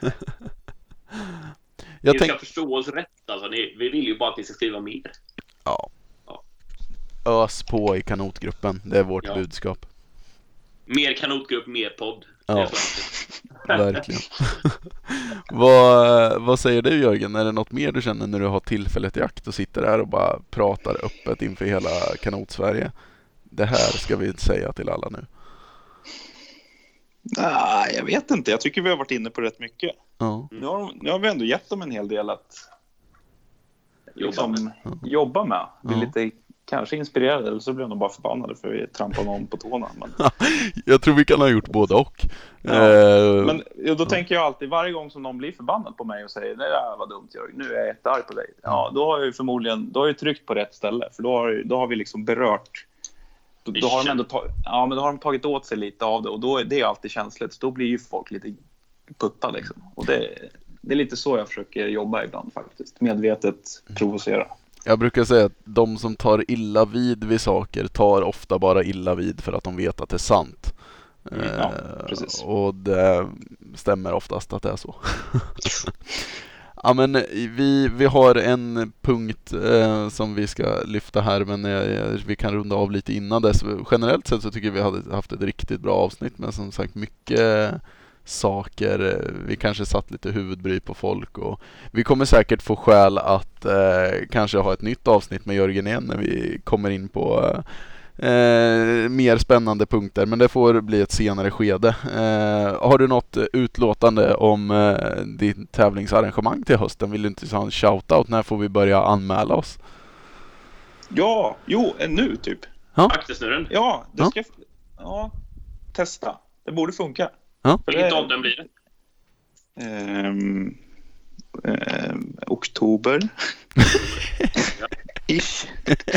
Ni ska förstå oss rätt, alltså. Vi vill ju bara att ni ska skriva mer. Ja. Ös på i kanotgruppen, det är vårt budskap. Mer kanotgrupp, mer podd. Ja. Verkligen. Vad säger du, Jörgen? Är det något mer du känner när du har tillfället i akt och sitter här och bara pratar öppet inför hela Kanot-Sverige? Det här ska vi säga till alla nu. Nej, jag vet inte. Jag tycker vi har varit inne på rätt mycket. Ja. Nu har vi ändå gett dem en hel del att jobba med. Bli lite kanske inspirerade, eller så blir de bara förbannade för vi trampar någon på tårna. Men... Jag tror vi kan ha gjort både och. Men då tänker jag alltid, varje gång som någon blir förbannad på mig och säger det där var dumt Jörgen, nu är jag jättearg på dig. Ja, då har jag förmodligen tryckt på rätt ställe. För då har vi liksom berört. Då har de ändå men då har de tagit åt sig lite av det. Och då det är alltid känsligt. Så då blir ju folk lite putta liksom. Och det är lite så jag försöker jobba ibland faktiskt. Medvetet provocera. Jag brukar säga att de som tar illa vid saker tar ofta bara illa vid för att de vet att det är sant. Ja, precis. Och det stämmer oftast att det är så. Ja, men vi har en punkt som vi ska lyfta här, men vi kan runda av lite innan dess. Generellt sett så tycker vi hade haft ett riktigt bra avsnitt, men som sagt mycket saker. Vi kanske satt lite huvudbry på folk, och vi kommer säkert få skäl att kanske ha ett nytt avsnitt med Jörgen igen när vi kommer in på mer spännande punkter, men det får bli ett senare skede. Har du något utlåtande om ditt tävlingsarrangemang till hösten? Vill du inte ha en shoutout? När får vi börja anmäla oss? Ja, nu typ. Aktersnurren. Ja, det ska testa. Det borde funka. Vilket datum blir det? Oktober. Ish.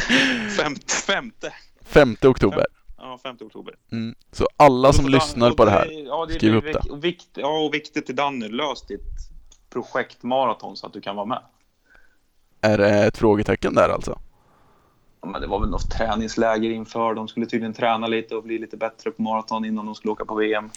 5 oktober. Ja, 5 oktober. Så alla som lyssnar på det här, skriv upp det. Och viktigt till Danny, lös ditt projektmaraton så att du kan vara med. Är det ett frågetecken där alltså? Ja, men det var väl något träningsläger inför. De skulle tydligen träna lite och bli lite bättre på maraton innan de skulle åka på VM.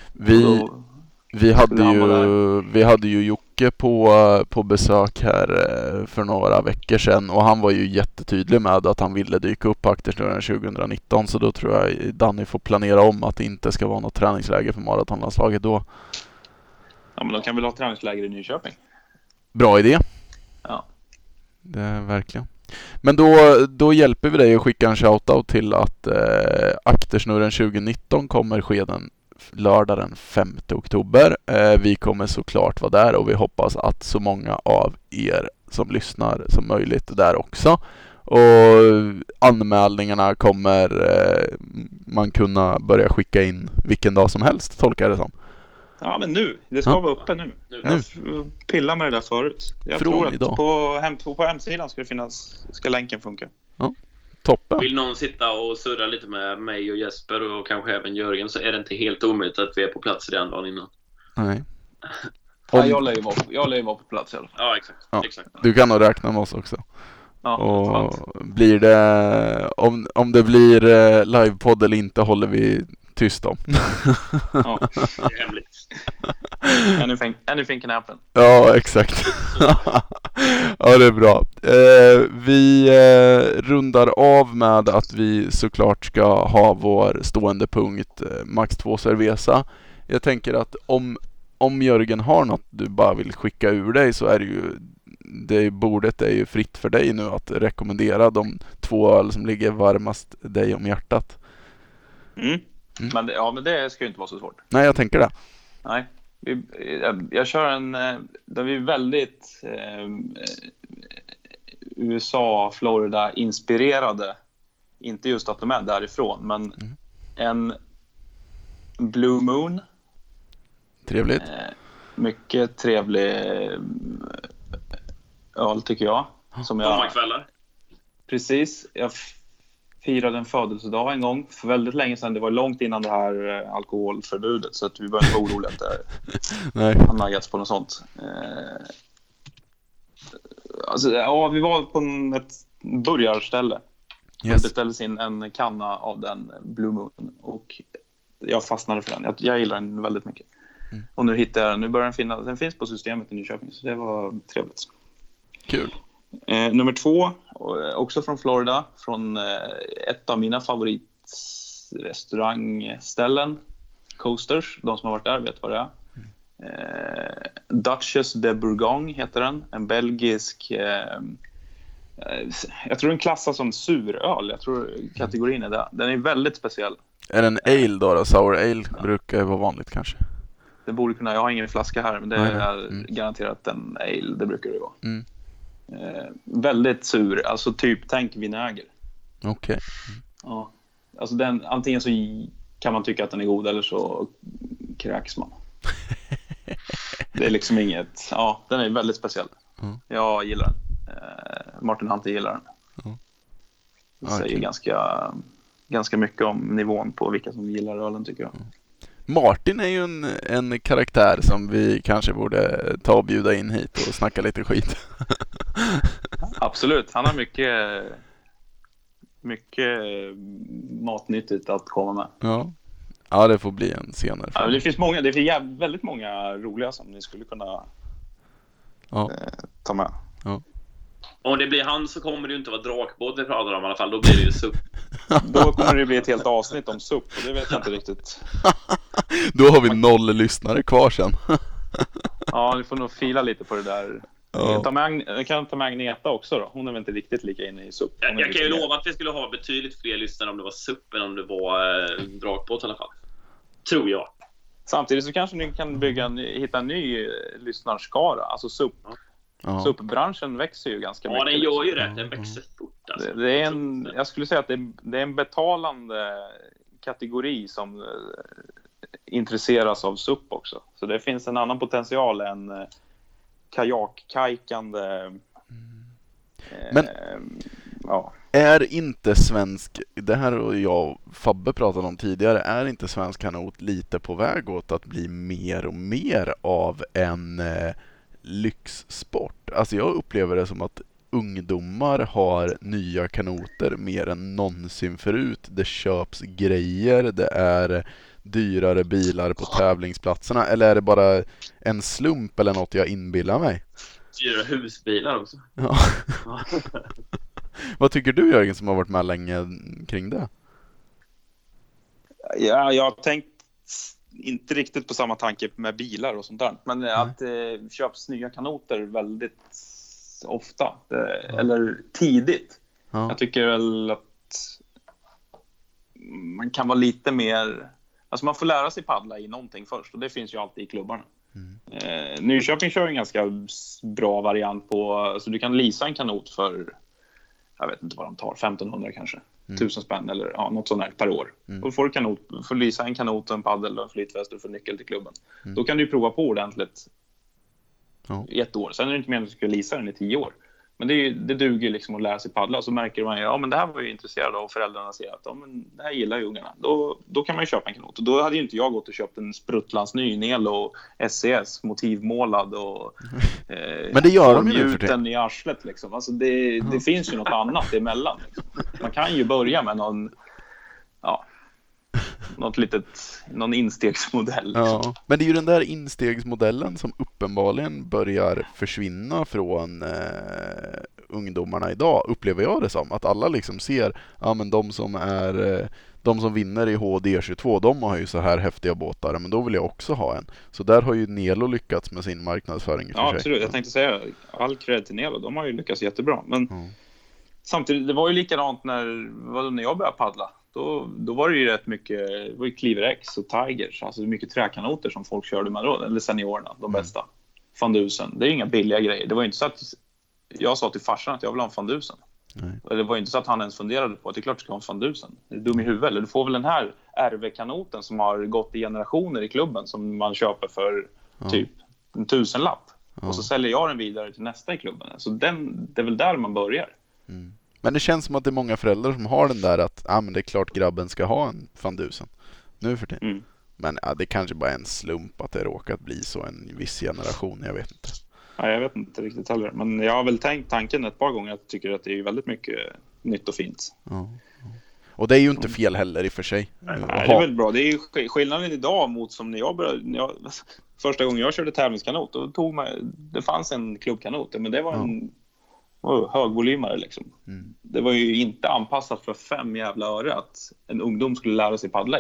Vi hade ju Jocke på besök här för några veckor sedan, och han var ju jättetydlig med att han ville dyka upp på Aktersnurren 2019, så då tror jag Danny får planera om att det inte ska vara något träningsläger för maratonlandslaget då. Ja, men de kan väl ha träningsläger i Nyköping. Bra idé. Ja. Det är verkligen. Men då hjälper vi dig att skicka en shoutout till att Aktersnurren 2019 kommer ske den lördag den 5 oktober. Vi kommer såklart vara där, och vi hoppas att så många av er som lyssnar som möjligt där också. Och anmälningarna kommer man kunna börja skicka in vilken dag som helst, tolkar det som. Ja, men nu. Det ska vara uppe nu. Jag pillar med det där förut. Jag tror att idag. På hemsidan ska länken funka. Ja. Toppen. Vill någon sitta och surra lite med mig och Jesper och kanske även Jörgen, så är det inte helt omöjligt att vi är på plats den dagen innan. Nej. Jag lär ju vara på plats i alla fall. Ja, exakt. Ja. Exakt. Du kan nog räkna med oss också. Ja, och blir det om det blir livepodd eller inte håller vi tyst om. Ja, det är hemligt. Anything can happen. Ja, exakt. Ja, det är bra. Vi rundar av med att vi såklart ska ha vår stående punkt Max 2 Cerveza. Jag tänker att om Jörgen har något du bara vill skicka ur dig, så är det bordet är ju fritt för dig nu att rekommendera de 2 öl som ligger varmast dig om hjärtat. Men det ska ju inte vara så svårt. Nej, jag tänker det. Nej. Jag kör där vi är väldigt USA, Florida inspirerade. Inte just att de är därifrån, men en Blue Moon. Trevligt. Mycket trevlig öl tycker jag. Sommarkvällar. Precis. Jag firade en födelsedag en gång för väldigt länge sedan. Det var långt innan det här alkoholförbudet, så att vi började vara oroliga att det naggats på något sånt. Vi var på ett burgarställe. Yes. Det beställdes in en kanna av den Blue Moon, och jag fastnade för den. Jag gillar den väldigt mycket. Och nu hittade jag den. Nu börjar den finnas. Den finns på systemet i Nyköping, så det var trevligt. Kul. Nummer 2, också från Florida, från ett av mina favoritrestaurangställen, Coasters. De som har varit där vet vad det är. Duchess de Bourgogne heter den. En belgisk... jag tror den klassas som suröl. Jag tror kategorin är där. Den är väldigt speciell. Är det en ale då? Sour ale brukar ju vara vanligt kanske. Det borde kunna... Jag har ingen flaska här, men det är garanterat en ale. Det brukar det vara. Väldigt sur. Alltså typ, tänk vinäger. Okej. Ja. Alltså antingen så kan man tycka att den är god eller så kräks man. Det är liksom inget... Ja, den är väldigt speciell. Jag gillar den. Martin Hunter gillar den. Det säger ganska mycket om nivån på vilka som gillar ölen, tycker jag. Martin är ju en karaktär som vi kanske borde ta och bjuda in hit och snacka lite skit. Absolut, han har mycket matnyttigt att komma med. Ja, det får bli en senare. Ja, det finns väldigt många roliga som ni skulle kunna ta med. Ja. Om det blir han så kommer det ju inte vara drakbåt vi pratar om i alla fall. Då blir det ju SUP. Då kommer det bli ett helt avsnitt om SUP, och det vet jag inte riktigt. Då har vi 0 lyssnare kvar sen. Ja, ni får nog fila lite på det där. Jag kan ta med Agneta också då. Hon är väl inte riktigt lika inne i SUP. Jag kan ju lova att vi skulle ha betydligt fler lyssnare om det var SUP än om det var drakbåt i alla fall. Tror jag. Samtidigt så kanske ni kan hitta en ny lyssnarskara. Alltså SUP. SUP-branschen växer ju ganska mycket. Ja, den gör ju det. Den växer fort. Alltså. Jag skulle säga att det är en betalande kategori som intresseras av SUP också. Så det finns en annan potential än kajakkajkande. Men är inte svensk, det här och jag och Fabbe pratade om tidigare, är inte svensk kanot lite på väg åt att bli mer och mer av en lyxsport? Alltså jag upplever det som att ungdomar har nya kanoter mer än någonsin förut. Det köps grejer, det är dyrare bilar på tävlingsplatserna, eller är det bara en slump eller något jag inbillar mig? Dyrare husbilar också. Ja. Vad tycker du, Jörgen, som har varit med länge kring det? Ja, jag har tänkt inte riktigt på samma tanke med bilar och sånt där. Men att det köps nya kanoter väldigt ofta. Eller tidigt. Ja. Jag tycker väl att man kan vara lite mer... Alltså man får lära sig paddla i någonting först. Och det finns ju alltid i klubbarna. Nyköping kör en ganska bra variant på... Alltså du kan leasa en kanot för... Jag vet inte vad de tar, 1500 kanske. 1000 spänn eller något sånt här per år. Och får leasa en kanot och en paddel och en flytväst och får nyckel till klubben. Då kan du prova på ordentligt i 1 år. Sen är det inte meningen att du ska leasa den i 10 år. Men det duger liksom att lära sig paddla. Och så märker man men det här var ju intresserad av, föräldrarna ser att men det här gillar ju ungarna. Då kan man ju köpa en kanot. Och då hade ju inte jag gått och köpt en spruttlans ny Nelo SCS motivmålad och men det gör de ju för det i arslet liksom. Alltså det finns ju något annat emellan liksom. Man kan ju börja med någon instegsmodell liksom. Men det är ju den där instegsmodellen som uppenbarligen börjar försvinna från ungdomarna idag, upplever jag det som. Att alla liksom ser, men de som vinner i HD22, de har ju så här häftiga båtar, men då vill jag också ha en. Så där har ju Nelo lyckats med sin marknadsföring. Ja, absolut. Jag tänkte säga, all cred till Nelo, de har ju lyckats jättebra. Men samtidigt, det var ju likadant när jag började paddla. Då var det ju rätt mycket, det var ju Cleaver X och Tigers, alltså mycket träkanoter som folk körde med då, eller seniorerna, de bästa. Fandusen, det är ju inga billiga grejer. Det var ju inte så att jag sa till farsan att jag vill ha en Fandusen. Det var ju inte så att han ens funderade på att det är klart du ska ha en Fandusen. Det är dum i huvudet. Eller du får väl den här RV-kanoten som har gått i generationer i klubben som man köper för typ 1000-lapp. Och så säljer jag den vidare till nästa i klubben. Så det är väl där man börjar. Men det känns som att det är många föräldrar som har den där att men det är klart grabben ska ha en Fandusen nu för tiden. Men det kanske bara är en slump att det råkat bli så en viss generation, jag vet inte. Ja, jag vet inte riktigt heller. Men jag har väl tänkt tanken ett par gånger att jag tycker att det är väldigt mycket nytt och fint. Och det är ju inte fel heller i och för sig. Nej, det är väl bra. Det är ju skillnaden idag mot som när jag började... Första gången jag körde tävlingskanot, då det fanns en klubbkanot, men det var en högvolymare liksom. Det var ju inte anpassat för 5 jävla öre att en ungdom skulle lära sig paddla i den.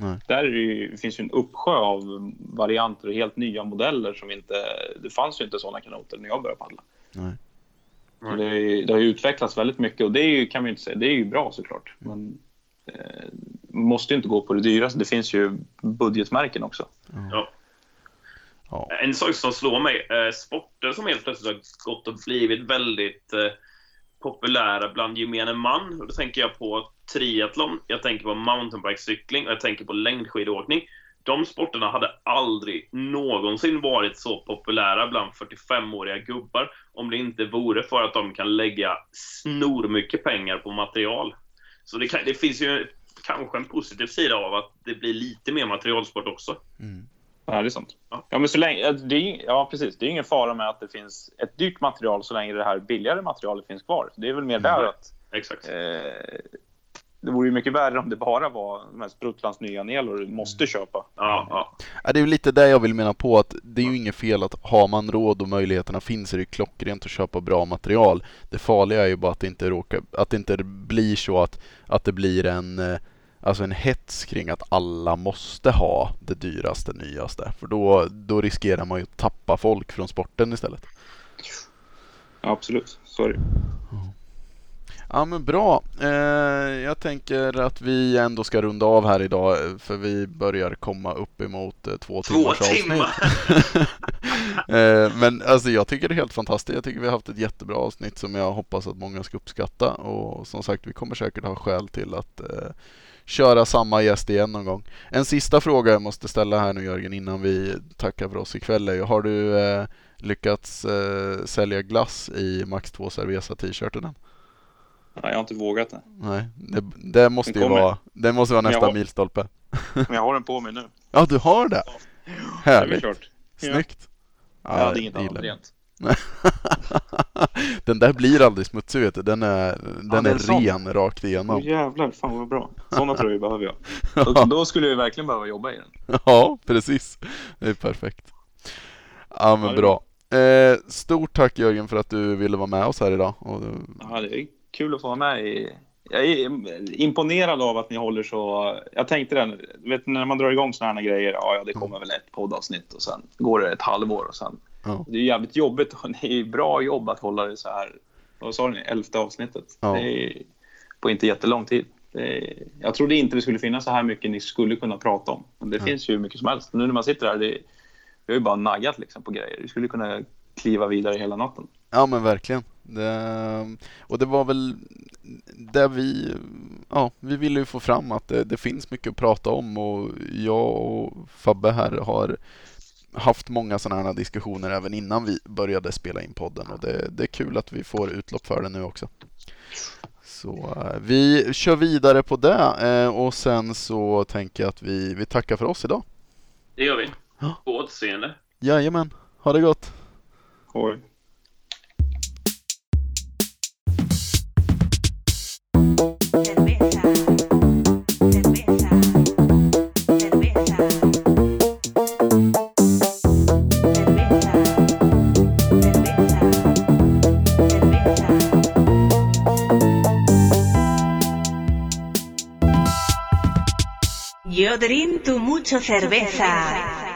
Där finns ju en uppsjö av varianter och helt nya modeller som inte... Det fanns ju inte sådana kanoter när jag började paddla. Nej. Det har ju utvecklats väldigt mycket och det är ju, kan vi inte säga, det är ju bra såklart. Men måste ju inte gå på det dyraste. Det finns ju budgetmärken också. Ja. En sak som slår mig, sporter som helt plötsligt har gått och blivit väldigt populära bland gemene man. Och då tänker jag på triathlon, jag tänker på mountainbikecykling och jag tänker på längdskidåkning. De sporterna hade aldrig någonsin varit så populära bland 45-åriga gubbar om det inte vore för att de kan lägga mycket pengar på material. Så det finns ju kanske en positiv sida av att det blir lite mer materialsport också. Ja, det är sant. Ja, men så länge, precis. Det är ingen fara med att det finns ett dyrt material så länge det här billigare materialet finns kvar. Det är väl mer där att... Exakt. Det vore ju mycket värre om det bara var de här Sprutlands nya Nelor du måste köpa. Ja, det är ju lite där jag vill mena på att det är ju inget fel att har man råd och möjligheterna finns är det klockrent att köpa bra material. Det farliga är ju bara att det inte blir så att det blir en hets kring att alla måste ha det dyraste, nyaste. För då riskerar man ju att tappa folk från sporten istället. Ja, absolut, sorry. Ja, men bra. Jag tänker att vi ändå ska runda av här idag för vi börjar komma upp emot 2 timmars avsnitt. Men alltså, jag tycker det är helt fantastiskt. Jag tycker vi har haft ett jättebra avsnitt som jag hoppas att många ska uppskatta. Och som sagt, vi kommer säkert ha skäl till att köra samma gäst igen någon gång. En sista fråga jag måste ställa här nu, Jörgen, innan vi tackar för oss ikväll. Har du lyckats sälja glass i Max 2 Cerveza t-shirten än? Nej, jag har inte vågat det. Nej, det måste ju vara nästa milstolpe. Men jag har den på mig nu. Ja, du har det? Ja. Härligt. Det är klart. Snyggt. Ja, jag hade inget annat rent. Den där blir aldrig smutsig, vet du. Den är ren rakt igenom. Jävlar, fan vad bra. Sådana tröjor behöver jag. Då skulle jag verkligen behöva jobba i den. Ja, precis. Det är perfekt. Ja, men bra. Stort tack, Jörgen, för att du ville vara med oss här idag. Ja, det är kul att få vara med. Jag är imponerad av att ni håller så... Jag tänkte vet, när man drar igång såna här grejer, det kommer väl ett poddavsnitt och sen går det ett halvår och sen... Ja. Det är jävligt jobbigt och det är bra jobb att hålla det så här. Vad sa ni? 11:e avsnittet. Ja. Det är på inte jättelång tid. Jag trodde inte det skulle finnas så här mycket ni skulle kunna prata om. Men det finns ju mycket som helst. Nu när man sitter här, vi har ju bara naggat liksom på grejer. Vi skulle kunna kliva vidare hela natten. Ja, men verkligen. Och det var väl där vi ville ju få fram att det finns mycket att prata om, och jag och Fabbe här har haft många sådana här diskussioner även innan vi började spela in podden, och det är kul att vi får utlopp för det nu också. Så vi kör vidare på det, och sen så tänker jag att vi tackar för oss idag. Det gör vi. På återseende. Jajamän, ha det gott. Hej. Yo drinto mucho cerveza.